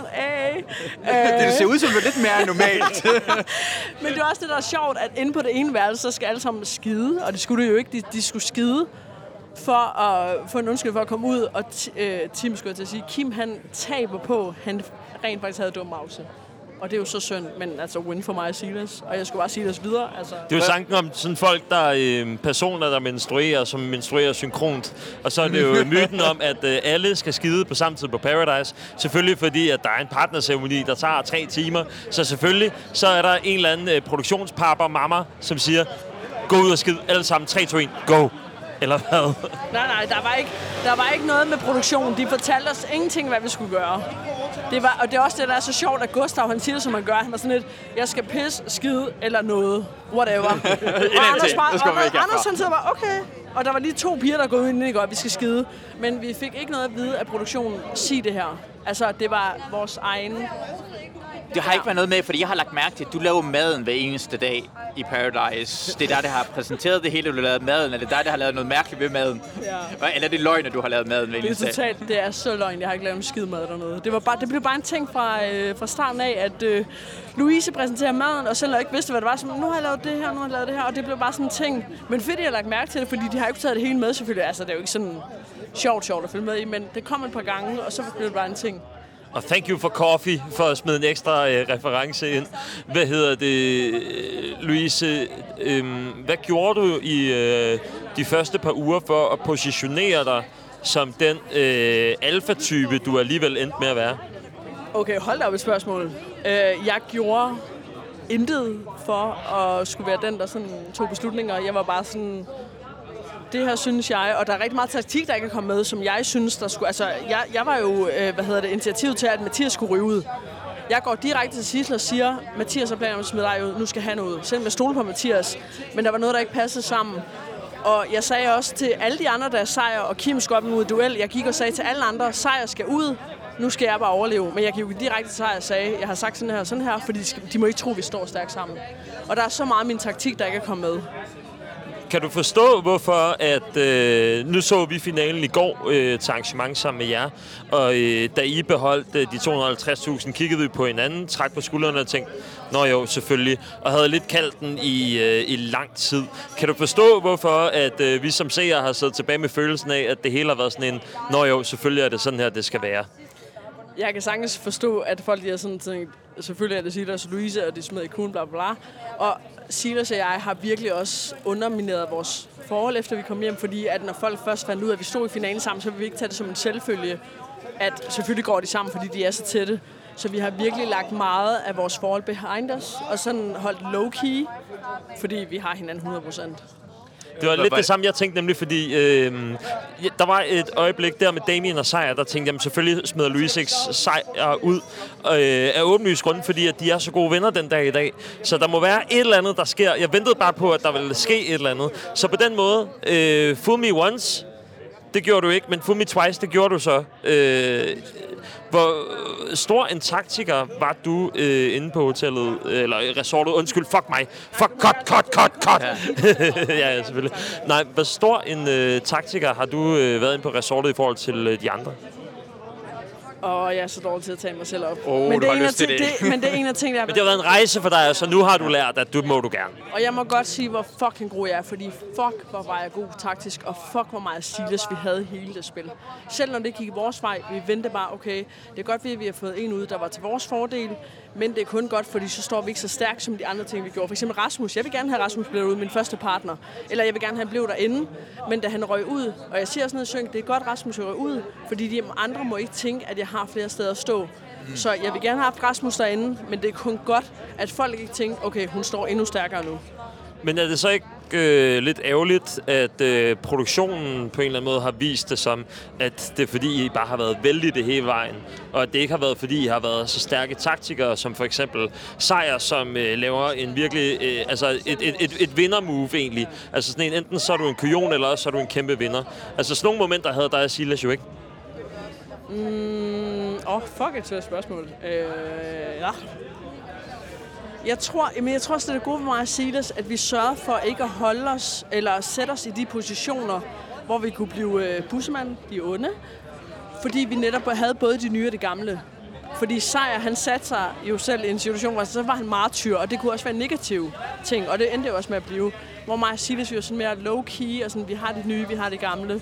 Det ser ud som det lidt mere normalt. Men det er også det, der er sjovt, at inde på det ene værelse, så skal alle sammen skide. Og det skulle det jo ikke. De skulle skide for at få en undskyld for at komme ud. Og Tim skulle jeg til at sige, Kim han taber på, han rent faktisk havde dum mause. Og det er jo så synd, men altså win for mig og Silas. Og jeg skulle bare Silas videre. Altså. Det er jo tanken om sådan folk, personer, der menstruerer, som menstruerer synkront. Og så er det jo myten om, at alle skal skide på samme tid på Paradise. Selvfølgelig fordi, at der er en partnerceremoni, der tager 3 timer. Så selvfølgelig, så er der en eller anden produktionspapper, mamma, som siger, gå ud og skide alle sammen, 3, 2, 1, go. Eller hvad? Nej, der var ikke noget med produktion. De fortalte os ingenting, hvad vi skulle gøre. Og det er også det, der er så sjovt, at Gustav, han siger det, som han gør. Han var sådan lidt, jeg skal pisse, skide eller noget. Whatever. Og Anders han sidder bare, okay. Og der var lige 2 piger, der gik ind i går, vi skal skide. Men vi fik ikke noget at vide af produktionen. Sig det her. Altså, det var vores egen... Det har ikke været noget med, fordi jeg har lagt mærke til, at du laver maden hver eneste dag i Paradise. Det er der, der har præsenteret det hele, du har lavet maden, eller der har lavet noget mærkeligt ved maden. Ja. Eller det er løgn, at du har lavet maden hver eneste dag. Det er så løgn, jeg har ikke lavet en skid mad dernede. Det blev bare en ting fra starten af, at Louise præsenterer maden, og selv når jeg ikke vidste, hvad det var, så nu har jeg lavet det her, nu har jeg lavet det her, og det blev bare sådan en ting. Men fedt, jeg har lagt mærke til det, fordi de har ikke taget det hele med, selvfølgelig. Altså, det er jo ikke sådan sjovt at følge med i, men det kom et par gange, og så blev det bare en ting. Og thank you for coffee, for at smide en ekstra reference ind. Hvad hedder det, Louise? Hvad gjorde du i de første par uger for at positionere dig som den alfa-type, du alligevel endte med at være? Okay, hold da op et spørgsmål. Jeg gjorde intet for at skulle være den, der sådan tog beslutninger. Jeg var bare sådan... Det her synes jeg, og der er rigtig meget taktik, der ikke er kommet med, som jeg synes, der skulle... Altså, jeg var jo, initiativet til, at Mathias skulle ryge ud. Jeg går direkte til Sissel og siger, Mathias har planer om at smide dig ud, nu skal han ud. Selvom jeg stole på Mathias, men der var noget, der ikke passede sammen. Og jeg sagde også til alle de andre, der er Sejr og Kim skulle op imod duel. Jeg gik og sagde til alle andre, Sejr skal ud, nu skal jeg bare overleve. Men jeg gik jo direkte til jeg sagde, jeg har sagt sådan her, fordi de må ikke tro, at vi står stærkt sammen. Og der er så meget af min taktik, der ikke er kommet med. Kan du forstå, hvorfor at... nu så vi finalen i går til arrangement sammen med jer, og da I beholdt de 250.000, kiggede vi på hinanden, trak på skuldrene og tænkte, nå jo, selvfølgelig, og havde lidt kaldt den i lang tid. Kan du forstå, hvorfor at vi som seere har siddet tilbage med følelsen af, at det hele har været sådan en, nå jo, selvfølgelig er det sådan her, det skal være? Jeg kan sagtens forstå, at folk har sådan tænkt, selvfølgelig er det Silas og Louise, og de smed i kuglen, bla bla. Og Silas og jeg har virkelig også undermineret vores forhold, efter vi kom hjem, fordi at når folk først fandt ud af, at vi stod i finalen sammen, så vil vi ikke tage det som en selvfølge, at selvfølgelig går de sammen, fordi de er så tætte. Så vi har virkelig lagt meget af vores forhold behind us, og sådan holdt low-key, fordi vi har hinanden 100%. Det var lidt det samme, jeg tænkte nemlig, fordi der var et øjeblik der med Damien og Sejr, der tænkte, jamen selvfølgelig smider Louise ikke Sejr ud af åbenlyst grund, fordi at de er så gode venner den dag i dag. Så der må være et eller andet, der sker. Jeg ventede bare på, at der ville ske et eller andet. Så på den måde, fool me once, det gjorde du ikke, men fool me twice, det gjorde du så. Hvor stor en taktiker var du inde på hotellet, eller resortet? Undskyld, fuck mig. Fuck, cut. Ja, selvfølgelig. Nej, hvor stor en taktiker har du været inde på resortet i forhold til de andre? Og jeg er så dårlig til at tage mig selv op. Men det er en af tingene, der... Men det har været en rejse for dig, så nu har du lært, at du må du gerne. Og jeg må godt sige, hvor fucking god jeg er, fordi fuck, hvor var jeg god taktisk, og fuck, hvor meget Silas vi havde hele det spil. Selv når det gik vores vej, vi ventede bare, okay, det er godt, at vi har fået en ud, der var til vores fordel, men det er kun godt, fordi så står vi ikke så stærkt som de andre ting, vi gjorde. For eksempel Rasmus. Jeg vil gerne have Rasmus blev ud, min første partner. Eller jeg vil gerne have, han blev derinde, men da han røg ud, og jeg siger sådan noget synk, det er godt, Rasmus røg ud, fordi de andre må ikke tænke, at jeg har flere steder at stå. Så jeg vil gerne have haft Rasmus derinde, men det er kun godt, at folk ikke tænker, okay, hun står endnu stærkere nu. Men er det så ikke lidt ærgerligt, at produktionen på en eller anden måde har vist det som, at det er fordi, I bare har været vældig det hele vejen, og at det ikke har været fordi, I har været så stærke taktikere, som for eksempel Sejr, som laver en virkelig, altså et vindermove egentlig. Altså sådan en, enten så er du en kujon, eller også så er du en kæmpe vinder. Altså sådan nogle momenter havde der Silas jo ikke. Fuck et svært spørgsmål. Ja. Jeg tror også, det er gode for mig at Silas, at vi sørgede for ikke at holde os, eller sætte os i de positioner, hvor vi kunne blive bussemand, de onde. Fordi vi netop havde både de nye og de gamle. Fordi Sejr, han satte sig jo selv i en situation, hvor så var han martyr, og det kunne også være en negativ ting, og det endte jo også med at blive. Hvor mig og Silas jo sådan mere low-key, og sådan, vi har de nye, vi har de gamle.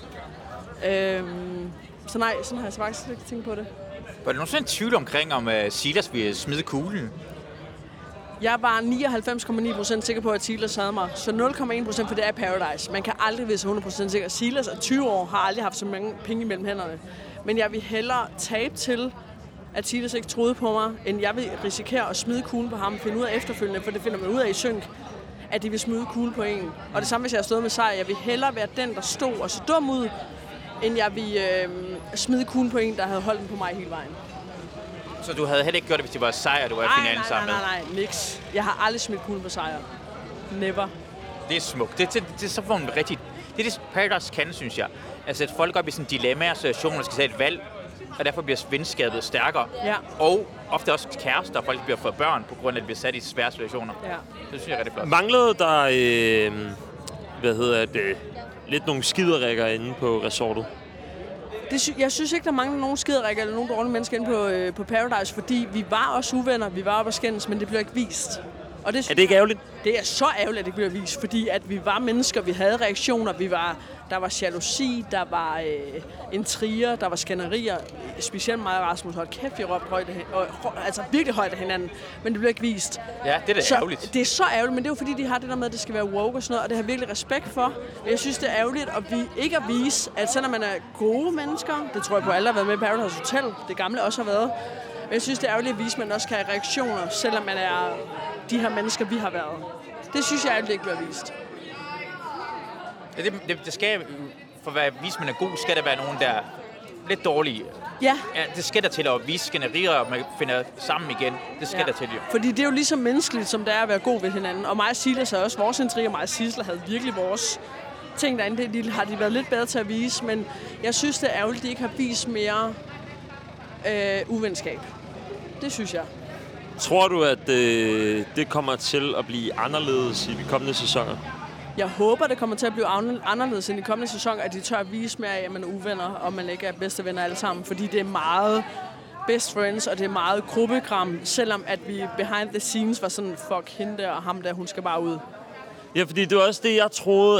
Så nej, sådan har jeg faktisk ikke tænkt på det. Var det nogensinde en tvivl omkring, om Silas ville smide kuglen? Jeg var 99,9% sikker på, at Silas havde mig. Så 0,1% for det er Paradise. Man kan aldrig vide sig 100% sikker. Silas er 20 år, har aldrig haft så mange penge imellem hænderne. Men jeg vil hellere tabe til, at Silas ikke troede på mig, end jeg vil risikere at smide kuglen på ham og finde ud af efterfølgende, for det finder man ud af i synk, at de vil smide kuglen på en. Og det samme, hvis jeg har stået med Sejr. Jeg vil hellere være den, der stod og så dum ud, end jeg vil smide kuglen på en, der havde holdt den på mig hele vejen. Så du havde heller ikke gjort det, hvis det var Sejr, du var i finalen sammen med? Nej, mix. Jeg har aldrig smidt kuglen på Sejr. Never. Det er smukt. Det er så for en rigtig... Det er det, Paradise kan, synes jeg. Altså, at folk op i sådan dilemmaer og situationer, skal tage et valg, og derfor bliver venskabet stærkere. Ja. Og ofte også kærester, og folk bliver fået børn, på grund af, at de bliver sat i svære situationer. Ja. Det synes jeg er rigtig flot. Manglede der, lidt nogle skiderikker inde på resortet? Jeg synes ikke, der mangler nogen skiderikker eller nogen dårlige mennesker inde på Paradise, fordi vi var også uvenner, vi var oppe og skændes, men det blev ikke vist. Og det, er det ikke ærgerligt? Det er så ærgerligt, at det bliver vist, fordi at vi var mennesker, vi havde reaktioner, der var jalousi, der var intriger, der var skænderier, specielt mig og Rasmus, hold kæft, jeg råbte højt, altså virkelig højt af hinanden, men det blev ikke vist. Ja, det er da ærgerligt. Det er så ærgerligt, men det er jo fordi, de har det der med, at det skal være woke og sådan noget, og det har jeg virkelig respekt for. Men jeg synes, det er ærgerligt ikke at vise, at selvom man er gode mennesker, det tror jeg på alle har været med i Paradise Hotel, det gamle også har været, men jeg synes, det er ærgerligt at vise, at man også kan have reaktioner, selvom man er de her mennesker, vi har været. Det synes jeg ærgerligt ikke bliver vist. Ja, det skal, for at vise, man er god, skal der være nogen, der er lidt dårlige. Ja. Det skal der til at vise skænderier, og man finder sammen igen. Det skal der til, jo. Fordi det er jo lige så menneskeligt, som det er at være god ved hinanden. Og mig og Silas er også vores intriger, og mig og Sisla havde virkelig vores ting derinde. Det har de været lidt bedre til at vise, men jeg synes, det er ærgerligt, at de ikke har vist mere uvenskab. Det synes jeg. Tror du, at det kommer til at blive anderledes i de kommende sæsoner? Jeg håber, det kommer til at blive anderledes i de kommende sæsoner, at de tør at vise mere af, at man er uvenner, og man ikke er bedste venner alle sammen. Fordi det er meget best friends, og det er meget gruppekram, selvom at vi behind the scenes var sådan, fuck hende der og ham der, hun skal bare ud. Ja, fordi det var også det, jeg troede,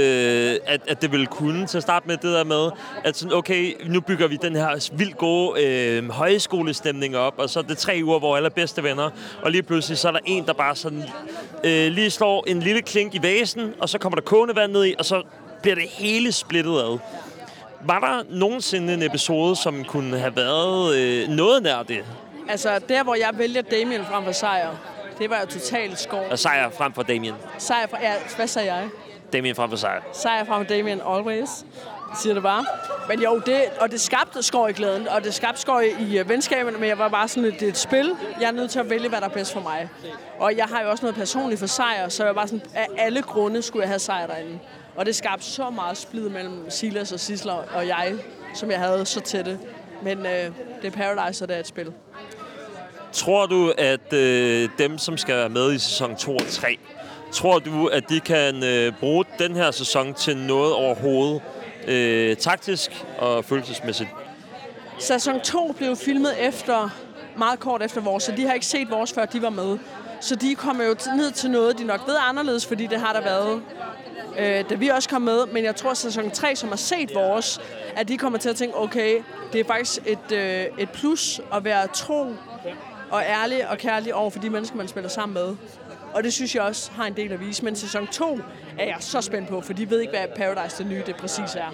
at det ville kunne til at starte med, det der med, at sådan, okay, nu bygger vi den her vildt gode højskolestemning op, og så er det 3 uger, hvor alle er bedste venner, og lige pludselig så er der en, der bare sådan lige slår en lille klink i vasen, og så kommer der kogende vand ned i, og så bliver det hele splittet ad. Var der nogensinde en episode, som kunne have været noget nær det? Altså, der hvor jeg vælger Damien frem for Sejr, det var jo totalt skov. Og Sejr frem for Damien. Sejr fra... Ja, hvad sagde jeg? Damien frem for Sejr. Sejr frem for Damien, always. Siger det bare. Men jo, det skabte skår i glæden, og det skabte skår i venskaberne, men jeg var bare sådan, det er et spil. Jeg er nødt til at vælge, hvad der er bedst for mig. Og jeg har jo også noget personligt for Sejr, så jeg var sådan, af alle grunde skulle jeg have Sejr derinde. Og det skabte så meget splid mellem Silas og Sisler og jeg, som jeg havde så tætte. Men det er Paradise, og det er et spil. Tror du, at dem, som skal være med i sæson 2 og 3, tror du, at de kan bruge den her sæson til noget overhovedet? Taktisk og følelsesmæssigt? Sæson 2 blev filmet meget kort efter vores, så de har ikke set vores, før de var med. Så de kommer jo ned til noget, de nok ved anderledes, fordi det har der været, da vi også kom med. Men jeg tror, at sæson 3, som har set vores, at de kommer til at tænke, okay, det er faktisk et plus at være tro og ærlig og kærlig over for de mennesker, man spiller sammen med. Og det synes jeg også har en del at vise. Men sæson 2 er jeg så spændt på, for de ved ikke, hvad Paradise det nye det præcis er.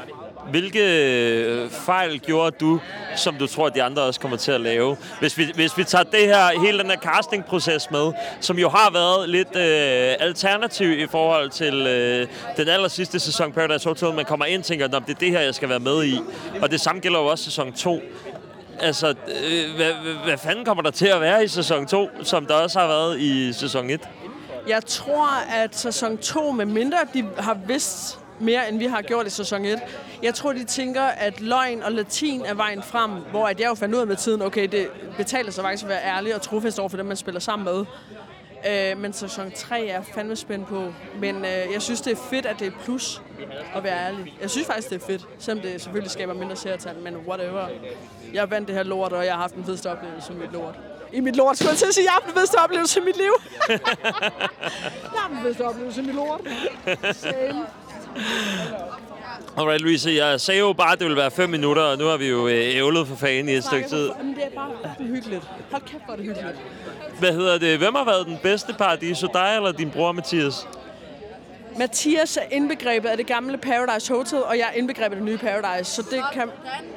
Hvilke fejl gjorde du, som du tror, at de andre også kommer til at lave? Hvis vi tager hele den her castingproces med, som jo har været lidt alternativ i forhold til den aller sidste sæson Paradise Hotel. Man kommer ind og tænker, det er det her, jeg skal være med i. Og det samme gælder jo også sæson 2. Altså, hvad fanden kommer der til at være i sæson 2, som der også har været i sæson 1? Jeg tror, at sæson 2, med mindre de har vidst mere, end vi har gjort i sæson 1, jeg tror, de tænker, at løgn og latin er vejen frem, hvor at jeg jo fandt ud af med tiden, okay, det betaler sig faktisk at være ærlig og trofast over for dem, man spiller sammen med. Men sæson 3 er jeg fandme spændt på. Men jeg synes, det er fedt, at det er plus at være ærlig. Jeg synes faktisk, det er fedt, selvom det selvfølgelig skaber mindre seertal, men whatever. Jeg har vandt det her lort, og jeg har haft den fedeste oplevelse i mit lort. I mit lort, skulle jeg til at sige, jeg har haft den fedeste oplevelse i mit liv. Jeg har den fedeste oplevelse i mit lort. Same. Alright, Louise, jeg sagde jo bare, at det ville være 5 minutter, og nu har vi jo ævlet for fanden i et stykke tid. Men det er bare hyggeligt. Hold kæft, hvor er det hyggeligt. Hvad hedder det? Hvem har været den bedste Paradiso, dig eller din bror Mathias? Mathias er indbegrebet af det gamle Paradise Hotel, og jeg er indbegrebet af det nye Paradise, så det kan...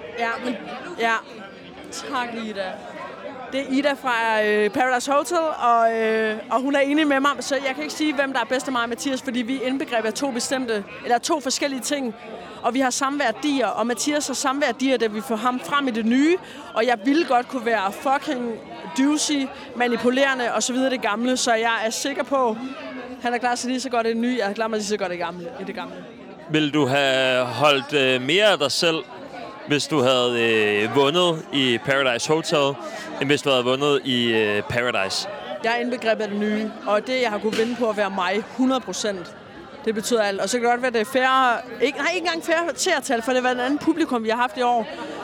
Ja. Tak, Ida. Det er Ida fra Paradise Hotel, og hun er enig med mig, så jeg kan ikke sige, hvem der er bedst af mig og Mathias, fordi vi er indbegrebet af 2 forskellige ting, og vi har samme værdier, og Mathias har samme værdier, da vi får ham frem i det nye, og jeg ville godt kunne være fucking juicy, manipulerende og så videre det gamle, så jeg er sikker på, han er klar sig lige så godt i det nye, jeg er klar mig lige så godt i det gamle. Vil du have holdt mere af dig selv, hvis du havde vundet i Paradise Hotel, end hvis du havde vundet i Paradise? Jeg er indbegrebet af det nye, og det, jeg har kunnet vinde på at være mig 100%. Det betyder alt. Og så kan det godt være, at det er færre... ikke engang færre seertal, for det var en anden publikum, vi har haft i år.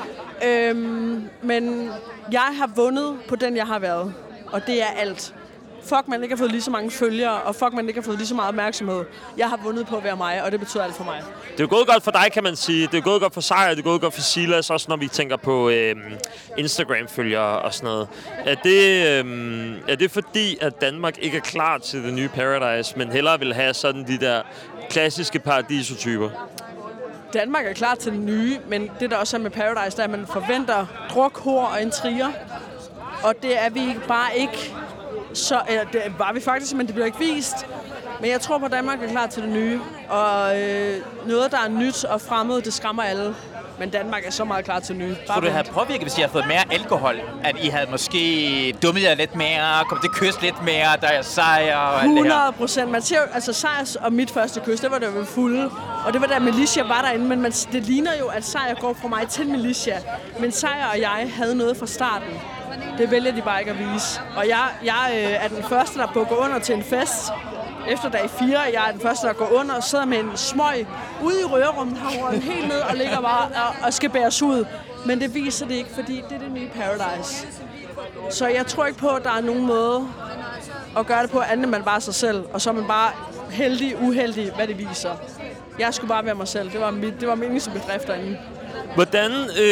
Men jeg har vundet på den, jeg har været. Og det er alt. Fuck, man ikke har fået lige så mange følgere, og fuck, man ikke har fået lige så meget opmærksomhed. Jeg har vundet på at være mig, og det betyder alt for mig. Det er gået godt for dig, kan man sige. Det er gået godt for Sejr, det er gået godt for Silas, også når vi tænker på Instagram-følgere og sådan noget. Er det fordi, at Danmark ikke er klar til det nye Paradise, men hellere vil have sådan de der klassiske Paradiso-typer? Danmark er klar til det nye, men det der også er med Paradise, der er, at man forventer druk, hår og intriger. Og det er vi bare ikke... Så det var vi faktisk, men det bliver ikke vist. Men jeg tror på, at Danmark er klar til det nye. Og noget, der er nyt og fremmed, det skræmmer alle. Men Danmark er så meget klar til nye. Tror du, det havde påvirket, hvis I havde fået mere alkohol? At I havde måske dummet jer lidt mere, kommet til kyst lidt mere, der er sejr og alt det her? 100%. Man ser jo, altså Sejrs og mit første kys, det var da ved fulde. Og det var da Milicia var derinde, men det ligner jo, at Sejr går fra mig til Milicia. Men Sejr og jeg havde noget fra starten. Det vælger de bare ikke at vise. Og jeg er den første, der går under til en fest. Efter dag 4, jeg er den første, der går under og sidder med en smøg ude i rørerummet, har den helt ned og ligger bare og skal bæres ud. Men det viser det ikke, fordi det er det nye Paradise. Så jeg tror ikke på, at der er nogen måde at gøre det på, andet end man bare sig selv. Og så er man bare heldig, uheldig, hvad det viser. Jeg skulle bare være mig selv. Det var min eneste bedrift derinde. Hvordan...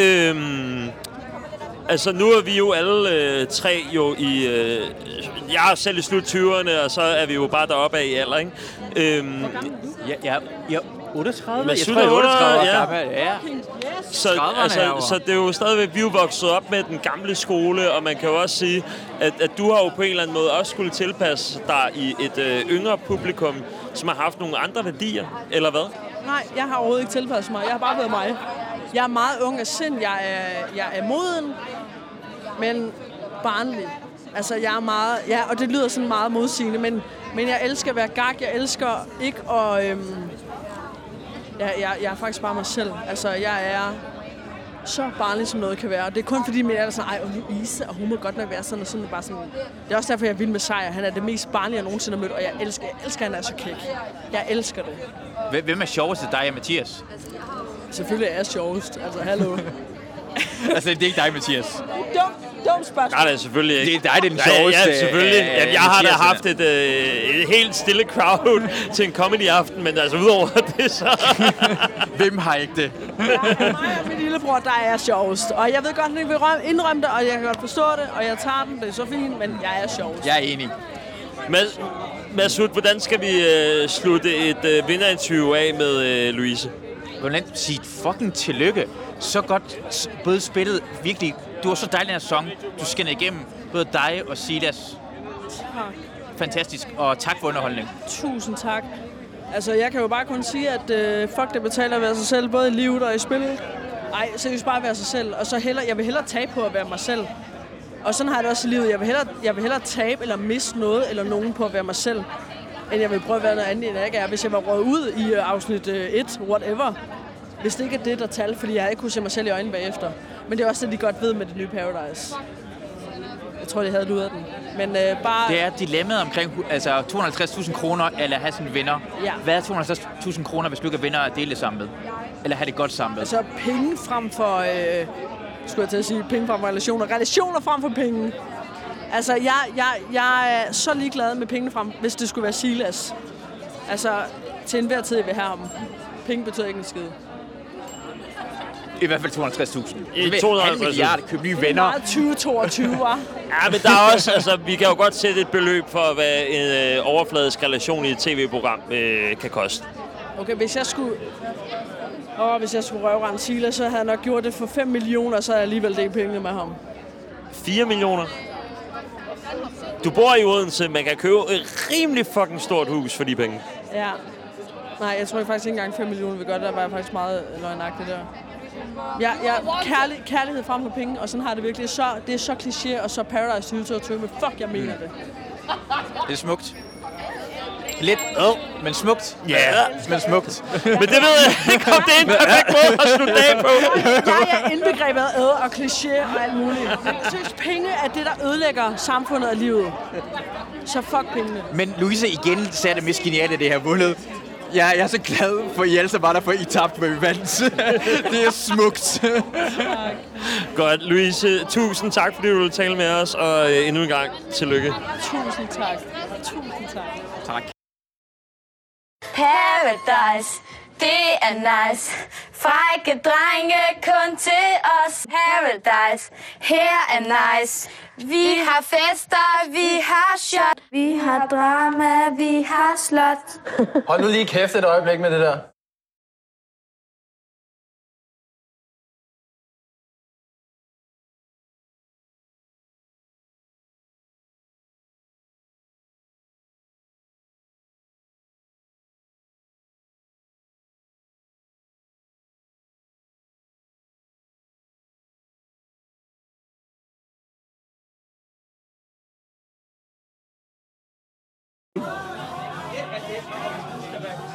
Altså, nu er vi jo alle tre jo i... jeg er selv i slut 20'erne, og så er vi jo bare deroppe af i alder, ikke? Ja, 38. Jeg tror, jeg er 38 år gammel. Ja. Så det er jo stadigvæk, vi er jo vokset op med den gamle skole, og man kan jo også sige, at du har jo på en eller anden måde også skulle tilpasse dig i et yngre publikum, som har haft nogle andre værdier, eller hvad? Nej, jeg har overhovedet ikke tilpasset mig. Jeg har bare været mig. Jeg er meget ung af sind. Jeg er moden, men barnlig. Altså, jeg er meget... Ja, og det lyder sådan meget modsigende, men jeg elsker at være gak. Jeg elsker ikke at... Jeg er faktisk bare mig selv. Altså, jeg er så barnlig, som noget kan være. Og det er kun fordi, jeg er sådan, ej, Louise, og hun må godt nok være sådan, og sådan. Bare sådan. Det er også derfor, jeg er vild med Sejr. Han er det mest barnlige, jeg nogensinde har mødt, og jeg elsker, at han er så kæk. Jeg elsker det. Hvem er sjovest af dig og Mathias? Selvfølgelig er jeg sjovest. Altså, hallo. Altså, det er ikke dig, Mathias. Dumt spørgsmål. Nej, det er selvfølgelig ikke. Det er dig, det er den sjoveste. Ja, selvfølgelig. Jamen, jeg har da haft et helt stille crowd til en comedy-aften, men altså udover det, så... Hvem har ikke det? Mig og min lillebror, der er sjovest. Og jeg ved godt, at jeg vil indrømme det, og jeg kan godt forstå det, og jeg tager den. Det er så fint, men jeg er sjovest. Jeg er enig. Masud, hvordan skal vi slutte et vinderinterview af med Louise? Hvordan sige fucking tillykke. Så godt både spillet, virkelig. Du var så dejlig en sæson. Du skinnede igennem både dig og Silas. Tak. Fantastisk, og tak for underholdning. Tusind tak. Altså, jeg kan jo bare kun sige, at fuck det betaler at være sig selv, både i livet og i spillet. Ej, seriøst bare være sig selv. Og så jeg vil hellere tabe på at være mig selv. Og sådan har jeg det også i livet. Jeg vil hellere tabe eller miste noget eller nogen på at være mig selv, end jeg vil prøve at være noget andet, end jeg ikke er. Hvis jeg var røget ud i afsnit 1, whatever. Hvis det ikke er det, der tal, fordi jeg ikke kunne se mig selv i øjnene bagefter. Men det er også det, de godt ved med det nye Paradise. Jeg tror, de havde ud af den. Men bare... Det er dilemmaet omkring 250.000 kroner, eller have sådan en venner. Ja. Hvad er 250.000 kroner, hvis du ikke er venner at dele det sammen med? Eller have det godt sammen med? Altså penge frem for... skulle jeg til at sige penge frem for relationer. Relationer frem for penge. Altså, jeg er så ligeglad med pengene frem, hvis det skulle være Silas. Altså, til enhver tid, jeg vil have ham. Penge betyder ikke en skid. I hvert fald 250.000. I 250.000. milliard købe nye venner. Det er meget 2022, hva'? Ja, men der er også, altså, vi kan jo godt sætte et beløb for, hvad en overfladisk relation i et tv-program kan koste. Okay, hvis jeg skulle røvrende Silas, så havde jeg nok gjort det for 5 millioner, så havde jeg alligevel delt pengene med ham. 4 millioner? Du bor i Odense, man kan købe et rimelig fucking stort hus for de penge. Ja. Nej, jeg tror faktisk ikke engang 5 millioner vil gøre det. Der var jeg faktisk meget løgnagtigt der. Kærlighed frem for penge, og sådan har det virkelig. Det er så kliché, og så Paradise 2022, men fuck, jeg mener det. Det er smukt. Lidt men smukt. Ja, men smukt. Men det ved jeg ikke, om det er en perfekt måde at slutte af på. Jeg er indbegrebet af og kliché og alt muligt. Men seriøst, penge er det, der ødelægger samfundet og livet. Så fuck pengene. Men Louise igen sagde det mest geniale, det her vundet. Jeg er så glad for, I alle så var der, for I tabte, men vi vandt. Det er smukt. Godt, Louise, tusind tak, fordi du ville tale med os, og endnu en gang tillykke. Tusind tak. Tusind tak. Tak. Paradise, det er nice. Frække drenge kun til os. Paradise, her er nice. Vi har fester, vi har shot. Vi har drama, vi har slot. Hold nu lige kæft et øjeblik med det der.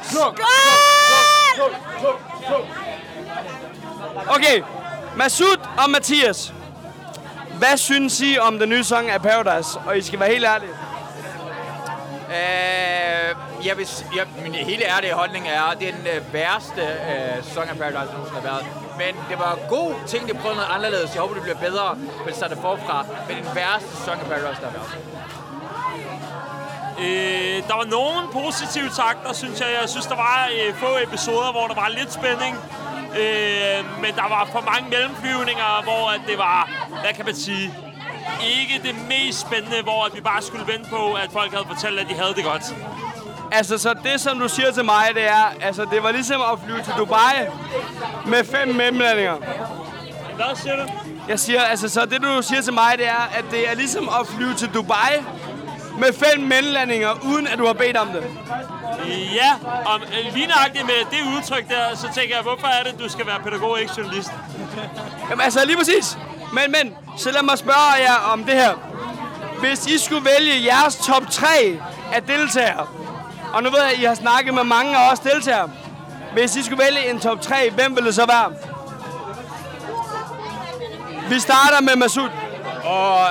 Okay, Masoud og Mathias. Hvad synes I om den nye sang af Paradise? Og I skal være helt ærlige. Min helt ærlige holdning er, at det er den værste sang af Paradise, der nogensinde har været. Men det var god ting, de prøvede noget anderledes. Jeg håber, det bliver bedre, hvis det forfra. Men den værste sang af Paradise, der har været. Der var nogle positive takter, synes jeg. Jeg synes, der var få episoder, hvor der var lidt spænding. Men der var for mange mellemflyvninger, hvor at det var, hvad kan man sige, ikke det mest spændende, hvor at vi bare skulle vente på, at folk havde fortalt, at de havde det godt. Altså, så det, som du siger til mig, det er, altså, det var ligesom at flyve til Dubai med 5 mellemlandinger. Hvad siger du? Jeg siger, altså, så det, du siger til mig, det er, at det er ligesom at flyve til Dubai med 5 mellemlandinger, uden at du har bedt om det. Ja, og lige nøjagtigt med det udtryk der, så tænker jeg, hvorfor er det, du skal være pædagog og ikke journalist? Jamen altså, lige præcis. Men, så lad mig spørge jer om det her. Hvis I skulle vælge jeres top 3 af deltagere, og nu ved jeg, at I har snakket med mange af os deltagere. Hvis I skulle vælge en top 3, hvem ville det så være? Vi starter med Masoud. Og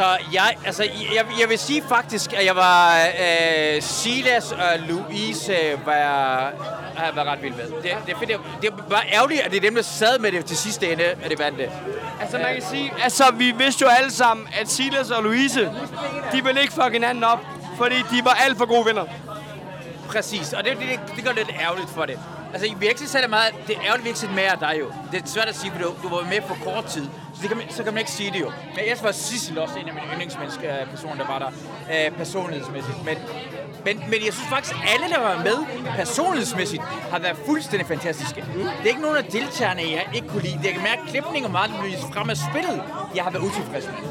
jeg vil sige faktisk, at jeg var Silas og Louise var ret vild med. Det var ærgerligt, at det er dem, der sad med det til sidste ende, at det vandt det. Altså man kan sige, altså vi vidste jo alle sammen, at Silas og Louise, de ville ikke fuck hinanden op, fordi de var alt for gode venner. Præcis, og det gør det lidt ærgerligt for det. Altså i virkeligheden så er det meget, det er ærgerligt, vi ikke set mere af dig jo. Det er svært at sige, fordi du var med for kort tid. Så kan man ikke sige det jo. Men ellers var Sissel også en af mine yndlingspersoner, der var der personlighedsmæssigt. Men jeg synes faktisk, at alle, der var med personlighedsmæssigt, har været fuldstændig fantastiske. Det er ikke nogen af deltagerne, jeg ikke kunne lide. Jeg kan mærke klipning og meget, der blev frem af spillet. Jeg har været utilfreds med.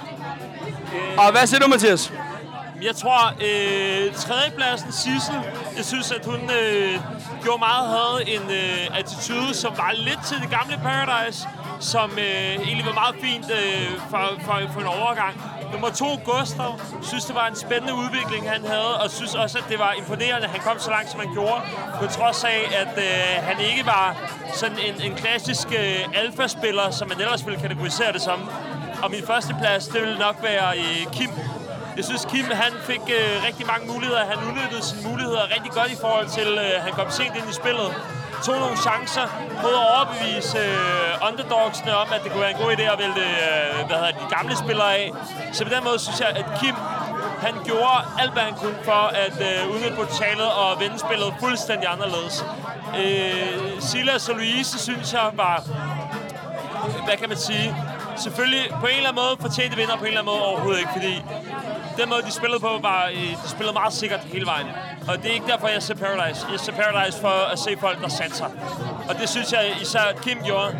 Og hvad siger du, Mathias? Jeg tror, tredjepladsen Sissel, jeg synes, at hun gjorde meget, havde en attitude, som var lidt til det gamle Paradise, som egentlig var meget fint for en overgang. Nummer 2, Gustav, synes, det var en spændende udvikling, han havde, og synes også, at det var imponerende, at han kom så langt, som han gjorde, på trods af, at han ikke var sådan en klassisk alfa-spiller, som man ellers ville kategorisere det som. Og min første plads, det ville nok være Kim. Jeg synes, Kim han fik rigtig mange muligheder. Han udnyttede sine muligheder rigtig godt i forhold til, han kom sent ind i spillet. Tog nogle chancer, prøvede at overbevise underdogsene om, at det kunne være en god idé at vælte de gamle spillere af. Så på den måde synes jeg, at Kim han gjorde alt, hvad han kunne for at udnytte potentialet og vende spillet fuldstændig anderledes. Silas og Louise synes jeg var, hvad kan man sige, selvfølgelig på en eller anden måde fortjente vinder, på en eller anden måde overhovedet ikke, fordi den måde, de spillede på, var, de spillede meget sikkert hele vejen. Og det er ikke derfor, jeg ser Paradise. Jeg ser Paradise for at se folk, der satser. Og det synes jeg især Kim gjorde.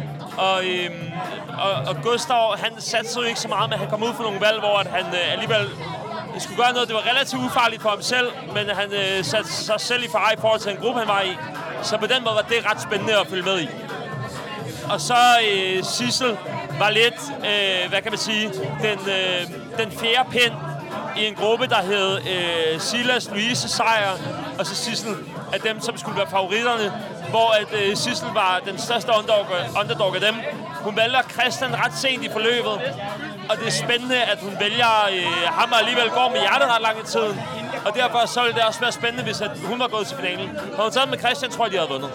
Og Gustav, han satsede jo ikke så meget, men han kom ud for nogle valg, hvor at han alligevel skulle gøre noget. Det var relativt ufarligt for ham selv, men han satte sig selv i fare i forhold til den gruppe, han var i. Så på den måde var det ret spændende at følge med i. Og så Sissel var lidt, hvad kan man sige, den fjerde pind i en gruppe, der hed Silas, Louise, Sejr og så Sissel af dem, som skulle være favoritterne, hvor at Sissel var den største underdog af dem. Hun vælger Christian ret sent i forløbet, og det er spændende, at hun vælger ham og alligevel går med hjertet ret langt i tiden. Og derfor så ville det også være spændende, hvis at hun var gået til finalen. Havde hun taget med Christian, tror jeg, de havde vundet.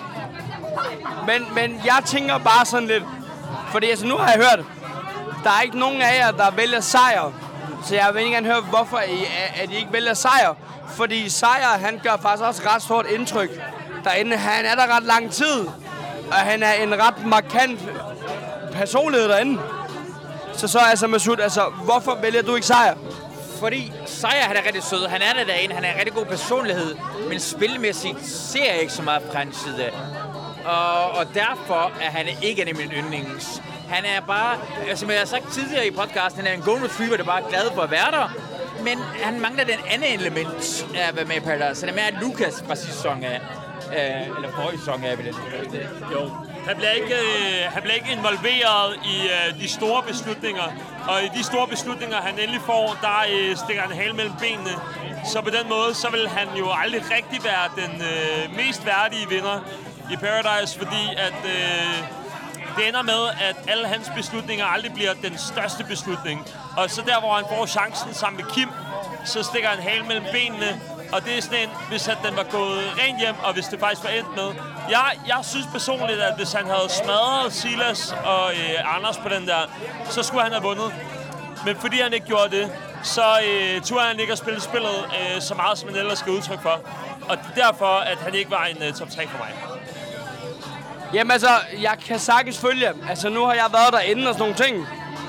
Men jeg tænker bare sådan lidt, fordi altså nu har jeg hørt, der er ikke nogen af jer, der vælger Sejr. Så jeg vil ikke gerne høre, hvorfor at I ikke vælger Sejr. Fordi Sejr, han gør faktisk også ret stort indtryk derinde. Han er der ret lang tid, og han er en ret markant personlighed derinde. Så altså Masoud, altså hvorfor vælger du ikke Sejr? Fordi Sejr, han er rigtig sød. Han er der derinde. Han er en rigtig god personlighed. Men spilmæssigt ser jeg ikke så meget fra hans side. Og derfor er han ikke en af mine yndlings. Han er bare, som jeg har sagt tidligere i podcasten, han er en golden retriever, der bare er glad for at være der. Men han mangler den anden element af at være med i Paradise. Han er mere Lukas fra sidste sæson af, eller forrige sæson af, vil jeg sige. Jo. Han bliver ikke involveret i de store beslutninger. Og i de store beslutninger, han endelig får, der stikker han halen mellem benene. Så på den måde, så vil han jo aldrig rigtig være den mest værdige vinder i Paradise, fordi at det ender med, at alle hans beslutninger aldrig bliver den største beslutning. Og så der, hvor han får chancen sammen med Kim, så stikker han halen mellem benene. Og det er sådan en, hvis at den var gået rent hjem, og hvis det faktisk var endt med. Jeg synes personligt, at hvis han havde smadret Silas og Anders på den der, så skulle han have vundet. Men fordi han ikke gjorde det, så turde han ikke at spille spillet så meget, som han ellers skal udtryk for. Og derfor, at han ikke var en top 3 for mig. Jamen altså, jeg kan sagtens følge. Altså, nu har jeg været derinde og sådan nogle ting.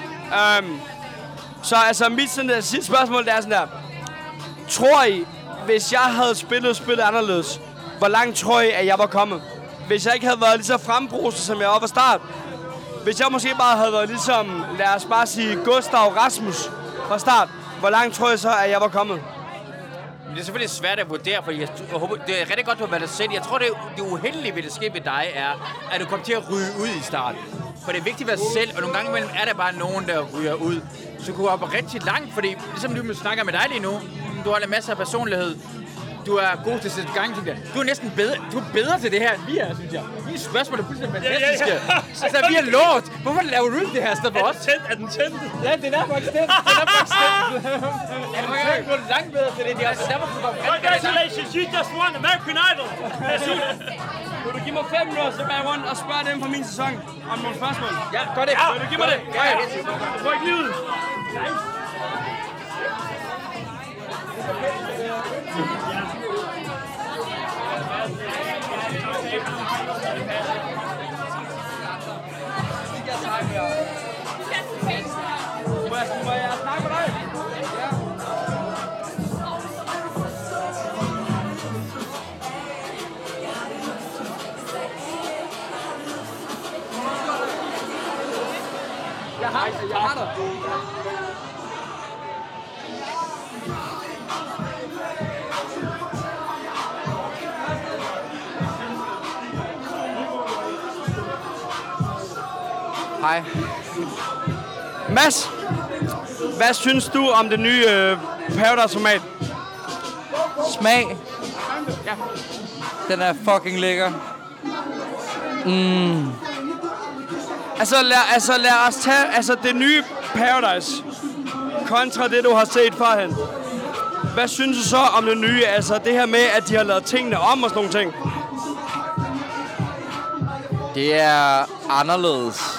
Så altså, mit sidste spørgsmål, det er sådan der. Tror I, hvis jeg havde spillet anderledes, hvor langt tror I, at jeg var kommet? Hvis jeg ikke havde været lige så frembruset, som jeg var fra start. Hvis jeg måske bare havde været ligesom, lad os bare sige, Gustav Rasmus fra start. Hvor langt tror I så, at jeg var kommet? Det er selvfølgelig svært at vurdere, fordi jeg håber, det er rigtig godt, du har været der selv. Jeg tror, det uheldige ved det ske ved dig er, at du kommer til at ryge ud i starten. For det er vigtigt at være selv, og nogle gange imellem er der bare nogen, der ryger ud. Så du går op rigtig langt, fordi ligesom du snakker med dig lige nu, du har en masse af personlighed. Du er god til at sætte gang til det. Du er næsten bedre. Du er bedre til det her, end vi er, synes jeg. Mine spørgsmål er fuldstændig fantastiske. Altså, vi er lort. Hvorfor laver du ikke det her sted for os? Er den tændt? Ja, det er faktisk tændt. Du er langt bedre til det. Det er også derfor, du går Congratulations, you just won American Idol. Vil du give mig 5 minutter, så går jeg rundt og spørger dem fra min sæson om nogle spørgsmål? Ja, gør det. Vil du give mig det? Ja. Du får ikke livet. Må jeg snakke med dig? Jeg har dig. Hej. Mads, hvad synes du om det nye Paradise-format? Smag. Ja. Den er fucking lækker. Altså lad os tage det nye Paradise kontra det, du har set førhen. Hvad synes du så om det nye? Altså det her med, at de har lavet tingene om og sådan nogle ting. Det er anderledes.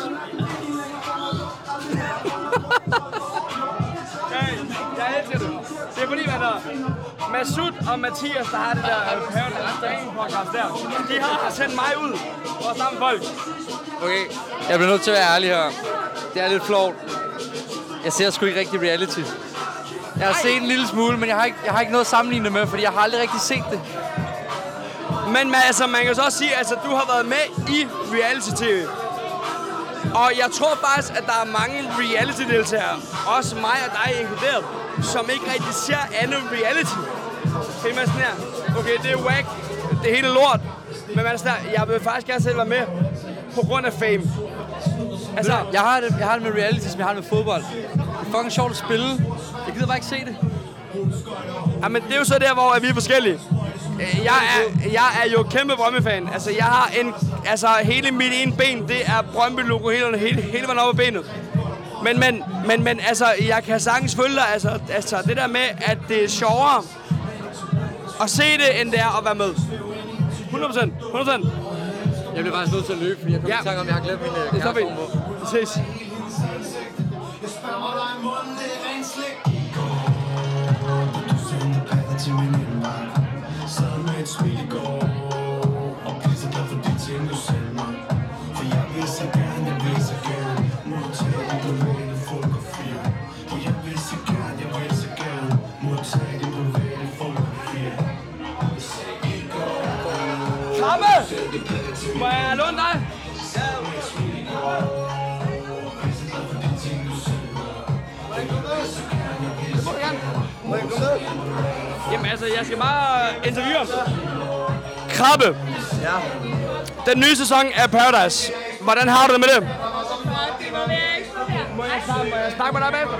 Jeg elsker det. Det er fordi, hvad der Masud og Mathias, der har det der Paradise-podcast der, de har sendt mig ud for at samle folk. Okay, jeg bliver nødt til at være ærlig her. Det er lidt flovt. Jeg ser sgu ikke rigtig reality. Jeg har set en lille smule, men jeg har ikke noget at sammenligne det med, fordi jeg har aldrig rigtig set det. Men altså, man kan så også sige, at du har været med i reality-tv. Og jeg tror faktisk, at der er mange reality-deltagere, også mig og dig inkluderet, som ikke rigtig ser andet reality. Det er man sådan her, okay, det er whack, det er hele lort. Men man er sådan her, jeg vil faktisk gerne selv være med på grund af fame. Altså, jeg har det med reality, som jeg har det med fodbold. Det er fucking sjovt at spille. Jeg gider bare ikke se det. Jamen, det er jo så der, hvor vi er forskellige. Jeg er jo kæmpe Brøndby-fan. Altså, jeg har hele mit ene ben, det er Brøndby-logo hele vejen op ad benet. Men altså, jeg kan sagtens følge dig. Altså, det der med, at det er sjovere at se det, end det er at være med. 100%. Jeg bliver faktisk nødt til at løbe, fordi jeg kommer i tanke om, jeg har glemt min kærestol på. Vi ses. Kramme! Må jeg låne dig? Må jeg komme med? Jamen altså, jeg skal bare interviewe ham. Krabbe. Ja. Den nye sæson af Paradise. Hvordan har du det med det? Må jeg snakke med dig bagefter?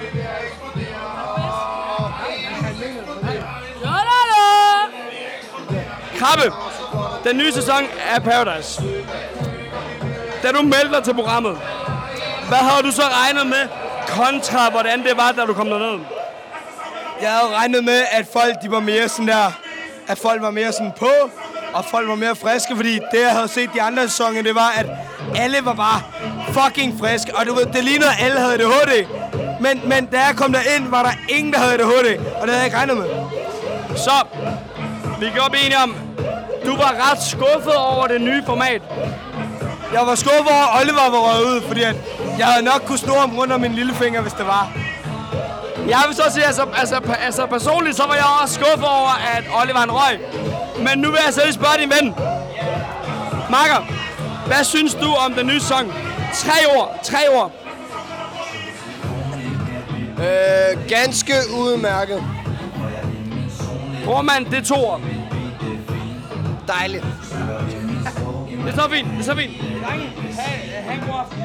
Krabbe, den nye sæson af Paradise. Da du meldte dig til programmet, hvad havde du så regnet med kontra, hvordan det var, da du kom derned? Jeg havde regnet med, at folk de var mere sådan der, at folk var mere sådan på, og folk var mere friske, fordi det, jeg havde set de andre sæsoner, det var, at alle var bare fucking friske, og du ved, det lignede, at alle havde ADHD. Men da jeg kom derind, var der ingen, der havde ADHD, og det havde jeg ikke regnet med. Så, vi kan godt blive enige om, du var ret skuffet over det nye format. Jeg var skuffet over, at Oliver var røget ud, fordi at jeg havde nok kunne snurre ham rundt om min lillefinger, hvis det var. Jeg vil så sige, altså personligt, så var jeg også skuffet over, at Oliver han røg. Men nu vil jeg så lige spørge din ven. Marker, hvad synes du om den nye sæson? 3 ord. Ganske udmærket. Brormand, det er 2 ord. Dejligt. Det er så fint. Drenge, ha' en god aften.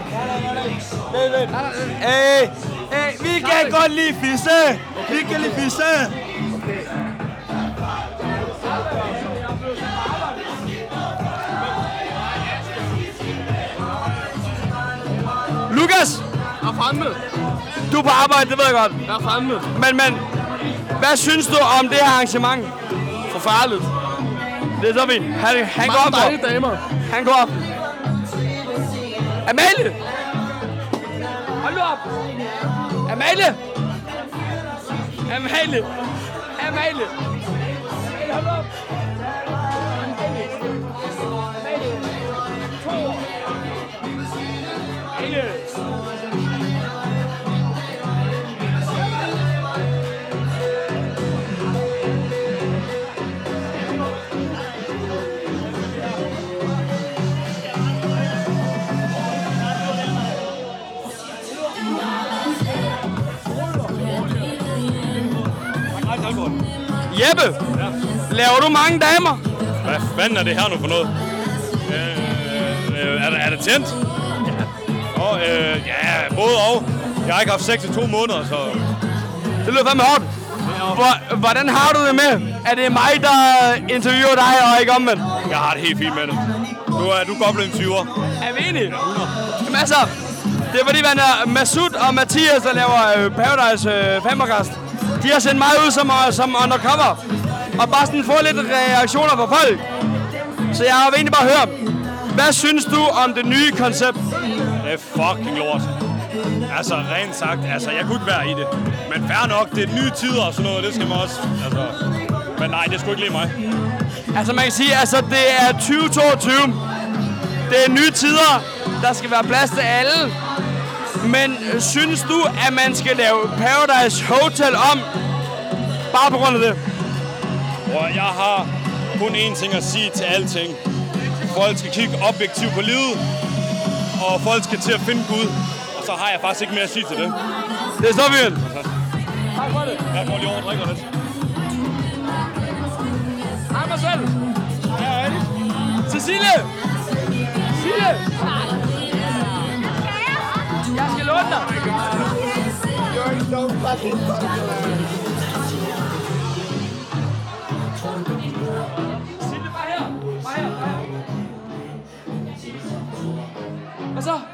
Vi kan godt lide fisse. Vi kan lide fisse. Lukas! Jeg er fremme. Du er på arbejde, det ved jeg godt. Jeg er fremme. Men, hvad synes du om det her arrangement? Forfærdeligt. Det er så fint. Han går op. Mange dejlige damer. Han går op. Amalie! Hold nu op! Amalie! Hold nu op! Jeppe, laver du mange damer? Hvad fanden er det her nu for noget? Er det tændt? Ja, både og. Jeg har ikke haft sex i 2 måneder, så... Det lyder fandme hårdt. Hvordan har du det med, at det er mig, der interviewer dig, og ikke omvendt? Jeg har det helt fint med det. Du er godt blevet en 20'er. Er vi enige? Jamen altså, det er fordi, Masud og Mathias, der laver Paradise Fanpodcast, de har sendt mig ud som undercover, og bare sådan få lidt reaktioner fra folk. Så jeg har egentlig bare hørt, hvad synes du om det nye koncept? Det er fucking lort. Altså, rent sagt, jeg kunne ikke være i det. Men fair nok, det er nye tider og sådan noget, det skal man også, Men nej, det skulle ikke lide mig. Altså, man kan sige, det er 2022. Det er nye tider, der skal være plads til alle. Men synes du, at man skal lave Paradise Hotel om, bare på grund af det? Og jeg har kun én ting at sige til alting. Folk skal kigge objektivt på livet, og folk skal til at finde Gud. Og så har jeg faktisk ikke mere at sige til det. Det er så vildt. Tak for det. Jeg går lige over og drikker lidt. Hej Marcel. Hej. Cecilie. Jeg skal låne dig. You're so fucking Cecilie, bare her. Hvad så?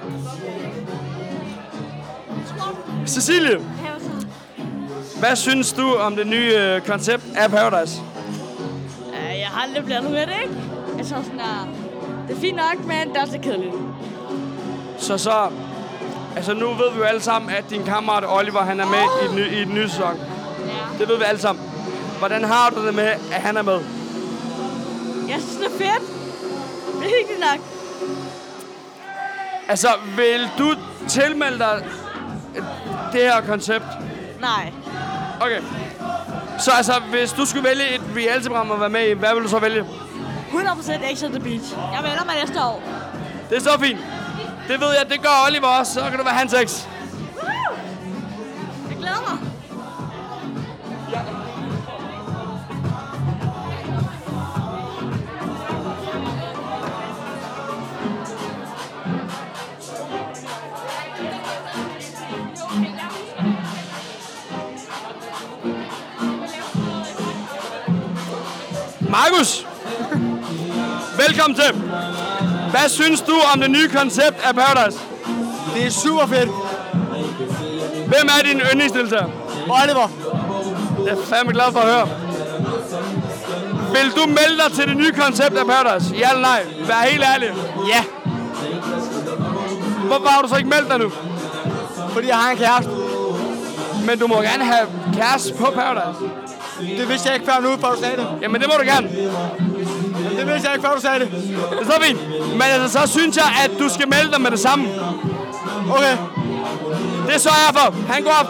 Cecilie. Hvad synes du om det nye koncept af Paradise? Jeg har aldrig blandet med det, ikke? Jeg tror sådan, det er fint nok, men det er også lidt kedeligt. Så nu ved vi jo alle sammen, at din kammerat Oliver, han er med i den nye sæson. Ja. Det ved vi alle sammen. Hvordan har du det med, at han er med? Jeg synes, det er fedt. Det er hyggeligt nok. Altså, vil du tilmelde dig det her koncept? Nej. Okay. Så hvis du skulle vælge et reality-program at være med i, hvad vil du så vælge? 100% X on the Beach. Jeg melder mig næste år. Det er så fint. Det ved jeg, det gør Oliver også. Så kan du være hans ex. Jeg glæder mig. Markus, velkommen til. Hvad synes du om det nye koncept af Paradise? Det er super fedt. Hvem er din yndlingsdeltager? Oliver. Jeg er fandme glad for at høre. Vil du melde dig til det nye koncept af Paradise? Ja eller nej? Vær helt ærlig. Ja. Hvorfor har du så ikke meldt dig nu? Fordi jeg har en kæreste. Men du må gerne have kæreste på Paradise. Det vidste jeg ikke før nu, før du sagde det. Jamen det må du gerne. Det vidste jeg ikke før du sagde det. Det er så fint. Men altså, så synes jeg, at du skal melde dig med det samme. Okay. Det sørger jeg for. Han går op.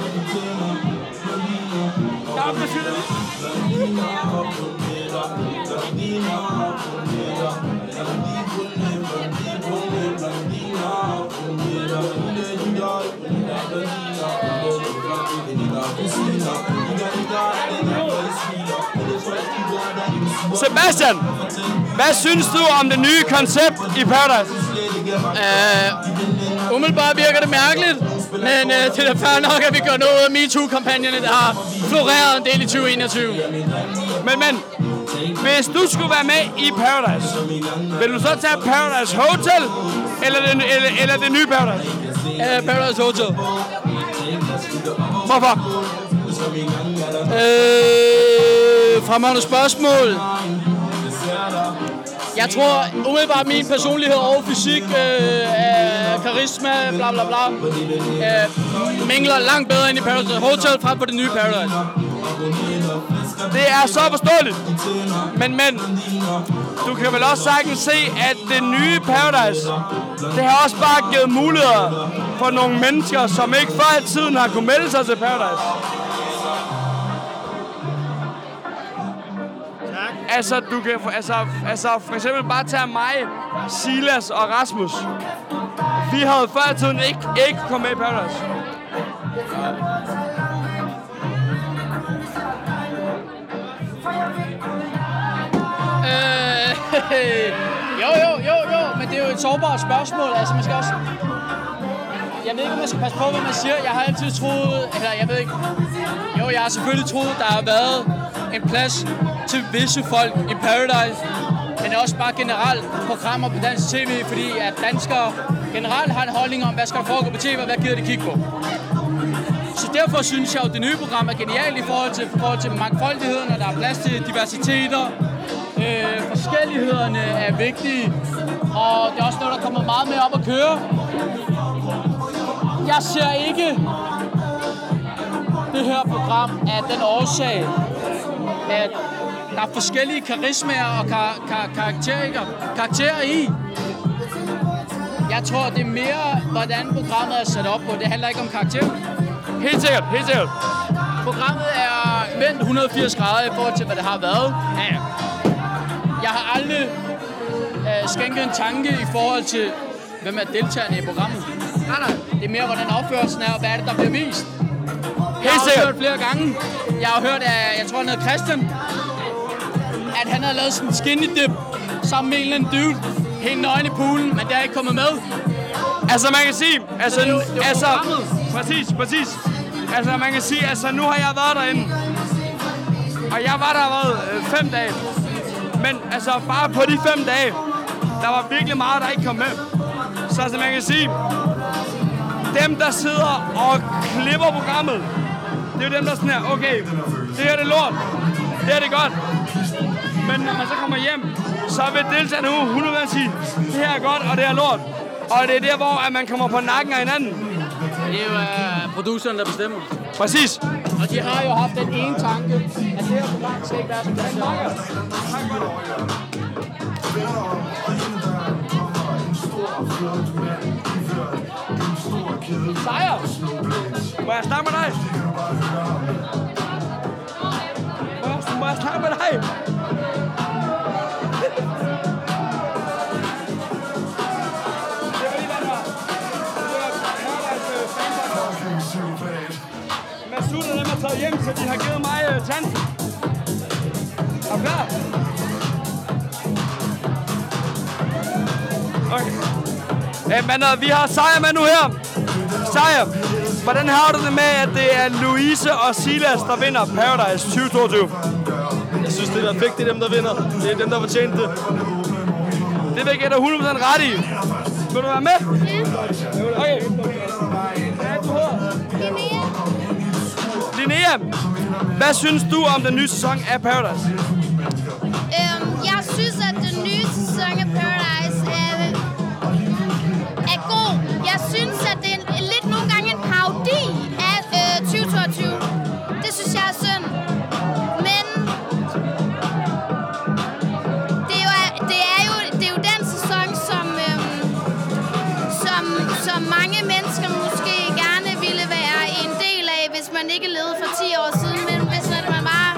Sebastian, hvad synes du om det nye koncept i Paradise? Umiddelbart virker det mærkeligt, men det er da fair nok, at vi gør noget af MeToo-kampagnerne, der har floreret en del i 2021. Men, hvis du skulle være med i Paradise, vil du så tage Paradise Hotel, eller det nye Paradise? Paradise Hotel. Hvorfor? Fremragende spørgsmål. Jeg tror umiddelbart min personlighed og fysik, karisma, bla bla bla, mingler langt bedre ind i Paradise Hotel frem på det nye Paradise. Det er så forståeligt. Men, du kan vel også sagtens se, at det nye Paradise, det har også bare givet muligheder for nogle mennesker, som ikke før i tiden har kunnet melde sig til Paradise. Altså, du kan for eksempel bare tage mig, Silas og Rasmus. Vi havde før i tiden ikke kommet med i Paradise. Jo, men det er jo et sårbart spørgsmål. Altså, man skal også... Jeg ved ikke, om man skal passe på, hvad man siger. Jeg har altid troet... Eller, jeg ved ikke... Jo, jeg har selvfølgelig troet, der har været en plads til visse folk i Paradise. Men også bare generelt programmer på dansk tv, fordi at danskere generelt har en holdning om, hvad skal der foregå på tv, og hvad gider de kigge på. Så derfor synes jeg, at det nye program er genialt i forhold til mangfoldigheden, og der er plads til diversiteter. Forskellighederne er vigtige, og det er også noget, der kommer meget mere op at køre. Jeg ser ikke det her program af den årsag, at der er forskellige karismaer og karakterer i. Jeg tror, det er mere, hvordan programmet er sat op på. Det handler ikke om karakterer. Helt sikkert. Programmet er vendt 180 grader i forhold til, hvad det har været. Ja. Jeg har aldrig skænket en tanke i forhold til, hvem er deltagerne i programmet. Nej. Det er mere, hvordan opførelsen er, og hvad er det, der bliver vist. Jeg har hørt flere gange. Jeg har hørt, at jeg tror, han hedder Christian, at han havde lavet sådan en skinny dip sammen med en eller anden dude, helt nøgen i poolen, men det er ikke kommet med. Altså, man kan sige... Præcis. Altså, man kan sige, altså, nu har jeg været derinde. Og jeg var der 5 dage. Men altså, bare på de 5 dage, der var virkelig meget, der ikke kom med. Så altså, man kan sige, dem, der sidder og klipper programmet, det er jo dem, der sådan her, okay, det her det er lort, det her det er godt. Men når man så kommer hjem, så vil deltagerne 100% sige, det her er godt, og det er lort. Og det er der, hvor at man kommer på nakken af hinanden. Det er jo produceren, der bestemmer. Præcis. Og de har jo haft den ene tanke, at det her program skal ikke være som det er. Sejr! Må jeg snakke med dig? Må jeg snakke med dig? Masud og dem er taget hjem, så de har givet mig chancen. Er du klar? Okay. Men vi har Sejr med nu her. Sejr, hvordan har du det med, at det er Louise og Silas, der vinder Paradise 2022? Jeg synes, det er fedt, det er dem, der vinder. Det er dem, der fortjener det. Det vil jeg give dig 100% ret i. Vil du være med? Ja. Okay. Linnea, hvad synes du om den nye sæson af Paradise? Jeg synes, at den nye sæson af Paradise er god. Jeg synes, at det er lidt nogle gange en parodi af 2022. Det synes jeg er synd. Men det er jo den sæson, som mange mennesker måske gerne ville være en del af, hvis man ikke levede for 10 år siden. Men hvis man bare...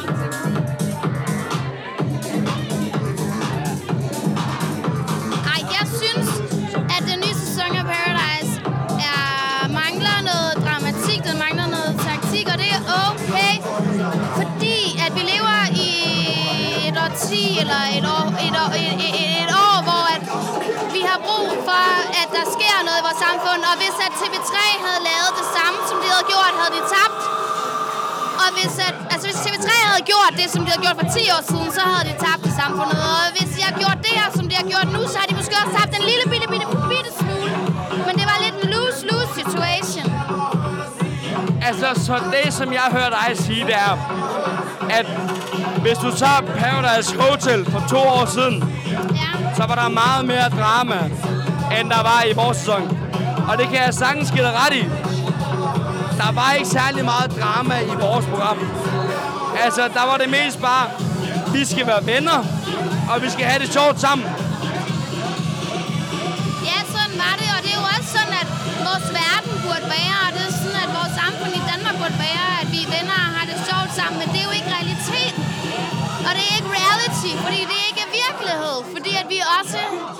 Ej, jeg synes, at den nye sæson af Paradise mangler noget dramatik, den mangler noget taktik, og det er okay, fordi at vi lever i et årti, eller et år, hvor at vi har brug for, at der sker noget i vores samfund, og hvis at TV3 havde lavet det samme, som de havde gjort, havde de tabt. Og hvis TV3 havde gjort det, som de havde gjort for 10 år siden, så havde de tabt i samfundet. Og hvis de har gjort det her, som de har gjort nu, så har de måske også tabt en lille bitte smule. Men det var lidt en lose-lose situation. Altså, så det, som jeg har hørt dig sige, det er, at hvis du tager Paradise Hotel for 2 år siden, så var der meget mere drama, end der var i vores sæson. Og det kan jeg sagtens give dig ret i. Der var ikke særlig meget drama i vores program. Altså, der var det mest bare, vi skal være venner, og vi skal have det sjovt sammen. Ja, sådan var det, og det er jo også sådan, at vores verden burde være, og det er sådan, at vores samfund i Danmark burde være, at vi er venner og har det sjovt sammen, men det er jo ikke realitet. Og det er ikke reality, fordi det er ikke virkelighed, fordi at vi også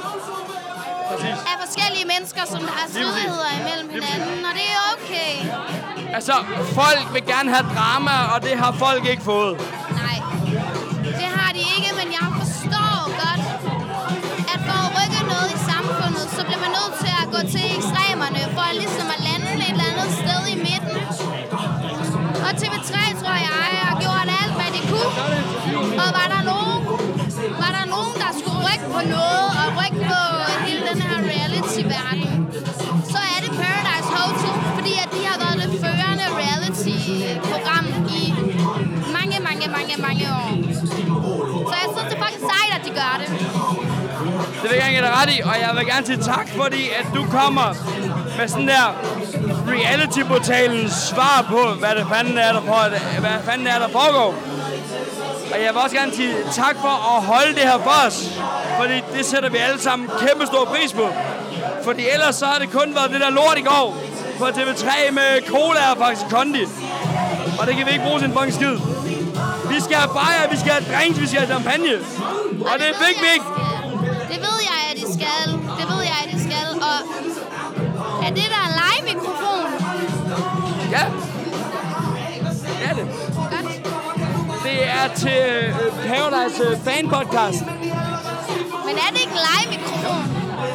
er forskellige mennesker, som har stridigheder imellem hinanden, og det er okay. Altså, folk vil gerne have drama, og det har folk ikke fået. Nej, det har de ikke, men jeg forstår godt, at for at rykke noget i samfundet, så bliver man nødt til at gå til ekstremerne, for ligesom at lande et eller andet sted i midten. Og TV3, tror jeg, har gjort alt, hvad de kunne. Og var der nogen, der skulle rykke på noget, og rykke på hele den her reality-verden, så er det Paradise Hotel, fordi at de har været det førende reality-program i mange år. Så jeg synes, det er faktisk sejt, at de gør det. Det vil jeg gerne give dig ret i, og jeg vil gerne sige tak, fordi at du kommer med sådan der reality-portalens svar på, hvad fanden er, der foregår. Og jeg vil også gerne sige tak for at holde det her for os, fordi det sætter vi alle sammen kæmpe stor pris på. Fordi ellers så har det kun været det der lort i går på TV3 med cola og faktisk kondi. Og det kan vi ikke bruge til en fucking skid. Vi skal have bajer, vi skal have drinks, vi skal have champagne. Og det er big. Det ved jeg, at de skal. Og er det der en live-mikrofon? Ja. Det er det. Godt. Det er til Paradise Fan-podcast. Men er det ikke en live-mikrofon?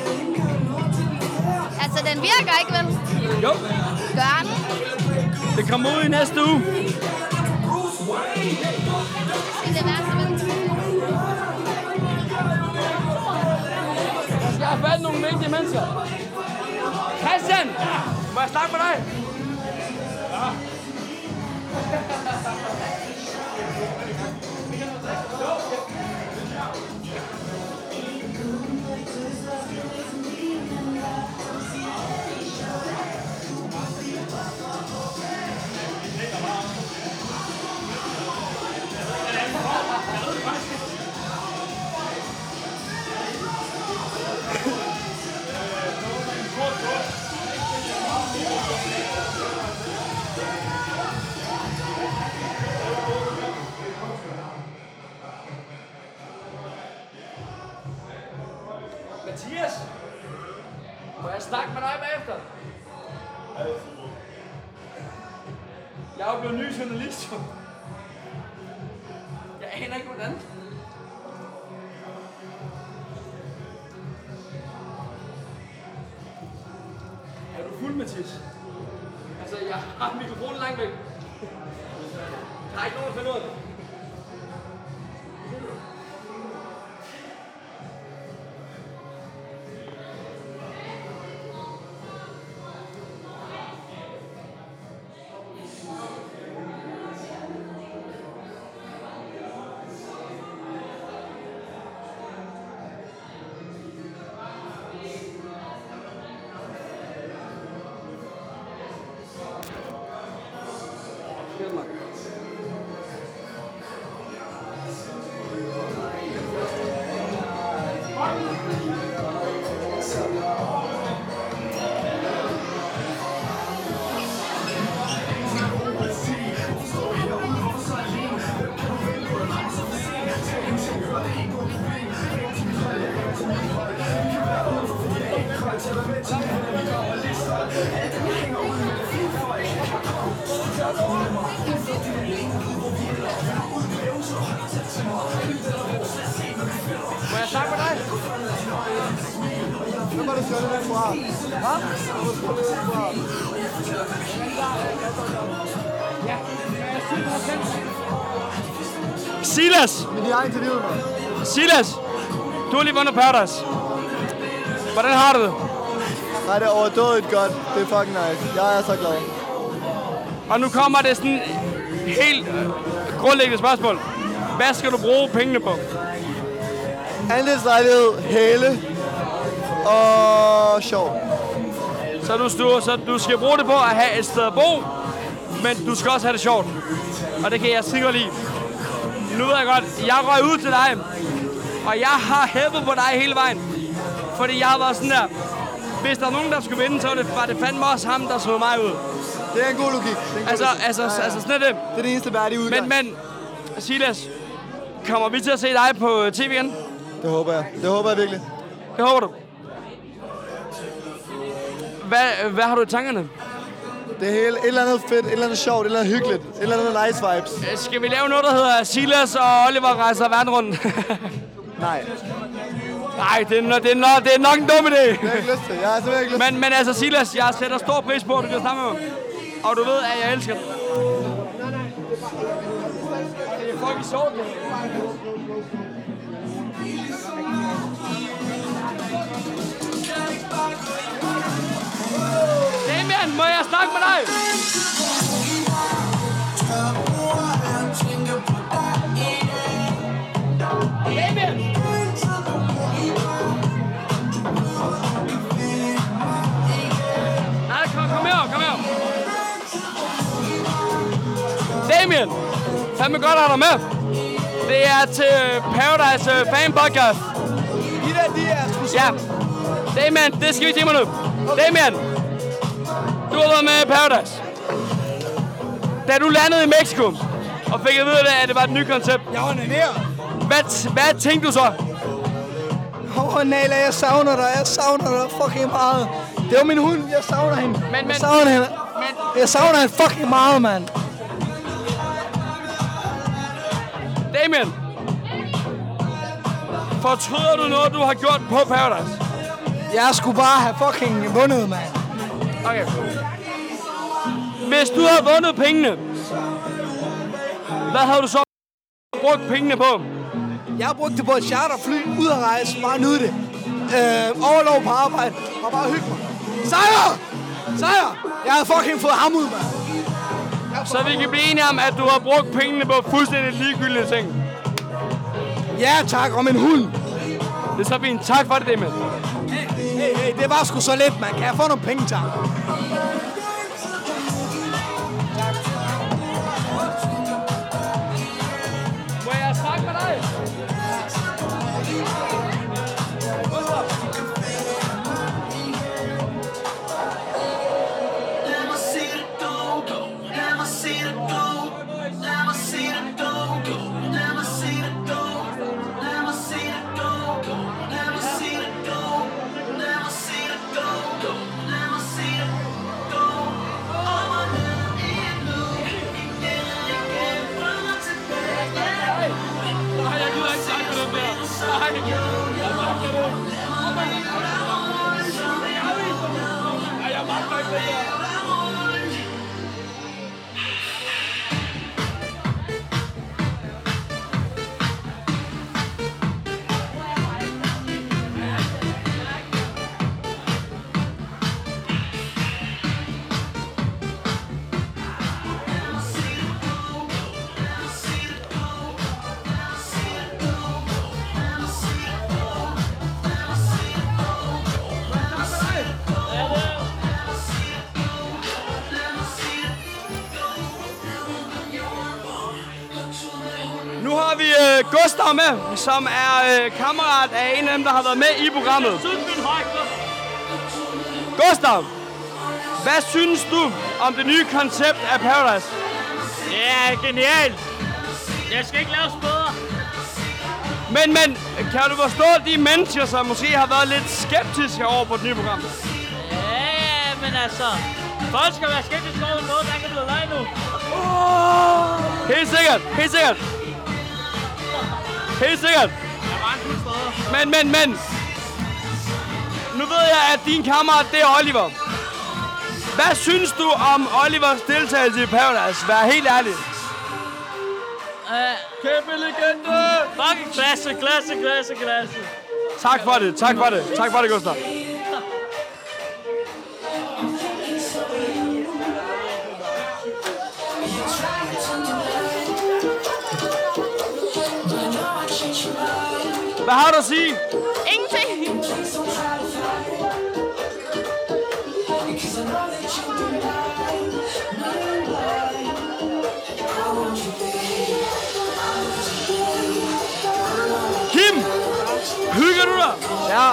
Altså, den virker ikke, vel? Jo. Gør den? Det kommer ud i næste uge. Det er værste menneske. Jeg har fat nogle vigtige mennesker. Christian! Må jeg snakke med dig? Ja. Mathias, må jeg snakke med dig bagefter? Jeg er jo blevet ny journalist. Jeg aner ikke, hvordan. Er du fuld, Mathias? Altså, jeg har mikrofonen langt væk. Der er ikke nogen at finde ud af det. Må jeg snakke med dig? Nu må du slå det væk fra. Hvad? Nu må du slå det væk fra. Ja, Silas! Men de har interviewet mig. Silas! Du har lige vundet Paradise. Hvordan har du det? Nej, det er overdådigt godt. Det er fucking nice. Jeg er så glad. Og nu kommer det sådan helt grundlæggende spørgsmål. Hvad skal du bruge pengene på? Andelslejlighed, hæle og sjov. Så du skal bruge det på at have et sted at bo, men du skal også have det sjovt. Og det kan jeg sikkert lide. Nu ved jeg godt, jeg røg ud til dig, og jeg har hæppet på dig hele vejen. Fordi jeg har været sådan der, hvis der er nogen, der skulle vinde, så var det fandme også ham, der smed mig ud. Det er en god logik. Altså, sådan er det. Det er det eneste værdige udgang. Men, Silas, kommer vi til at se dig på tv igen? Det håber jeg. Det håber jeg virkelig. Det håber du. Hvad har du i tankerne? Det hele. Et eller andet fedt, et eller andet sjovt, et eller andet hyggeligt, et eller andet nice vibes. Skal vi lave noget, der hedder Silas og Oliver rejser verden rundt? Nej. Nej, det er nok en dum idé. Det har jeg ikke lyst til. Jeg har simpelthen ikke lyst til. Men altså, Silas, jeg sætter stor pris på, at du kan snakke med mig. Og du ved, at jeg elsker dig. Det er fucking sjovt. Damian, må jeg snakke med dig? Damian! Nej, kom her. Damian! Fandme godt at have dig med. Det er til Paradise Fan Podcast. De er sgu. Ja. Damian, det skal vi til mig nu. Damian! Du har været med i Paradise. Da du landede i Mexico, og fik at vide, at det var et nyt koncept. Jeg var nænere. Hvad tænkte du så? Nala, jeg savner dig fucking meget. Det var min hund, jeg savner hende. Jeg savner hende fucking meget, mand. Damian, fortryder du noget, du har gjort på Paradise? Jeg skulle bare have fucking vundet, mand. Okay. Hvis du havde vundet pengene, hvad havde du så brugt pengene på? Jeg har brugt det på et charterfly, ud at rejse, bare nyde det. Overlov på arbejde, og bare hygge mig. Sejr! Jeg havde fucking fået ham ud, mand. Så vi kan blive enige om, at du har brugt pengene på fuldstændig ligegyldige ting. Ja, tak, og min hund. Det er så fint. Tak for det, Damian. Hey, det var sgu så let, man. Kan jeg få nogle penge, tak? Må jeg snakke med dig? Gustav med, som er kammerat af en af dem, der har været med i programmet. Gustav, hvad synes du om det nye koncept af Paradise? Det er genialt. Jeg skal ikke laves bedre. Men, kan du forstå de mennesker, som måske har været lidt skeptiske over på det nye program? Ja, men altså, folk skal være skeptiske over noget, der kan blive løgn nu. Helt sikkert, helt sikkert. Helt sikkert. Men. Nu ved jeg, at din kammerat, det er Oliver. Hvad synes du om Olivers deltagelse i Paradise? Vær helt ærlig. Kæmpe legende! Fucking klasse. Tak for det, Gustav. Hvad har du at sige? Ingenting. Kim! Hygger du dig? Ja.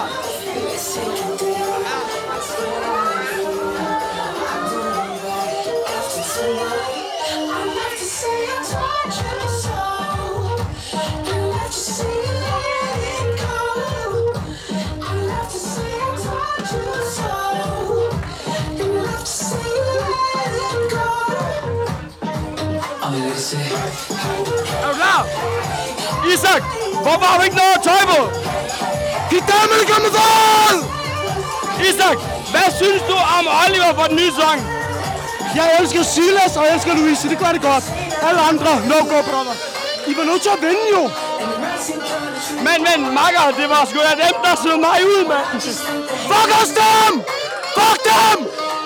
Er du klar? Isak, hvorfor har du ikke noget tøj på? Giv damen komme for! Isak, hvad synes du om Oliver på den nye sang? Jeg elsker Silas, og jeg elsker Louise. Det gør det godt. Alle andre, no go, brother. I var nødt til at vinde, jo. Men, makker, det var sgu da dem, der slog mig ud, mand. Fuck os dem! Fuck dem!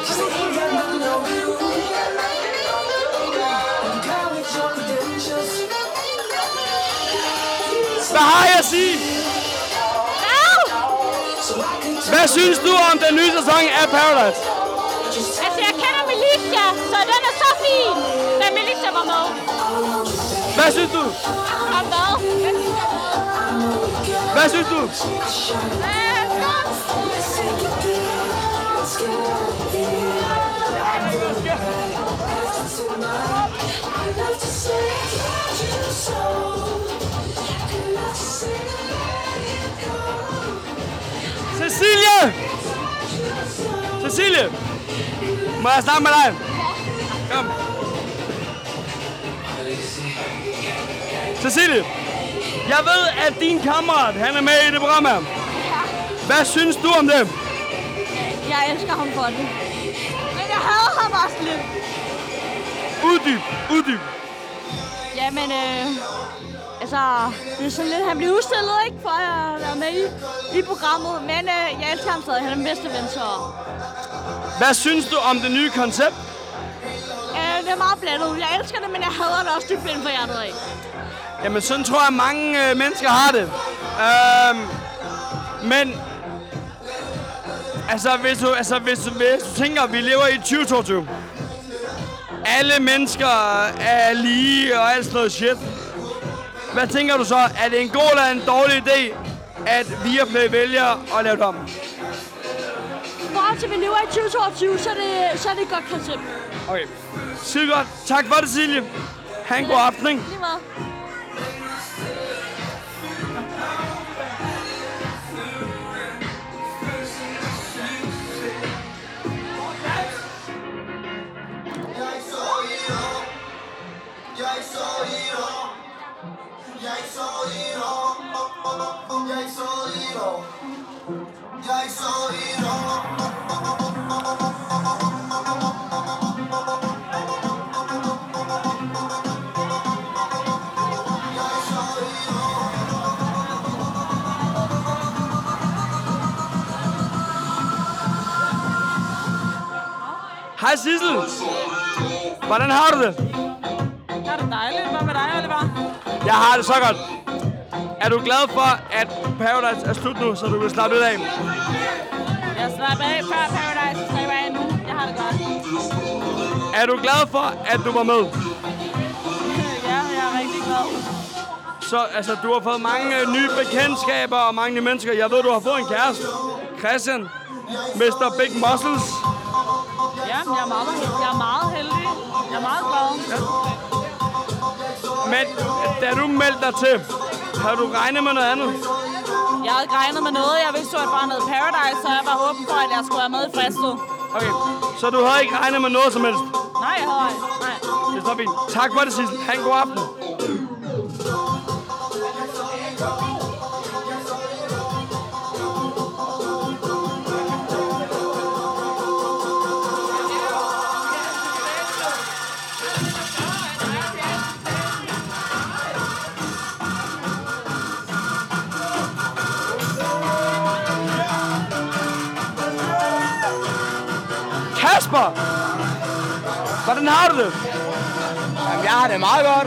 Hvad har jeg at sige? Hvad synes du om den nye sæson af Paradise? Altså, jeg kender Melissa, så den er så fin, da Melissa var med. Hvad synes du? Om hvad? Hvad synes du? Cecilie! Må jeg snakke med dig? Kom. Cecilie, jeg ved, at din kammerat, han er med i det program her. Hvad synes du om det? Jeg elsker ham for det. Men jeg hader ham også lidt. Uddyb. Jamen, altså, det er sådan lidt, han bliver udstillet, ikke, for at være med i programmet. Men jeg elsker ham stadig, han er den bedste ven, så... Hvad synes du om det nye koncept? Det er meget blandet. Jeg elsker det, men jeg hader det også dybt inden for hjertet af. Jamen, sådan tror jeg, mange mennesker har det. Men... hvis du tænker, at vi lever i 2022. Alle mennesker er lige og alt sådan noget shit. Hvad tænker du så? Er det en god eller en dårlig idé, at Viaplay vælger at lave det om? I forhold til, at vi lever i 2022, så er det et godt koncept. Okay. Skide godt. Tak for det, Silje. Ha' en god aften, ikke? Lige meget. Hej Sissel. Hvordan har du det? Jeg har det dejligt. Hvad med dig, Oliver? Jeg har det så godt. Er du glad for, at Paradise er slut nu, så du kan slappe lidt af? Jeg slapper af før Paradise, så jeg er nu. Jeg har det godt. Er du glad for, at du var med? Ja, jeg er rigtig glad. Så altså, du har fået mange nye bekendtskaber og mange nye mennesker. Jeg ved, du har fået en kæreste. Christian. Mr. Big Muscles. Ja, jeg er meget heldig. Jeg er meget glad. Ja. Men da du meldte dig til, havde du regnet med noget andet? Jeg havde ikke regnet med noget. Jeg vidste jo, at der var noget Paradise, så jeg var åben for, at jeg skulle være med i Fristet. Okay, så du havde ikke regnet med noget som helst? Nej, jeg havde ikke. Nej. Det er så fint. Tak for det, Sissel. Ha' en god aften. Kasper! Hvordan har du det? Jamen, jeg har det meget godt.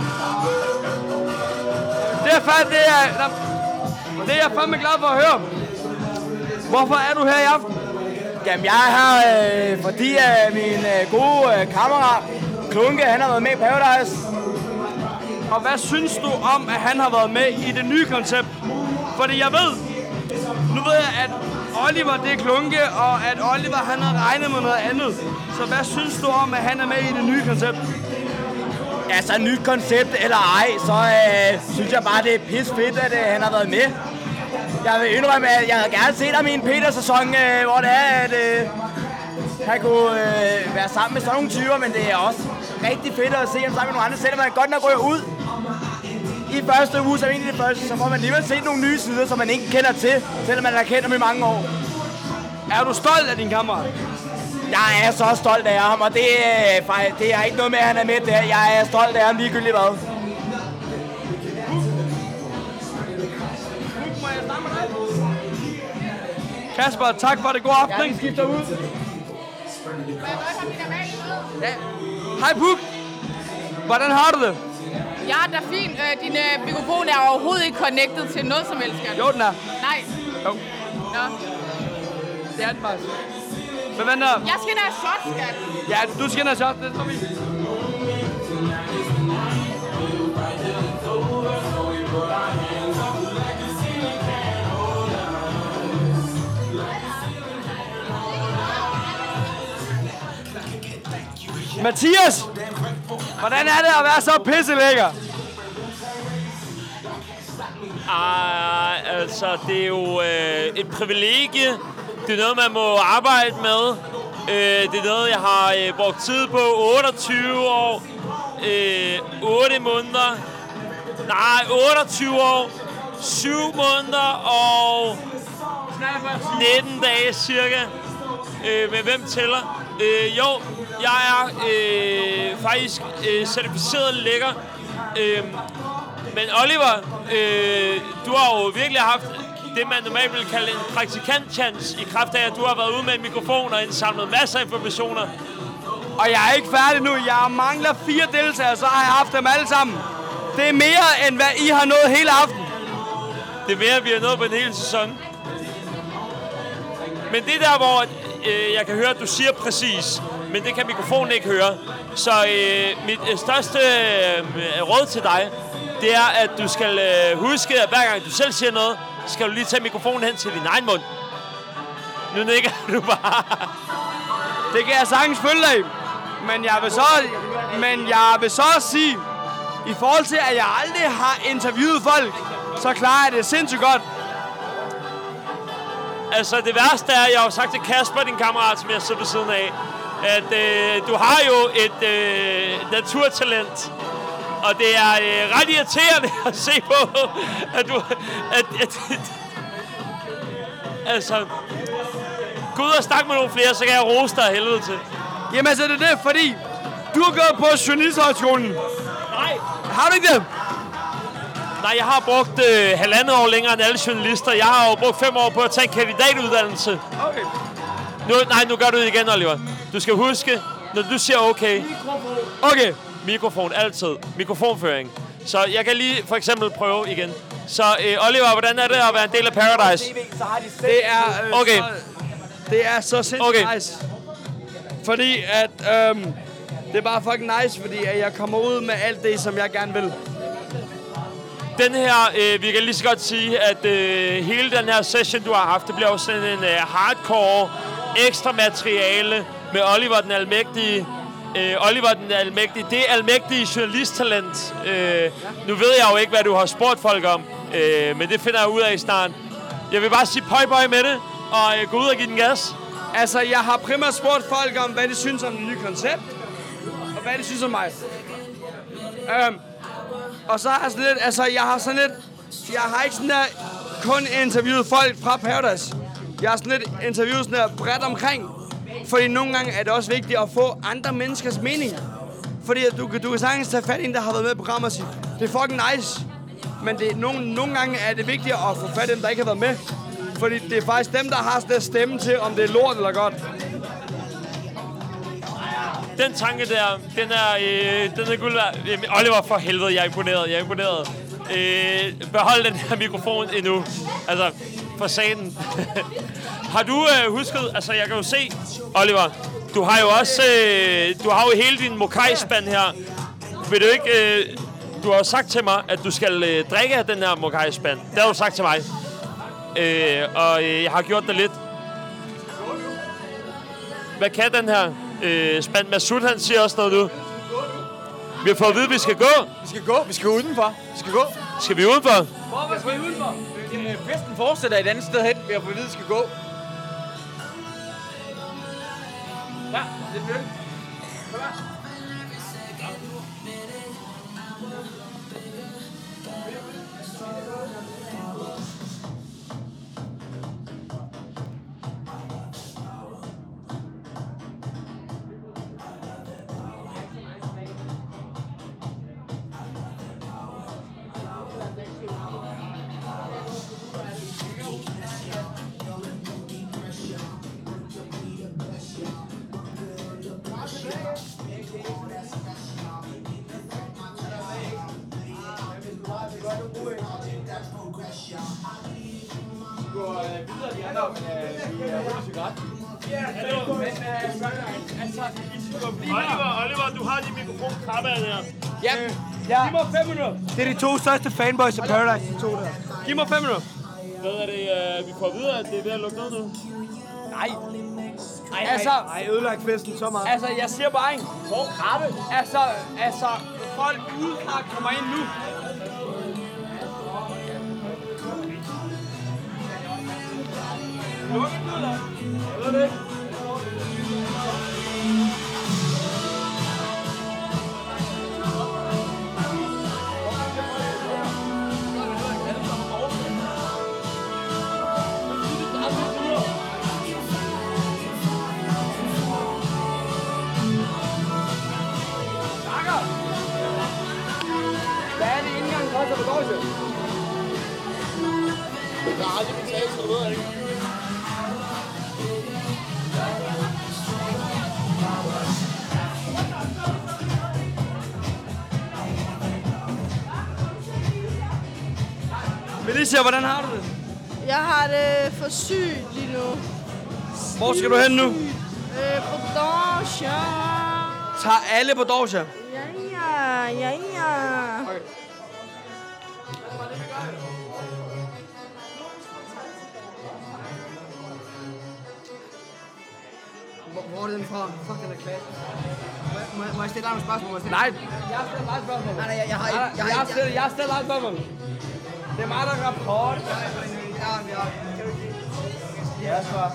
Det er jeg fandme glad for at høre. Hvorfor er du her i aften? Jamen, jeg er her, fordi min gode kammerat, Klunke, han har været med i Paradise. Og hvad synes du om, at han har været med i det nye koncept? Fordi jeg ved, at Oliver, det er Klunke, og at Oliver, han har regnet med noget andet. Så hvad synes du om, at han er med i det nye koncept? Ja, så nyt koncept eller ej, så synes jeg bare, det er pisfedt, at han har været med. Jeg vil indrømme, at jeg havde gerne set ham i en Peter-sæson, hvor det er, at han kunne være sammen med sådan nogle typer, men det er også rigtig fedt at se ham sammen med nogle andre, selvom man godt nok ryger ud i første uge, som egentlig det første, så får man alligevel set nogle nye sider, som man ikke kender til, selvom man har kendt ham i mange år. Er du stolt af din kammerat? Jeg er så stolt af ham, og det har ikke noget med, at han er med der. Jeg er stolt af ham ligegyldigt hvad. Kasper, tak for det. God aften. Jeg skifter ud. Ja. Hej Puk. Hvordan har du det? Ja, det er fint. Din mikrofon er overhovedet ikke connected til noget som helst. Jo, den er. Nej. Jo. Nå. Det er den faktisk. Men vent der. Jeg skal have shots, skat. Ja, du skal have shots. Det er så fint. Mathias! Hvordan er det at være så pisselækker? Altså, det er jo et privilegie. Det er noget, man må arbejde med. Det er noget, jeg har brugt tid på. 28 år. 8 måneder. Nej, 28 år. 7 måneder og 19 dage cirka. Med hvem tæller? Jo, jeg er faktisk certificeret lækker. Men Oliver, du har jo virkelig haft det, man normalt vil kalde en praktikantchance i kraft af, at du har været ude med en mikrofon og indsamlet masser af informationer. Og jeg er ikke færdig nu. Jeg mangler 4 deltagere, så har jeg haft dem alle sammen. Det er mere, end hvad I har nået hele aften. Det er mere, end vi har nået på en hel sæson. Men det der, hvor jeg kan høre, at du siger præcis, men det kan mikrofonen ikke høre. Så mit største råd til dig, det er, at du skal huske, at hver gang du selv siger noget, skal du lige tage mikrofonen hen til din egen mund. Nu nikker du bare. Det kan jeg sagtens følge dig. Men jeg vil så sige, i forhold til, at jeg aldrig har interviewet folk, så klarer jeg det sindssygt godt. Altså, det værste er, jeg har jo sagt til Kasper, din kammerat, som jeg sidder ved siden af, at du har jo et naturtalent. Og det er ret irriterende at se på, at du... altså... Gå ud og snak med nogle flere, så kan jeg rose dig af helvede til. Jamen altså, det er det, fordi du har gået på Journalisthøjskolen. Nej. Har du ikke det? Nej, jeg har brugt 1,5 år længere end alle journalister. Jeg har jo brugt 5 år på at tage en kandidatuddannelse. Okay. Nu gør du det igen, Oliver. Du skal huske, når du siger okay. Okay. Mikrofon, altid. Mikrofonføring. Så jeg kan lige for eksempel prøve igen. Så Oliver, hvordan er det at være en del af Paradise? Det er... okay. Det er så sindssygt nice. Fordi at... det er bare fucking nice, fordi at jeg kommer ud med alt det, som jeg gerne vil. Den her, vi kan lige så godt sige, at hele den her session, du har haft, det bliver jo sådan en hardcore ekstra materiale med Oliver den Almægtige. Oliver den Almægtige, det er almægtige journalisttalent. Nu ved jeg jo ikke, hvad du har spurgt folk om, men det finder jeg ud af snart. Jeg vil bare sige pøj med det, og gå ud og give den gas. Altså, jeg har primært spurgt folk om, hvad de synes om det nye koncept, og hvad de synes om mig. Og så har jeg sådan lidt, altså, jeg har ikke sådan der kun interviewet folk fra Paradise. Jeg har sådan lidt interviewet sådan der bredt omkring. Fordi nogle gange er det også vigtigt at få andre menneskers mening. Fordi at du kan sagtens tage fat i en, der har været med i programmet og sige, det er fucking nice. Men nogle gange er det vigtigt at få fat i dem, der ikke har været med. Fordi det er faktisk dem, der har sådan der stemme til, om det er lort eller godt. Den tanke der, den er guld værd. Oliver, for helvede, jeg er imponeret. Behold den her mikrofon endnu. Altså, for satan. Har du husket, altså jeg kan jo se, Oliver, du har jo også, du har jo hele din mokai-spand her. Vil du ikke, du har jo sagt til mig, at du skal drikke af den her mokai-spand. Det har du sagt til mig. Og jeg har gjort det lidt. Hvad kan den her spand? Masud, han siger også noget nu. Vi har fået at vide, at vi skal gå. Vi skal udenfor. Skal vi udenfor? Hvor skal vi udenfor? Festen fortsætter et andet sted hen. Vi har fået at vide, at vi skal gå. Ja, det er det. Oliver, du har din mikrofon krabbet der. Ja. Giv mig 5 minutter. Det er de 2 største fanboys af Paradise, de 2 der. Giv mig 5 minutter. Hvad er det, vi får videre, at det er ved at lukke ned nu? Nej. Ej, ødelagt festen så meget. Altså, jeg siger bare ikke. Hvor krabbe? Altså, folk udefra kommer ind nu. Luk nu, eller? Jeg ved det ikke. Hvad er det indgang koster på gårdsø? Det kan aldrig betale, så du ved ikke. Melissa, hvordan har du det? Jeg har det for sygt lige nu. Hvor skal du hen nu? På Dorsia. Tager alle på Dorsia? Ja. Okay. Hvor er den fra? Fuck, den er klasse. Må jeg stille dig nogle spørgsmål? Nej, jeg stiller dig et spørgsmål. Nej, jeg stiller dig et spørgsmål. Det er mig, der rapport. Ja, svar.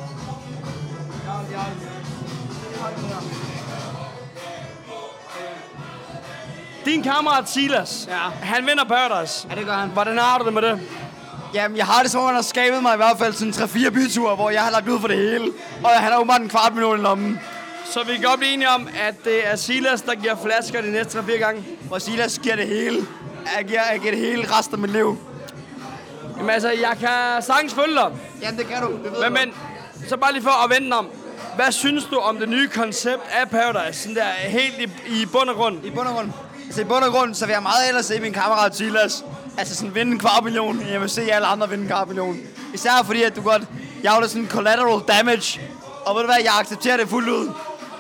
Din kammerat Silas, han vinder Paradise. Ja, det gør han. Hvordan har du det med det? Jamen, jeg har det som om, han har skabet mig i hvert fald sådan 3-4 byture, hvor jeg har lagt ud for det hele. Og han har jo bare en kvart minut i lommen. Så vi kan godt blive enige om, at det er Silas, der giver flasker de næste 3-4 gange. Og Silas giver det hele. Jeg giver det hele resten af mit liv. Jamen altså, jeg kan sagtens følge dig. Jamen, det kan du. Det men så bare lige for at vente om. Hvad synes du om det nye koncept af Paradise? Sådan der helt i bund og grund. I bund og grund? Altså i bund og grund, så vil jeg meget hellere se min kammerat Silas. Altså sådan vinde en kvart million. Jeg vil se alle andre vinde en kvart million. Især fordi, at du godt... Jeg har jo sådan collateral damage. Og ved du hvad, jeg accepterer det fuldt ud.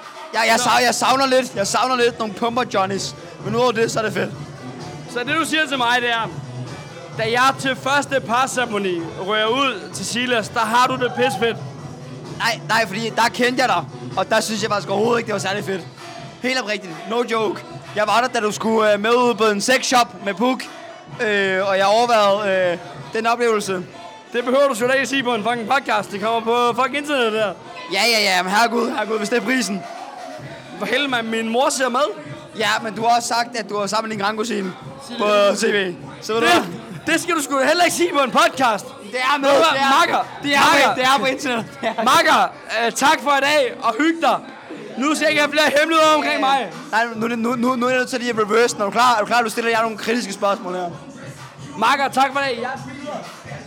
Jeg savner lidt nogle pumper Johnnies. Men udover det, så er det fedt. Så det du siger til mig, det er... Da jeg til første parceremoni rører ud til Silas, der har du det pisfedt. Nej, fordi der kendte jeg dig, og der synes jeg faktisk overhovedet ikke, det var særlig fedt. Helt oprigtigt, no joke. Jeg var der, da du skulle med ud på en sexshop med Puk, og jeg overvejede den oplevelse. Det behøver du sgu da ikke at sige på en fucking podcast. Det kommer på fucking internet der. Ja, men herregud, hvis det er prisen. For helvede, man, min mor ser med. Ja, men du har også sagt, at du var sammen med din grandkusine på tv. Så ved du det skal du sgu heller ikke sige på en podcast. Det er med. Det er på internet. Makker, tak for i dag, og hygge dig. Nu skal jeg ikke have flere hemmeligheder omkring mig. Nej, nu er jeg nødt til lige at reverse. Er du klar, du stiller jer nogle kritiske spørgsmål her? Makker, tak for i dag. Jeg skal videre.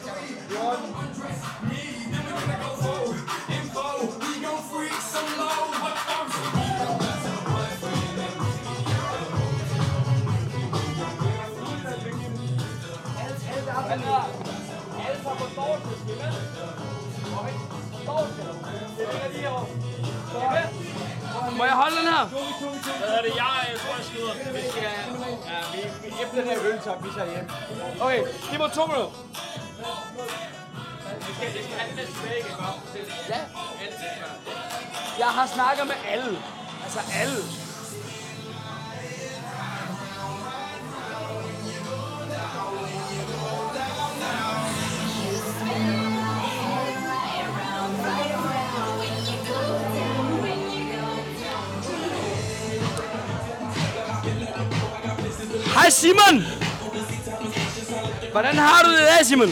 Må jeg holde den her? Hvad er det? Jeg tror, jeg skyder. Vi efter den her øltop, vi tager hjem. Okay, giv mig 2 minutter. Vi skal have den tilbage, ikke? Ja. Jeg har snakket med alle. Altså alle. Hej Simon! Hvordan har du det i dag, Simon?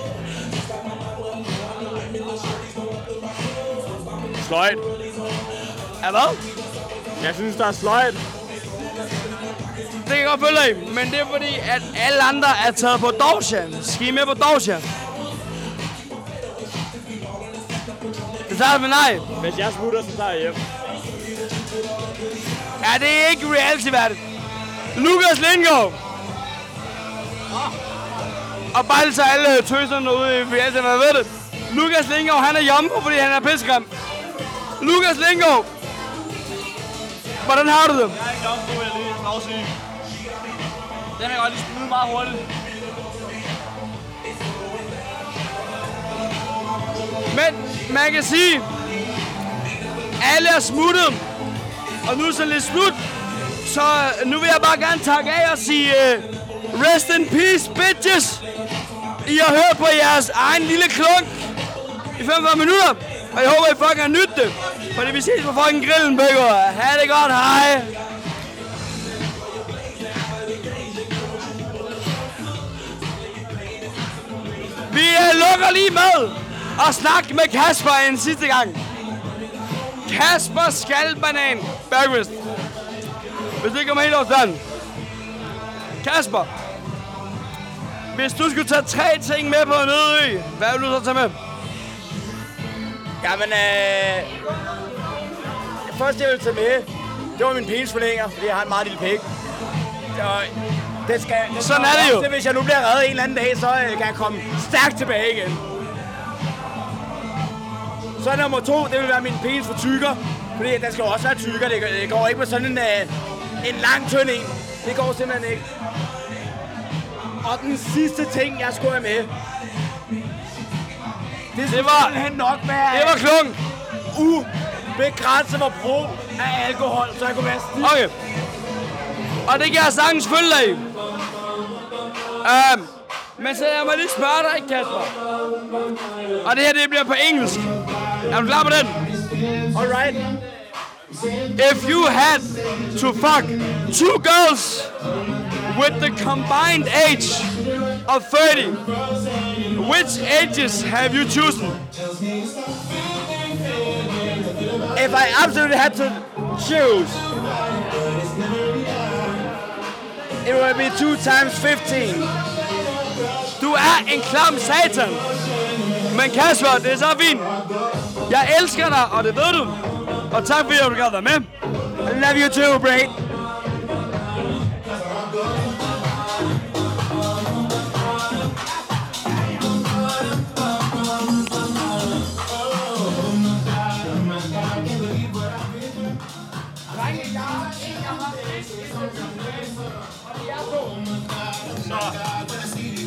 Sløjt. Ja, hvad? Jeg synes, der er sløjt. Det kan jeg godt følge dig, men det er fordi, at alle andre er taget på Dorsian. Skal I med på Dorsian? Det tager med nej. Hvis jeg smutter, så tager jeg hjem. Ja, det er ikke reality-værdigt. Lukas Lindgaard. Og bare så alle tøserne derude i reality, hvad ved det? Lukas Lindgaard, han er jompo, fordi han er pissegrim. Lukas Lindgaard. Hvordan har du det? Jeg er ikke jompo, vil jeg lige afsige. Den er godt lige spillet meget hurtigt. Men man kan sige, alle er smuttet. Og nu er så lidt slut. Så nu vil jeg bare gerne takke af og sige rest in peace, bitches. I har hørt på jeres egen lille klunk i 45 minutter. Og jeg håber, I fucking har nydt det. Fordi vi ses på fucking grillen, bøger. Ha' det godt, hej. Vi lukker lige med og snakke med Kasper en sidste gang. Kasper Skalbanan Bergvist. Hvis det kommer helt over stand. Kasper. Hvis du skulle tage 3 ting med på en øde ø, hvad vil du så tage med? Jamen, det første, jeg ville tage med, det var min penisforlænger, fordi jeg har en meget lille pæk. Sådan er det jo. Hvis jeg nu bliver reddet en eller anden dag, så kan jeg komme stærkt tilbage igen. Så nummer 2, det vil være min penis for tykker. Fordi den skal jo også være tykker. Det går ikke med sådan en lang tynd en. Det går simpelthen ikke. Og den sidste ting, jeg skulle have med, det var simpelthen nok være... Det var klunk! Begrænset forbrug af alkohol, så jeg kunne være stiv. Okay. Og det kan jeg sagtens følge dig i. Men så jeg må lige spørge dig, Kasper. Og det her, det bliver på engelsk. Er du klar på den? Alright. If you had to fuck 2 girls with the combined age of 30, which ages have you chosen? If I absolutely had to choose, it would be 2 times 15. Du er en klam satan. Men Kasper, det er så fint. Jeg elsker dig, og det ved du. Og tak fordi du gad være med. I love you too, Braid.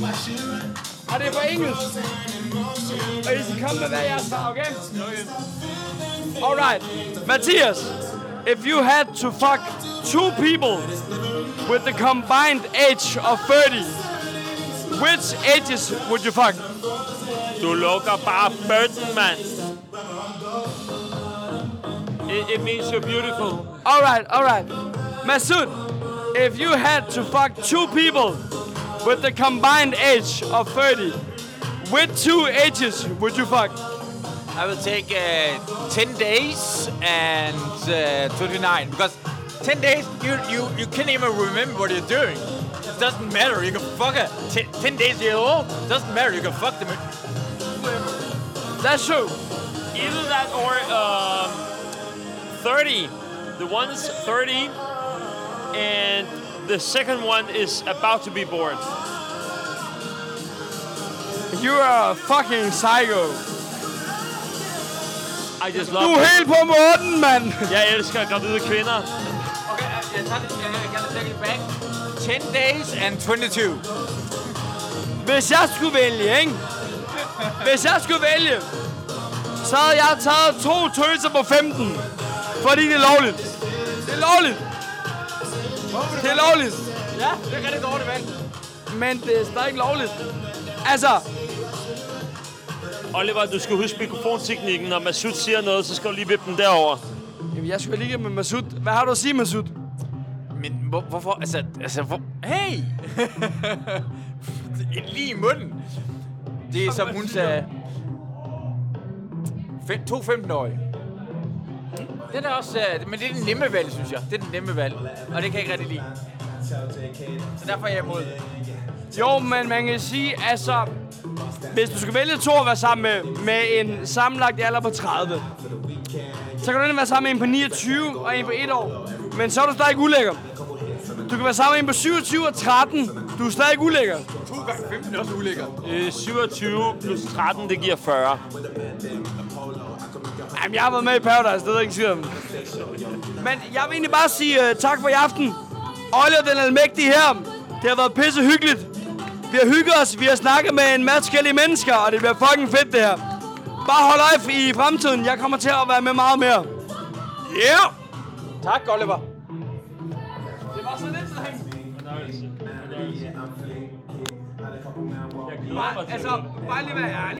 Og det er på engelsk. Og I skal komme med, hvad jeg svarer, okay? Alright. Mathias, if you had to fuck 2 people with the combined age of 30, which ages would you fuck? Du lukker bare bøtten, mand. It means you're beautiful. Alright. Masoud, if you had to fuck 2 people with the combined age of 30, which 2 ages would you fuck? I will take 10 days and 29 because 10 days you can't even remember what you're doing. It doesn't matter. You can fuck a 10 days year old. It doesn't matter. You can fuck them. That's true. Either that or 30. The one's 30 and the second one is about to be bored. You are a fucking psycho. I just love du er helt på måden, mand. Jeg elsker gravide kvinder. Okay, jeg tager det back. 10 days and 22. Hvis jeg skulle vælge, ikke? Så havde jeg taget 2 tøser på 15. Fordi det er lovligt. Det er lovligt. Ja, det er rigtig dårligt valg. Men det er stadig lovligt. Altså... Oliver, du skal huske mikrofonteknikken. Når Masoud siger noget, så skal du lige vippe den derover. Jamen, jeg skal lige med Masoud. Hvad har du at sige, Masoud? Men hvorfor? Altså, hvor... Hey! Lige i munden. Det er som hun sagde... 2 15-årige. Det er da også... Men det er den nemme valg, synes jeg. Det er den nemme valg. Og det kan jeg ikke rigtig lide. Så derfor er jeg imod. Jo, men man kan sige, altså... Hvis du skal vælge 2 at være sammen med en sammenlagt alder på 30, så kan du enten være sammen med en på 29 og en på 1 år. Men så er du stadig ulækker. Du kan være sammen med en på 27 og 13. Du er stadig ulækker. 2 gange 15 er også ulækker. 27 plus 13, det giver 40. Jamen, jeg har været med i Paradise, det er ikke siger. Men jeg vil egentlig bare sige tak for i aften. Oliver den almægtige her. Det har været pisse hyggeligt. Vi har hygget os, vi har snakket med en masse forskellige mennesker, og det bliver fucking fedt det her. Bare hold øje i fremtiden, jeg kommer til at være med meget mere. Yeah! Tak, Oliver. Det var så lidt sådan. Altså, bare lige være ærlig.